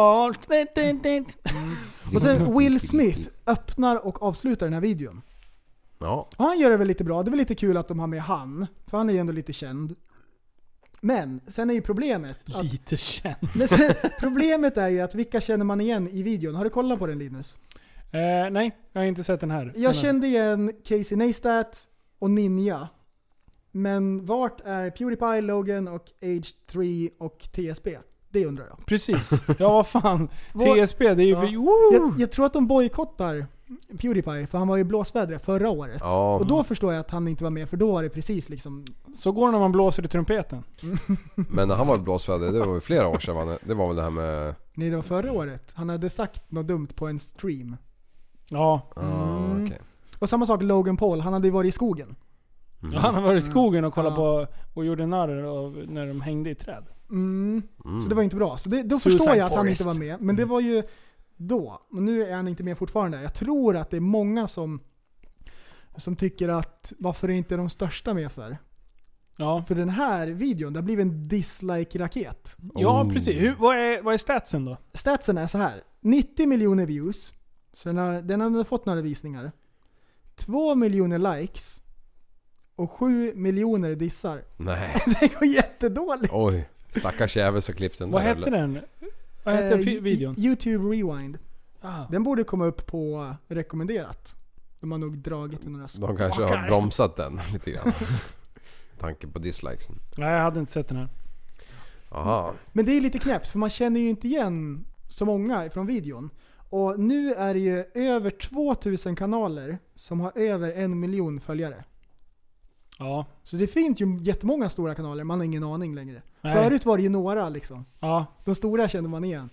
S6: Och sen Will Smith öppnar och avslutar den här videon.
S5: Ja.
S6: Och han gör det väl lite bra. Det är väl lite kul att de har med han. För han är ju ändå lite känd. Men sen är ju problemet att,
S4: lite känd.
S6: Men sen, problemet är ju att vilka känner man igen i videon? Har du kollat på den, Linus?
S4: Nej, jag har inte sett den här.
S6: Jag kände igen Casey Neistat och Ninja. Men vart är PewDiePie, Logan och H3 och TSP? Det undrar jag.
S4: Presis. Ja, vad fan. TSP, det är ju...
S6: Jag tror att de bojkottar PewDiePie, för han var ju blåsvädre förra året. Och då förstår jag att han inte var med, för då var det precis liksom...
S4: Så går det när man blåser i trumpeten.
S5: Men när han var i blåsväder, det var ju flera år sedan. Det var väl det här med...
S6: Nej, det var förra året. Han hade sagt något dumt på en stream.
S4: Ja.
S5: Okay.
S6: Och samma sak Logan Paul, han hade ju varit i skogen.
S4: Ja, han har varit i skogen och kollat på och gjorde narr av när de hängde i träd.
S6: Så det var inte bra. Så då förstår jag att han inte var med. Men det var ju då. Och nu är han inte med fortfarande. Jag tror att det är många som tycker att varför är inte de största med för?
S4: Ja.
S6: För den här videon, det har blivit en dislike-raket.
S4: Ja, precis. Vad är statsen då?
S6: Statsen är så här. 90 miljoner views. Så den har fått några visningar. 2 miljoner likes. Och 7 miljoner dissar.
S5: Nej.
S6: Det går jättedåligt.
S5: Oj, stackars jävel så klippte den.
S4: Vad hette den? Vad hette videon?
S6: YouTube Rewind. Den borde komma upp på rekommenderat. De har nog dragit den några
S5: De kanske har bromsat den lite grann. Tanke på dislikesen.
S4: Nej, jag hade inte sett den här.
S5: Aha.
S6: Men det är lite knäppt, för man känner ju inte igen så många från videon. Och nu är det ju över 2000 kanaler som har över 1 miljon följare.
S4: Ja.
S6: Så det finns ju jättemånga stora kanaler, man har ingen aning längre.
S4: Nej.
S6: Förut var det ju några liksom.
S4: Ja.
S6: De stora kände man igen.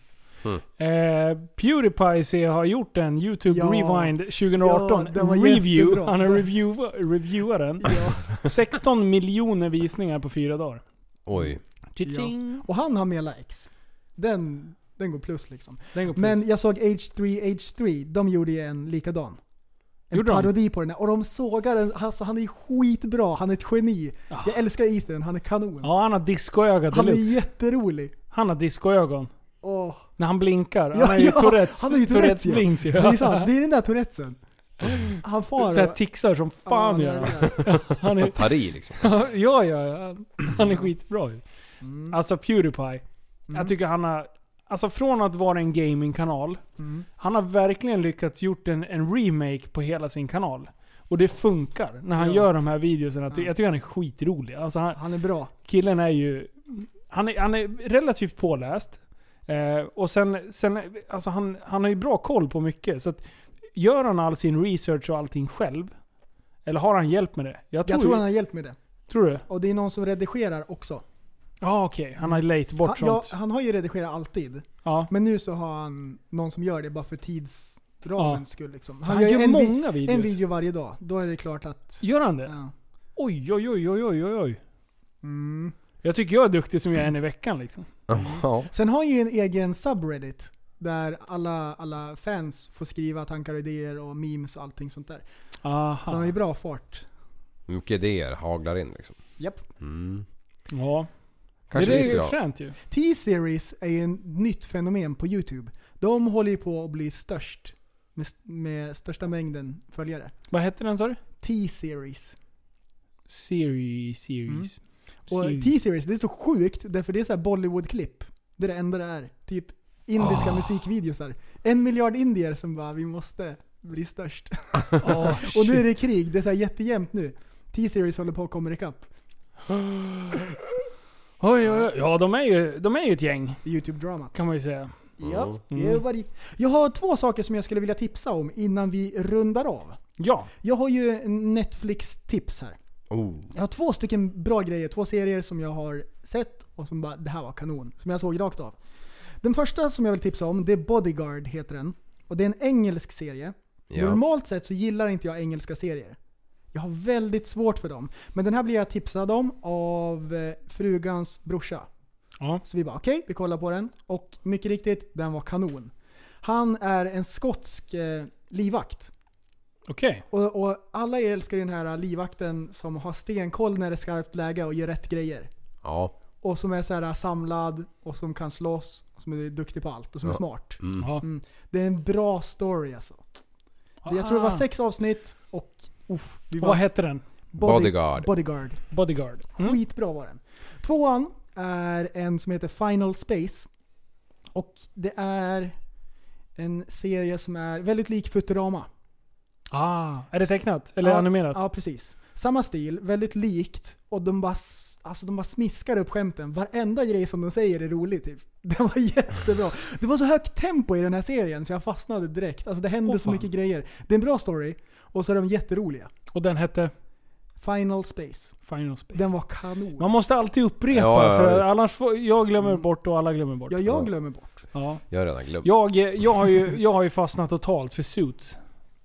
S4: PewDiePie har gjort en YouTube Rewind 2018 review. Han har reviewat den. 16 miljoner visningar på 4 dagar.
S5: Oj.
S6: Ja. Och han har mer likes. Den går plus liksom.
S4: Den går plus.
S6: Men jag såg H3, de gjorde ju en likadan. En parodi på den här. Och de sågar den. Alltså, han är skitbra. Han är ett geni. Jag älskar Ethan. Han är kanon.
S4: Ja, han har discoögon.
S6: Han är jätterolig.
S4: Han har discoögon. När han blinkar. Han har ju Tourettes.
S6: Han har ju Tourettes
S4: blinks ju.
S6: Det är sant. Det är den där Tourettesen. Han far
S4: så här tixar som fan gör. Han är
S5: Tari liksom.
S4: ja. Han är skitbra ju. Alltså PewDiePie. Jag tycker han har... Alltså från att vara en gamingkanal. Han har verkligen lyckats gjort en remake på hela sin kanal. Och det funkar när han gör de här videorna. Jag tycker han är skitrolig. Alltså
S6: han är bra.
S4: Killen är ju... Han är relativt påläst. Och sen alltså han har ju bra koll på mycket. Så att, gör han all sin research och allting själv? Eller har han hjälp med det? Jag tror
S6: han har hjälp med det.
S4: Tror du?
S6: Och det är någon som redigerar också.
S4: Ja, okej. Han har late bort sånt.
S6: Ja, han har ju redigerat alltid. Ja. Men nu så har han någon som gör det bara för tidsramens skull. Liksom.
S4: Han gör många videos.
S6: En video varje dag. Då är det klart att...
S4: Gör han det?
S6: Ja.
S4: Oj. Jag tycker jag är duktig som jag är en i veckan liksom.
S6: Sen har han ju en egen subreddit. Där alla fans får skriva tankar och idéer och memes och allting sånt där.
S4: Aha.
S6: Så han har ju bra fart.
S5: Mycket idéer haglar in liksom.
S6: Japp.
S4: Ja.
S5: Kanske
S4: det är fränt ju.
S6: T-series är ju en nytt fenomen på YouTube. De håller ju på att bli störst. Med största mängden följare.
S4: Vad heter den, sa du?
S6: T-series.
S4: Series.
S6: Och T-series, det är så sjukt. Därför det är så här Bollywood-klipp. Det är det enda det är. Typ indiska musikvideosar. 1 miljard indier som bara, vi måste bli störst. Och nu är det krig. Det är så här jättejämnt nu. T-series håller på att komma ikapp.
S4: Oj. Ja, de är ju ett gäng.
S6: YouTube-dramat.
S4: Kan man ju säga.
S6: Ja. Jag har 2 saker som jag skulle vilja tipsa om innan vi rundar av.
S4: Ja.
S6: Jag har ju Netflix-tips här. Jag har 2 stycken bra grejer. 2 serier som jag har sett och som bara, det här var kanon. Som jag såg rakt av. Den första som jag vill tipsa om, det är Bodyguard heter den. Och det är en engelsk serie. Ja. Normalt sett så gillar inte jag engelska serier. Jag har väldigt svårt för dem. Men den här blir jag tipsad om av frugans brorsa. Ja. Så vi bara okej, vi kollar på den. Och mycket riktigt, den var kanon. Han är en skotsk livvakt.
S4: Okej.
S6: Och alla älskar den här livvakten som har stenkoll när det är skarpt läge och gör rätt grejer.
S5: Ja.
S6: Och som är så här samlad och som kan slåss och som är duktig på allt och som är smart. Det är en bra story alltså. Jag tror det var 6 avsnitt och
S4: vad hette den?
S6: Bodyguard. Skitbra var den. 2:an är en som heter Final Space. Och det är en serie som är väldigt lik Futurama.
S4: Är det tecknat? Eller animerat?
S6: Ja, precis. Samma stil, väldigt likt. Och de bara smiskar upp skämten. Varenda grej som de säger är rolig typ. Det var jättebra. Det var så högt tempo i den här serien så jag fastnade direkt. Alltså det hände så mycket grejer. Det är en bra story. Och så är de jätteroliga.
S4: Och den hette?
S6: Final Space. Den var kanon.
S4: Man måste alltid upprepa för annars jag glömmer bort och alla glömmer bort.
S6: Ja, jag glömmer bort.
S4: Ja.
S5: Jag har redan glömt.
S4: Jag har ju fastnat totalt för Suits.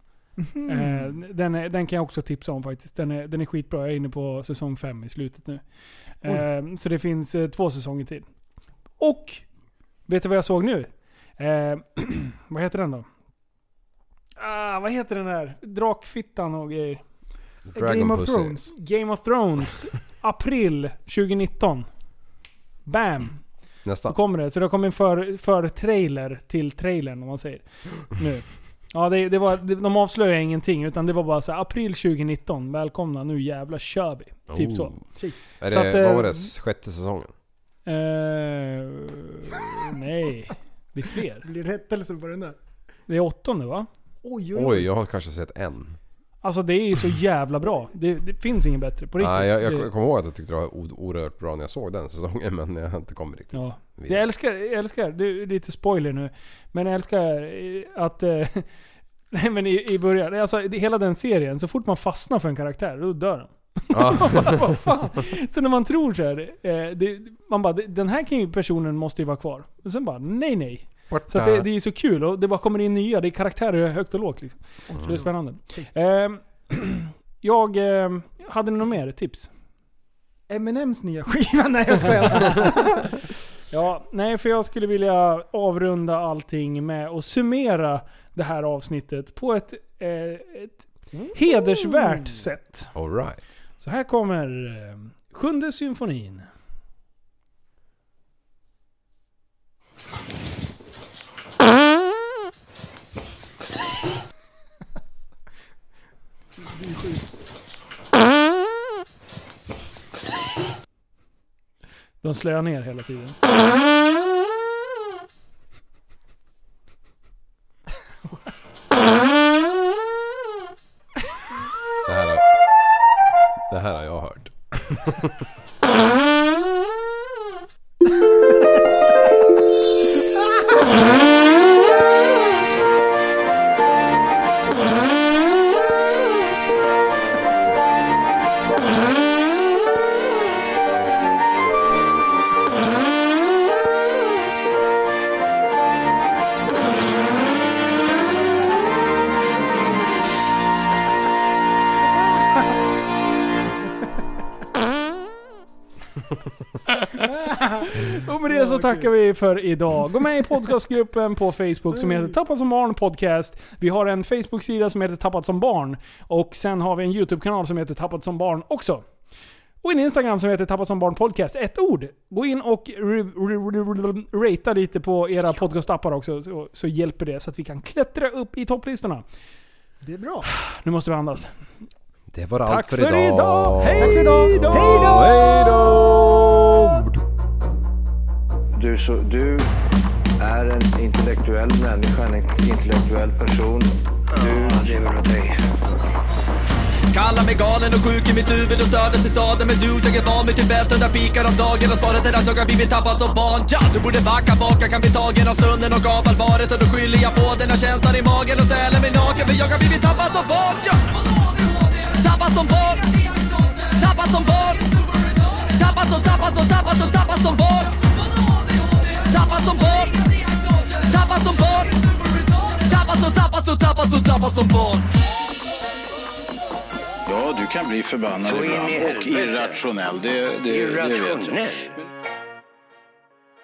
S4: Den kan jag också tipsa om faktiskt. Den är skitbra. Jag är inne på säsong 5 i slutet nu. Så det finns 2 säsonger till. Och vet du vad jag såg nu? Vad heter den då? Vad heter den här? Drakfittan och grejer. Game of Thrones. April 2019. Bam.
S5: Nästan.
S4: Då kommer det. Så det kommer en för trailer till trailern om man säger. Nu. Ja, de avslöjar ingenting utan det var bara så här, april 2019. Välkomna, nu jävla kör vi. Typ så.
S5: Är det, vad var det? 6:e säsongen?
S4: Nej. Det är fler.
S6: Blir rättelse på den där?
S4: Det är 8:e va?
S5: Oj, jag har kanske sett en.
S4: Alltså det är så jävla bra. Det finns ingen bättre på riktigt.
S5: Nej, jag kommer ihåg att jag tyckte det var orört bra när jag såg den säsongen, men jag har inte kommit riktigt.
S4: Ja. Jag älskar, det är lite spoiler nu, men jag älskar att nej men i början, alltså hela den serien, så fort man fastnar för en karaktär, då dör den. Vad fan? Så när man tror så här, man bara, den här personen måste ju vara kvar. Och sen bara, nej. Så att det är så kul och det bara kommer in nya, det är karaktärer högt och lågt liksom. Så det är spännande. Jag hade något mer tips.
S6: Eminems nya skiva? Nej, jag skojar.
S4: Ja, nej, för jag skulle vilja avrunda allting med att summera det här avsnittet på ett hedersvärt sätt.
S5: All right.
S4: Så här kommer 7:e symfonin. De slöar ner hela tiden.
S5: Det här har jag hört.
S4: Och med det så tackar vi för idag. Gå med i podcastgruppen på Facebook som heter Tappat som barn podcast. Vi har en Facebook-sida som heter Tappat som barn. Och sen har vi en YouTube-kanal som heter Tappat som barn också. Och en Instagram som heter Tappat som barn podcast. Ett ord. Gå in och ratea lite på era podcastappar också. Så hjälper det så att vi kan klättra upp i topplistorna.
S6: Det är bra.
S4: Nu måste vi andas.
S5: Det var allt
S4: Tack
S5: för idag.
S4: Hej
S6: Tack för idag.
S5: Hej då.
S1: Du är en intellektuell människa, en intellektuell person. Du lever åt dig.
S2: Kallar mig galen och sjuk i mitt huvud och stördes i staden. Men du, jag är van vid Tibet under fikar om dagen. Och svaret är att jag har blivit tappad som barn. Ja, du borde backa bak, jag kan bli tagen av stunden och av allvaret. Och då skyller jag på den här känslan i magen och ställer mig naken. För jag har blivit tappad som barn. Ja. Tappad som barn. Tappad som barn. Tappad som barn. Tappad som barn. Tappad som barn. Tappad som barn.
S3: Ja, du kan bli förbannad ibland och irrationell. Det vet jag.